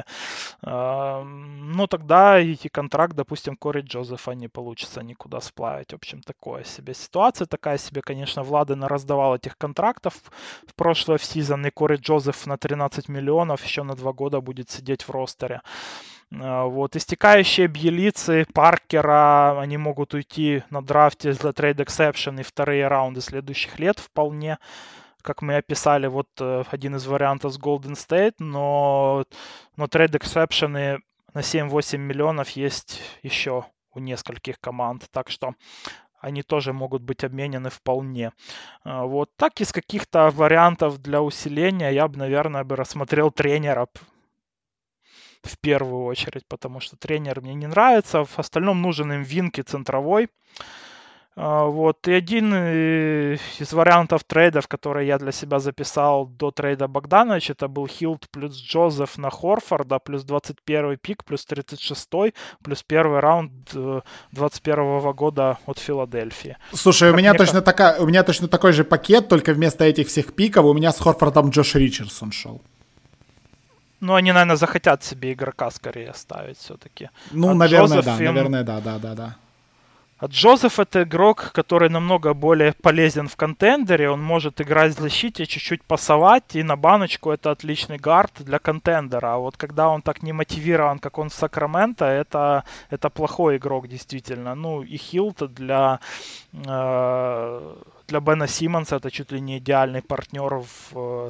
Но тогда и контракт, допустим, Кори Джозефа не получится никуда сплавить. В общем, такое себе ситуация, такая себе, конечно, Владен раздавал этих контрактов в прошлый сезон, и Кори Джозеф на тринадцать миллионов еще на два года будет сидеть в ростере. Вот. Истекающие Бьелицы, Паркера, они могут уйти на драфте для трейд эксепшн и вторые раунды следующих лет вполне, как мы описали, вот один из вариантов с Golden State, но, но трейд эксепшены на семь-восемь миллионов есть еще у нескольких команд, так что они тоже могут быть обменены вполне. Вот так из каких-то вариантов для усиления я бы, наверное, бы рассмотрел тренера в первую очередь, потому что тренер мне не нравится. В остальном нужен им Винки центровой. Вот. И один из вариантов трейдов, который я для себя записал до трейда Богдановича, это был Хилд плюс Джозеф на Хорфорда, плюс двадцать первый пик, плюс тридцать шестой, плюс первый раунд двадцать первого года от Филадельфии. Слушай, у меня, точно как... така... у меня точно такой же пакет, только вместо этих всех пиков у меня с Хорфордом Джош Ричардсон шел. Ну, они, наверное, захотят себе игрока скорее ставить все-таки. Ну, а наверное, Джозеф да, им... наверное, да, да, да, да. А Джозеф — это игрок, который намного более полезен в контендере. Он может играть в защите, чуть-чуть пасовать, и на баночку это отличный гард для контендера. А вот когда он так не мотивирован, как он в Сакраменто, это, это плохой игрок, действительно. Ну, и Хилд для, э, для Бена Симмонса это чуть ли не идеальный партнер в...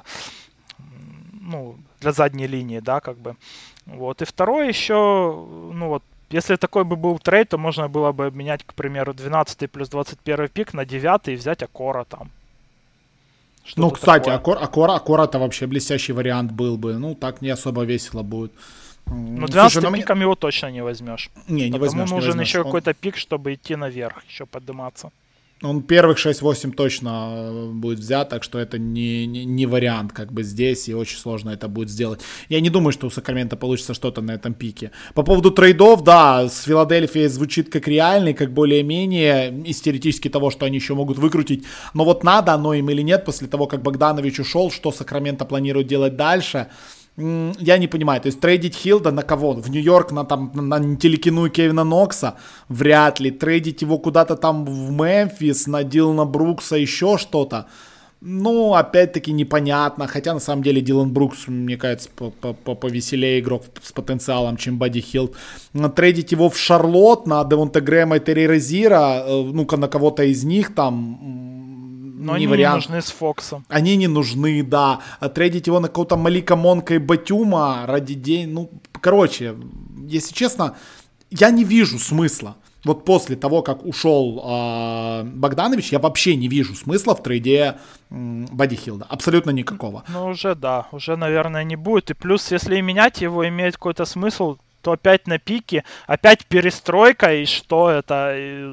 ну, для задней линии, да, как бы. Вот. И второй еще, ну вот, если такой бы был трейд, то можно было бы обменять, к примеру, двенадцатый плюс двадцать первый пик на девятый и взять Окора там. Что-то ну, кстати, Окора, Окора, Окора это вообще блестящий вариант был бы. Ну, так не особо весело будет. Ну, двенадцатым пиком его точно не возьмешь. Не, не возьмешь. Ему нужен возьмешь. еще Он... какой-то пик, чтобы идти наверх, еще подниматься. Он первых шесть-восемь точно будет взят, так что это не, не, не вариант как бы здесь, и очень сложно это будет сделать. Я не думаю, что у Сакрамента получится что-то на этом пике. По поводу трейдов, да, с Филадельфией звучит как реальный, как более-менее, из теоретически того, что они еще могут выкрутить. Но вот надо оно им или нет, после того, как Богданович ушел, что Сакраменто планирует делать дальше, я не понимаю. То есть трейдить Хилда на кого? В Нью-Йорк на, там, на телекину Кевина Нокса? Вряд ли. Трейдить его куда-то там в Мемфис, на Дилана Брукса, еще что-то? Ну, опять-таки непонятно. Хотя на самом деле Дилан Брукс, мне кажется, повеселее игрок с потенциалом, чем Бадди Хилд. Трейдить его в Шарлотт на Девонте Грэма и Терри Розира, ну-ка на кого-то из них там... Но не они вариант. Не нужны с Фоксом. Они не нужны, да. А трейдить его на какого-то Малика Монка и Батюма ради денег. Ну, короче, если честно, я не вижу смысла. Вот после того, как ушел э, Богданович, я вообще не вижу смысла в трейде э, Бадди Хилда. Абсолютно никакого. Ну, уже да. Уже, наверное, не будет. И плюс, если менять его имеет какой-то смысл, то опять на пике, опять перестройка, и что это...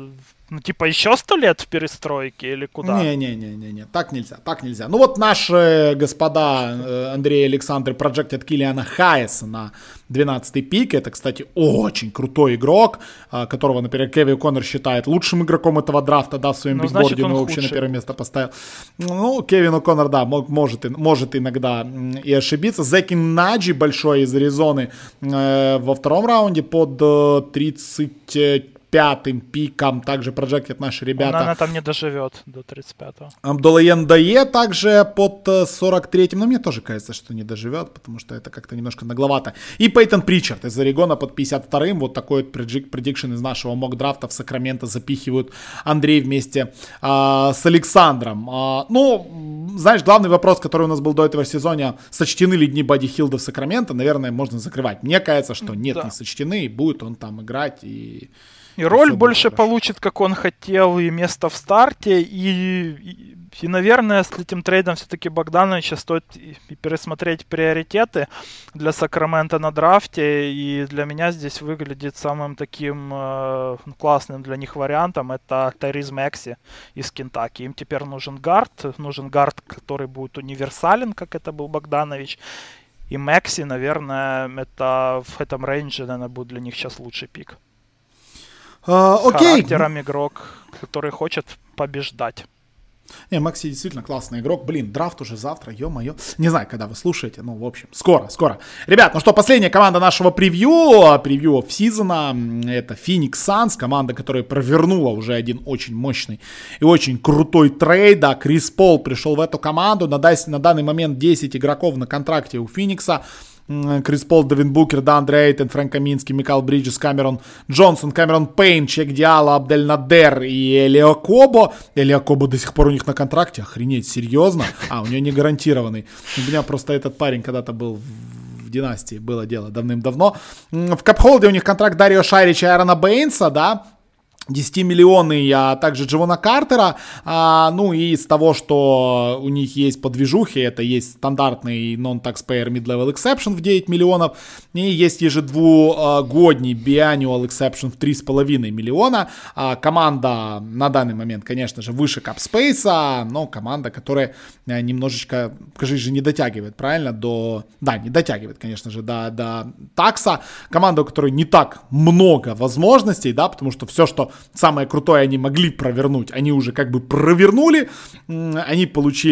Ну, типа, еще сто лет в перестройке или куда? Не-не-не-не, так нельзя, так нельзя. Ну вот наши господа э, Андрей и Александр проджектят Киллиана Хайеса на двенадцатый пик. Это, кстати, очень крутой игрок, э, которого, например, Кевин Коннор считает лучшим игроком этого драфта, да, в своем ну, бигборде, но вообще на первое место поставил. Ну, Кевин О'Коннор, да, мог, может, может иногда и ошибиться. Зеки Наджи, большой из Аризоны, э, во втором раунде под э, тридцать пятым пиком также проджектят наши ребята. Он, наверное, там не доживет до тридцать пятого. Абдуллаен Дае также под сорок третьим, но мне тоже кажется, что не доживет, потому что это как-то немножко нагловато. И Пейтон Причард из Орегона под пятьдесят вторым, вот такой вот предикшн из нашего мок-драфта в Сакраменто запихивают Андрей вместе а, с Александром. А, ну, знаешь, главный вопрос, который у нас был до этого сезона, сочтены ли дни Бадди Хилда в Сакраменто, наверное, можно закрывать. Мне кажется, что нет, да. не сочтены, и будет он там играть, и... И роль больше получит, как он хотел, и место в старте, и, и, и наверное, с этим трейдом все-таки Богдановича стоит и, и пересмотреть приоритеты для Сакрамента на драфте, и для меня здесь выглядит самым таким э, классным для них вариантом это Тайриз Мэкси из Кентаки. Им теперь нужен гард, нужен гард, который будет универсален, как это был Богданович, и Мэкси, наверное, это в этом рейнже, наверное, будет для них сейчас лучший пик. Uh, с окей. характером игрок, который хочет побеждать. Не, Макси действительно классный игрок. Блин, драфт уже завтра, ё-моё. Не знаю, когда вы слушаете, ну, в общем, скоро, скоро. Ребят, ну что, последняя команда нашего превью, превью оффсизона, это Phoenix Suns, команда, которая провернула уже один очень мощный и очень крутой трейд. Да, Крис Пол пришел в эту команду, на, на данный момент десять игроков на контракте у Феникса. Крис Пол, Девин Букер, Деандре Эйтон, Фрэнк Каминский, Микал Бриджес, Камерон Джонсон, Камерон Пейн, Чек Диалlo, Абдель Надер и Элио Кобо. Элио Кобо до сих пор у них на контракте, охренеть, серьезно? А, у него не гарантированный. У меня просто этот парень когда-то был в династии, было дело давным-давно. В кап-холде у них контракт Дарио Шарича и Аарона Бейнса, да, десятимиллионный, а также Дживона Картера, а, ну и из того, что у них есть подвижухи, это есть стандартный non-taxpayer mid-level exception в девять миллионов, и есть ежедвугодний biannual exception в три с половиной миллиона. А, команда на данный момент, конечно же, выше капспейса, но команда, которая немножечко, кажется, же не дотягивает, правильно, до... Да, не дотягивает, конечно же, до, до такса. Команда, у которой не так много возможностей, да, потому что все, что самое крутое они могли провернуть, они уже как бы провернули. Они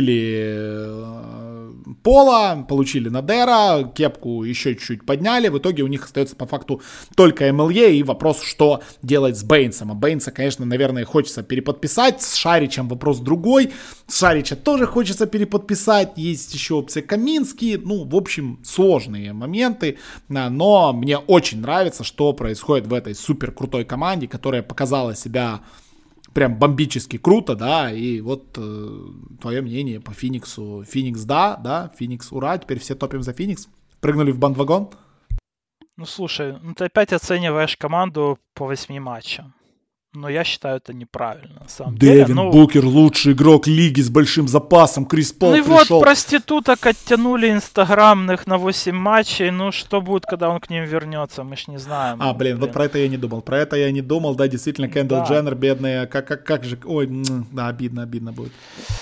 получили Пола, получили Надера, кепку еще чуть-чуть подняли. В итоге у них остается по факту только эм эл е. И вопрос, что делать с Бейнсом. А Бейнса, конечно, наверное, хочется переподписать. С Шаричем вопрос другой. С Шарича тоже хочется переподписать. Есть еще опция Каминский. Ну, в общем, сложные моменты. Но мне очень нравится, что происходит в этой супер крутой команде, которая показала себя прям бомбически круто, да, и вот э, твое мнение по Фениксу. Феникс, да, да, Феникс, ура, теперь все топим за Феникс. Прыгнули в бандвагон. Ну, слушай, ну ты опять оцениваешь команду по восьми матчам. Но я считаю, это неправильно, на самом Девин деле. Девин Букер, лучший игрок лиги с большим запасом. Крис Пол ну пришел. Ну и вот проституток оттянули инстаграмных на восемь матчей. Ну что будет, когда он к ним вернется, мы ж не знаем. А, блин, блин, вот про это я не думал. Про это я не думал, да, действительно, Кендалл да. Дженнер, бедная, как, как, как же, ой, да, обидно, обидно будет.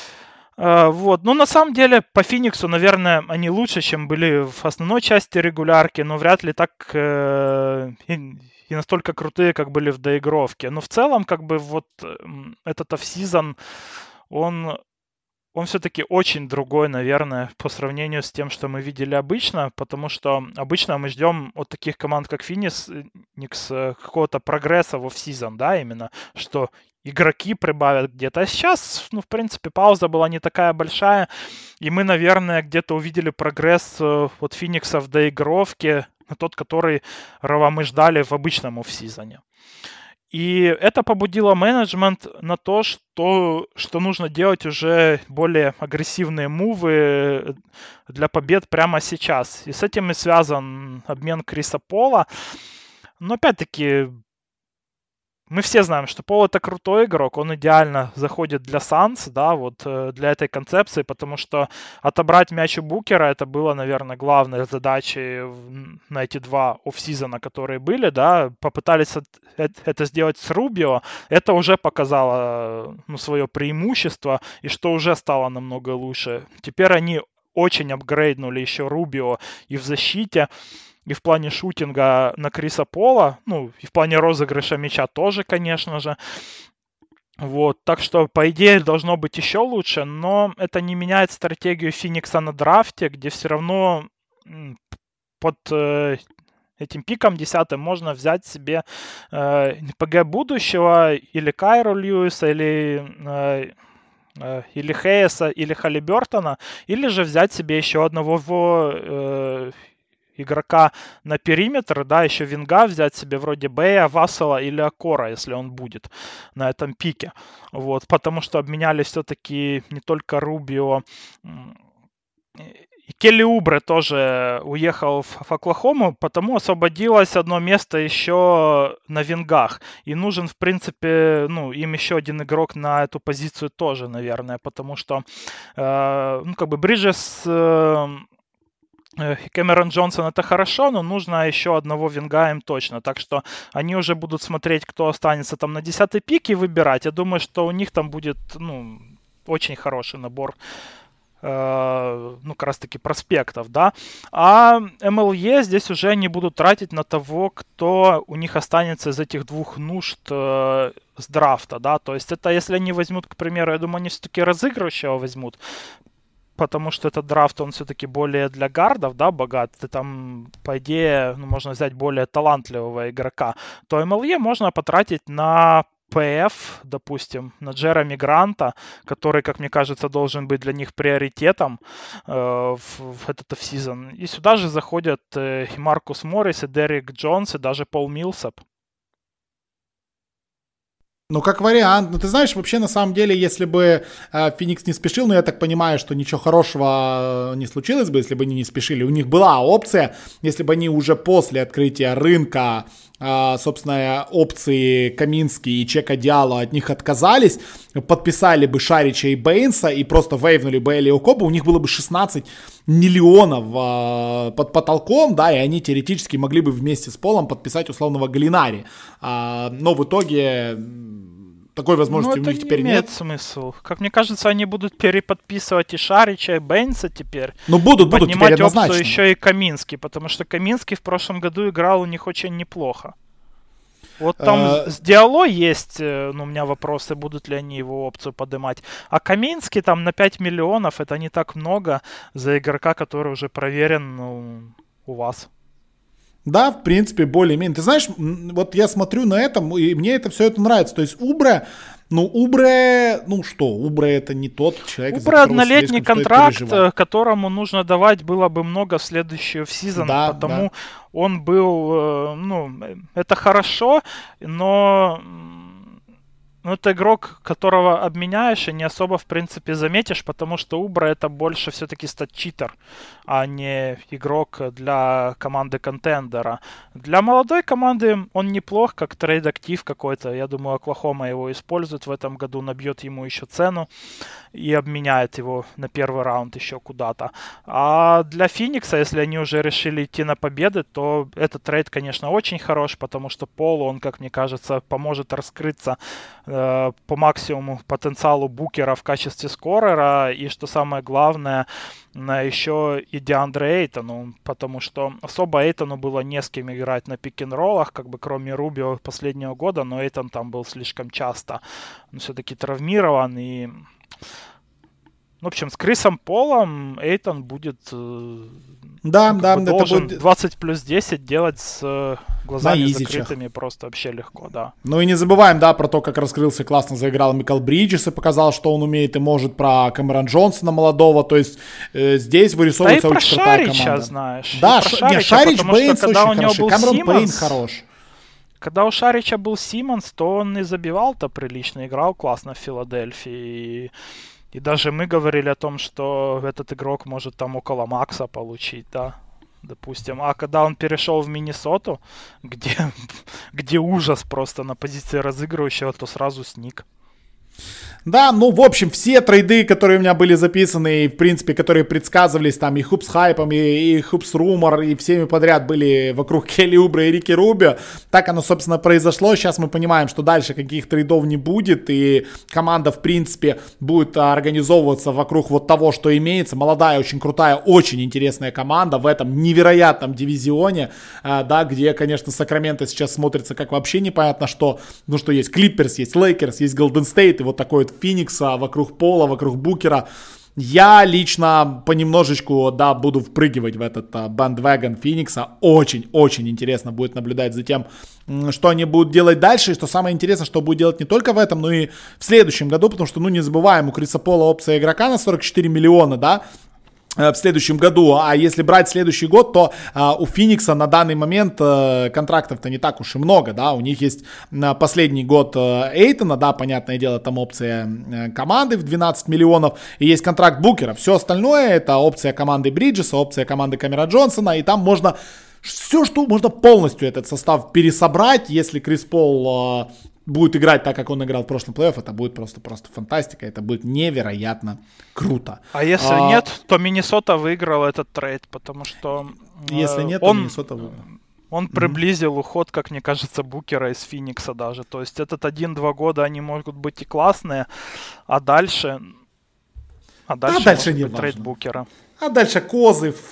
Uh, вот, ну на самом деле по Фениксу, наверное, они лучше, чем были в основной части регулярки, но вряд ли так э, и, и настолько крутые, как были в доигровке. Но в целом, как бы вот этот оффсизон, он, он все-таки очень другой, наверное, по сравнению с тем, что мы видели обычно, потому что обычно мы ждем от таких команд, как Феникс, какого-то прогресса в оффсизон, да, именно, что игроки прибавят где-то. А сейчас, ну, в принципе, пауза была не такая большая, и мы, наверное, где-то увидели прогресс от Феникса в доигровке, тот, который мы ждали в обычном оффсизоне. И это побудило менеджмент на то, что, что нужно делать уже более агрессивные мувы для побед прямо сейчас. И с этим и связан обмен Криса Пола. Но опять-таки мы все знаем, что Пол это крутой игрок, он идеально заходит для Санс, да, вот для этой концепции, потому что отобрать мяч у Букера это было, наверное, главной задачей на эти два оффсизона, которые были, да, попытались это сделать с Рубио, это уже показало, ну, свое преимущество, и что уже стало намного лучше. Теперь они очень апгрейднули еще Рубио и в защите, и в плане шутинга на Криса Пола, ну, и в плане розыгрыша мяча тоже, конечно же. Вот, так что, по идее, должно быть еще лучше, но это не меняет стратегию Феникса на драфте, где все равно под э, этим пиком десятым можно взять себе э, ПГ будущего, или Кайро Льюиса, или... Э, или Хейса, или Халибертона, или же взять себе еще одного э, игрока на периметр, да, еще винга взять себе вроде Бэя, Вассела или Акора, если он будет на этом пике. Вот, потому что обменяли все-таки не только Рубио, и Келли Убре тоже уехал в, в Оклахому, потому освободилось одно место еще на вингах. И нужен, в принципе, ну, им еще один игрок на эту позицию тоже, наверное, потому что, э, ну, как бы Бриджес... Э, Кэмерон Джонсон это хорошо, но нужно еще одного винга им точно. Так что они уже будут смотреть, кто останется там на десятой пике и выбирать. Я думаю, что у них там будет, ну, очень хороший набор, э, ну, как раз таки проспектов, да. А эм эл е здесь уже они будут тратить на того, кто у них останется из этих двух нужд э, с драфта, да. То есть это, если они возьмут, к примеру, я думаю, они все-таки разыгрывающего возьмут, потому что этот драфт, он все-таки более для гардов, да, богат, и там, по идее, ну, можно взять более талантливого игрока, то эм эл е можно потратить на пэ эф, допустим, на Джереми Гранта, который, как мне кажется, должен быть для них приоритетом э, в, в этот оффсизон. И сюда же заходят э, и Маркус Моррис, и Дерек Джонс, и даже Пол Милсап. Ну, как вариант. Ну, ты знаешь, вообще, на самом деле, если бы э, Феникс не спешил, ну, я так понимаю, что ничего хорошего не случилось бы, если бы они не спешили. У них была опция, если бы они уже после открытия рынка, э, собственно, опции Камински и Чека Диалlo от них отказались, подписали бы Шарича и Бейнса и просто вейвнули бы Элио Коба, у них было бы шестнадцать миллионов э, под потолком, да, и они теоретически могли бы вместе с Полом подписать условного Галинари. Э, но в итоге... Такой возможности ну, у них теперь не имеет нет. Смысл. Как мне кажется, они будут переподписывать и Шарича, и Бейнса теперь. Ну, будут, будут теперь однозначно. Поднимать опцию еще и Камински, потому что Камински в прошлом году играл у них очень неплохо. Вот там а... с Диалlo есть, ну, у меня вопросы, будут ли они его опцию поднимать. А Камински там на пять миллионов, это не так много за игрока, который уже проверен, ну, у вас. Да, в принципе, более-менее. Ты знаешь, вот я смотрю на это, и мне это все это нравится. То есть Убре, ну, Убре, ну что, Убре это не тот человек, Убре однолетний контракт, которому нужно давать было бы много в следующий сезон, да, потому да. Он был, ну, это хорошо, но... Ну, это игрок, которого обменяешь и не особо, в принципе, заметишь, потому что Убре это больше все-таки стат-читер, а не игрок для команды контендера. Для молодой команды он неплох, как трейд-актив какой-то. Я думаю, Оклахома его использует в этом году, набьет ему еще цену и обменяет его на первый раунд еще куда-то. А для Феникса, если они уже решили идти на победы, то этот трейд, конечно, очень хорош, потому что Полу, он, как мне кажется, поможет раскрыться э, по максимуму потенциалу Букера в качестве скорера, и, что самое главное, еще и Деандре Эйтону, потому что особо Эйтону было не с кем играть на пик-н-роллах, как бы кроме Рубио последнего года, но Эйтон там был слишком часто, он все-таки травмирован, и в общем, с Крисом Полом Эйтон будет да, ну, да, бы, должен будет... двадцать плюс десять делать с глазами закрытыми просто вообще легко, да. Ну и не забываем, да, про то, как раскрылся, классно заиграл Микал Бриджес и показал, что он умеет и может, про Кэмерон Джонсона молодого, то есть э, здесь вырисовывается да очень крутая Шарича, команда. Знаешь, да, ш... Шарича, не, Шарич, Бейнс очень хороший, Камерон Симмонс, Пейн хорош. Когда у Шарича был Симмонс, то он и забивал-то прилично, играл классно в Филадельфии, и... И даже мы говорили о том, что этот игрок может там около макса получить, да. допустим. А когда он перешел в Миннесоту, где, где ужас просто на позиции разыгрывающего, то сразу сник. Да, ну, в общем, все трейды, которые у меня были записаны, и, в принципе, которые предсказывались, там, и Хупс Хайпом, и, и Хупс Румор, и всеми подряд были вокруг Келли Убре и Рики Рубио. Так оно, собственно, произошло. Сейчас мы понимаем, что дальше каких трейдов не будет, и команда, в принципе, будет организовываться вокруг вот того, что имеется. Молодая, очень крутая, очень интересная команда в этом невероятном дивизионе, да, где, конечно, Сакраменто сейчас смотрится как вообще непонятно что. Ну, что есть Клипперс, есть Лейкерс, есть Голден Стейт, и вот такой вот Феникса вокруг Пола, вокруг Букера. Я лично понемножечку, да, буду впрыгивать в этот бандвагон Феникса. Очень-очень интересно будет наблюдать за тем, что они будут делать дальше. И что самое интересное, что будет делать не только в этом, но и в следующем году. Потому что, ну, не забываем, у Криса Пола опция игрока на сорок четыре миллиона, да, в следующем году, а если брать следующий год, то а, у Феникса на данный момент а, контрактов-то не так уж и много, да, у них есть а, последний год а, Эйтона, да, понятное дело, там опция а, команды в двенадцать миллионов, и есть контракт Букера, все остальное это опция команды Бриджеса, опция команды Камера Джонсона, и там можно все, что можно полностью этот состав пересобрать, если Крис Пол а, будет играть так, как он играл в прошлом плей-офф, это будет просто-просто фантастика, это будет невероятно круто. А если а... нет, то Миннесота выиграл этот трейд, потому что... Если нет, он... то Миннесота выиграл. Он приблизил mm-hmm. уход, как мне кажется, Букера из Феникса даже. То есть этот один-два года они могут быть и классные, а дальше... А дальше, а дальше не быть трейд Букера. А дальше козы в,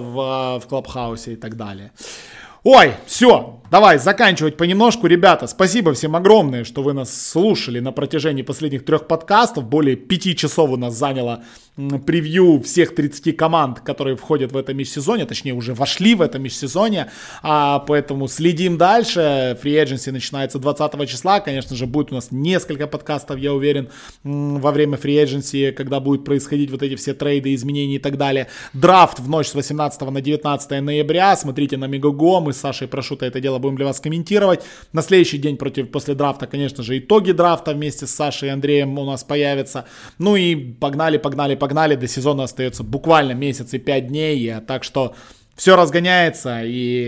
в, в Клабхаусе и так далее. Ой, все, давай заканчивать понемножку. Ребята, спасибо всем огромное, что вы нас слушали на протяжении последних трех подкастов. Более пяти часов у нас заняло превью всех тридцати команд, которые входят в это межсезонье, точнее уже вошли в это межсезонье, а, поэтому следим дальше. Free Agency начинается двадцатого числа, конечно же будет у нас несколько подкастов, я уверен, во время Free Agency, когда будут происходить вот эти все трейды, изменения и так далее. Драфт в ночь с восемнадцатого на девятнадцатое ноября, смотрите на Мегаго, мы с Сашей Прошуто это дело будем для вас комментировать. На следующий день против, после драфта, конечно же, итоги драфта вместе с Сашей и Андреем у нас появятся. Ну и погнали, погнали, погнали. До сезона остается буквально месяц и пять дней. Так что все разгоняется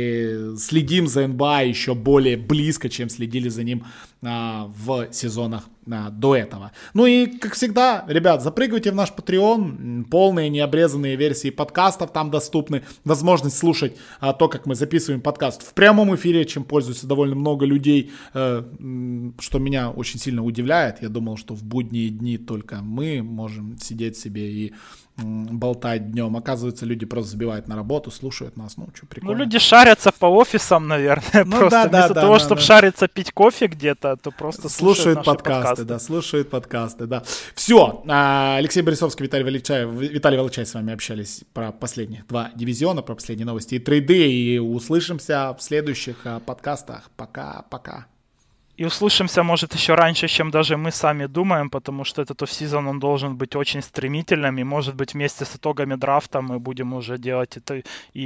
и следим за эн би эй еще более близко, чем следили за ним а, в сезонах а, до этого. Ну и, как всегда, ребят, запрыгивайте в наш Patreon. Полные необрезанные версии подкастов там доступны. Возможность слушать а, то, как мы записываем подкаст в прямом эфире, чем пользуются довольно много людей, а, что меня очень сильно удивляет. Я думал, что в будние дни только мы можем сидеть себе и болтать днем. Оказывается, люди просто забивают на работу, слушают нас. Ну, что, прикольно. Ну, люди шарятся по офисам, наверное. Ну, просто да, вместо да, того, да, чтобы да. шариться, пить кофе где-то, то просто слушают, слушают наши подкасты. подкасты. Да, слушают подкасты, да. Все. Алексей Борисовский, Виталий Волочаев, Виталий Волочаев с вами общались про последние два дивизиона, про последние новости и трейды. И услышимся в следующих подкастах. Пока-пока. И услышимся, может, еще раньше, чем даже мы сами думаем, потому что этот оффсизон, он должен быть очень стремительным, и, может быть, вместе с итогами драфта мы будем уже делать это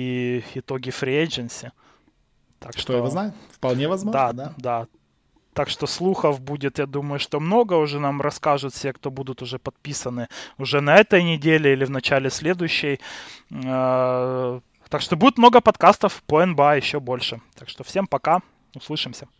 и итоги free agency. Так что, что его знает? Вполне возможно, да, да. Да. Так что слухов будет, я думаю, что много. Уже нам расскажут все, кто будут уже подписаны уже на этой неделе или в начале следующей. Так что будет много подкастов по эн би эй еще больше. Так что всем пока, услышимся.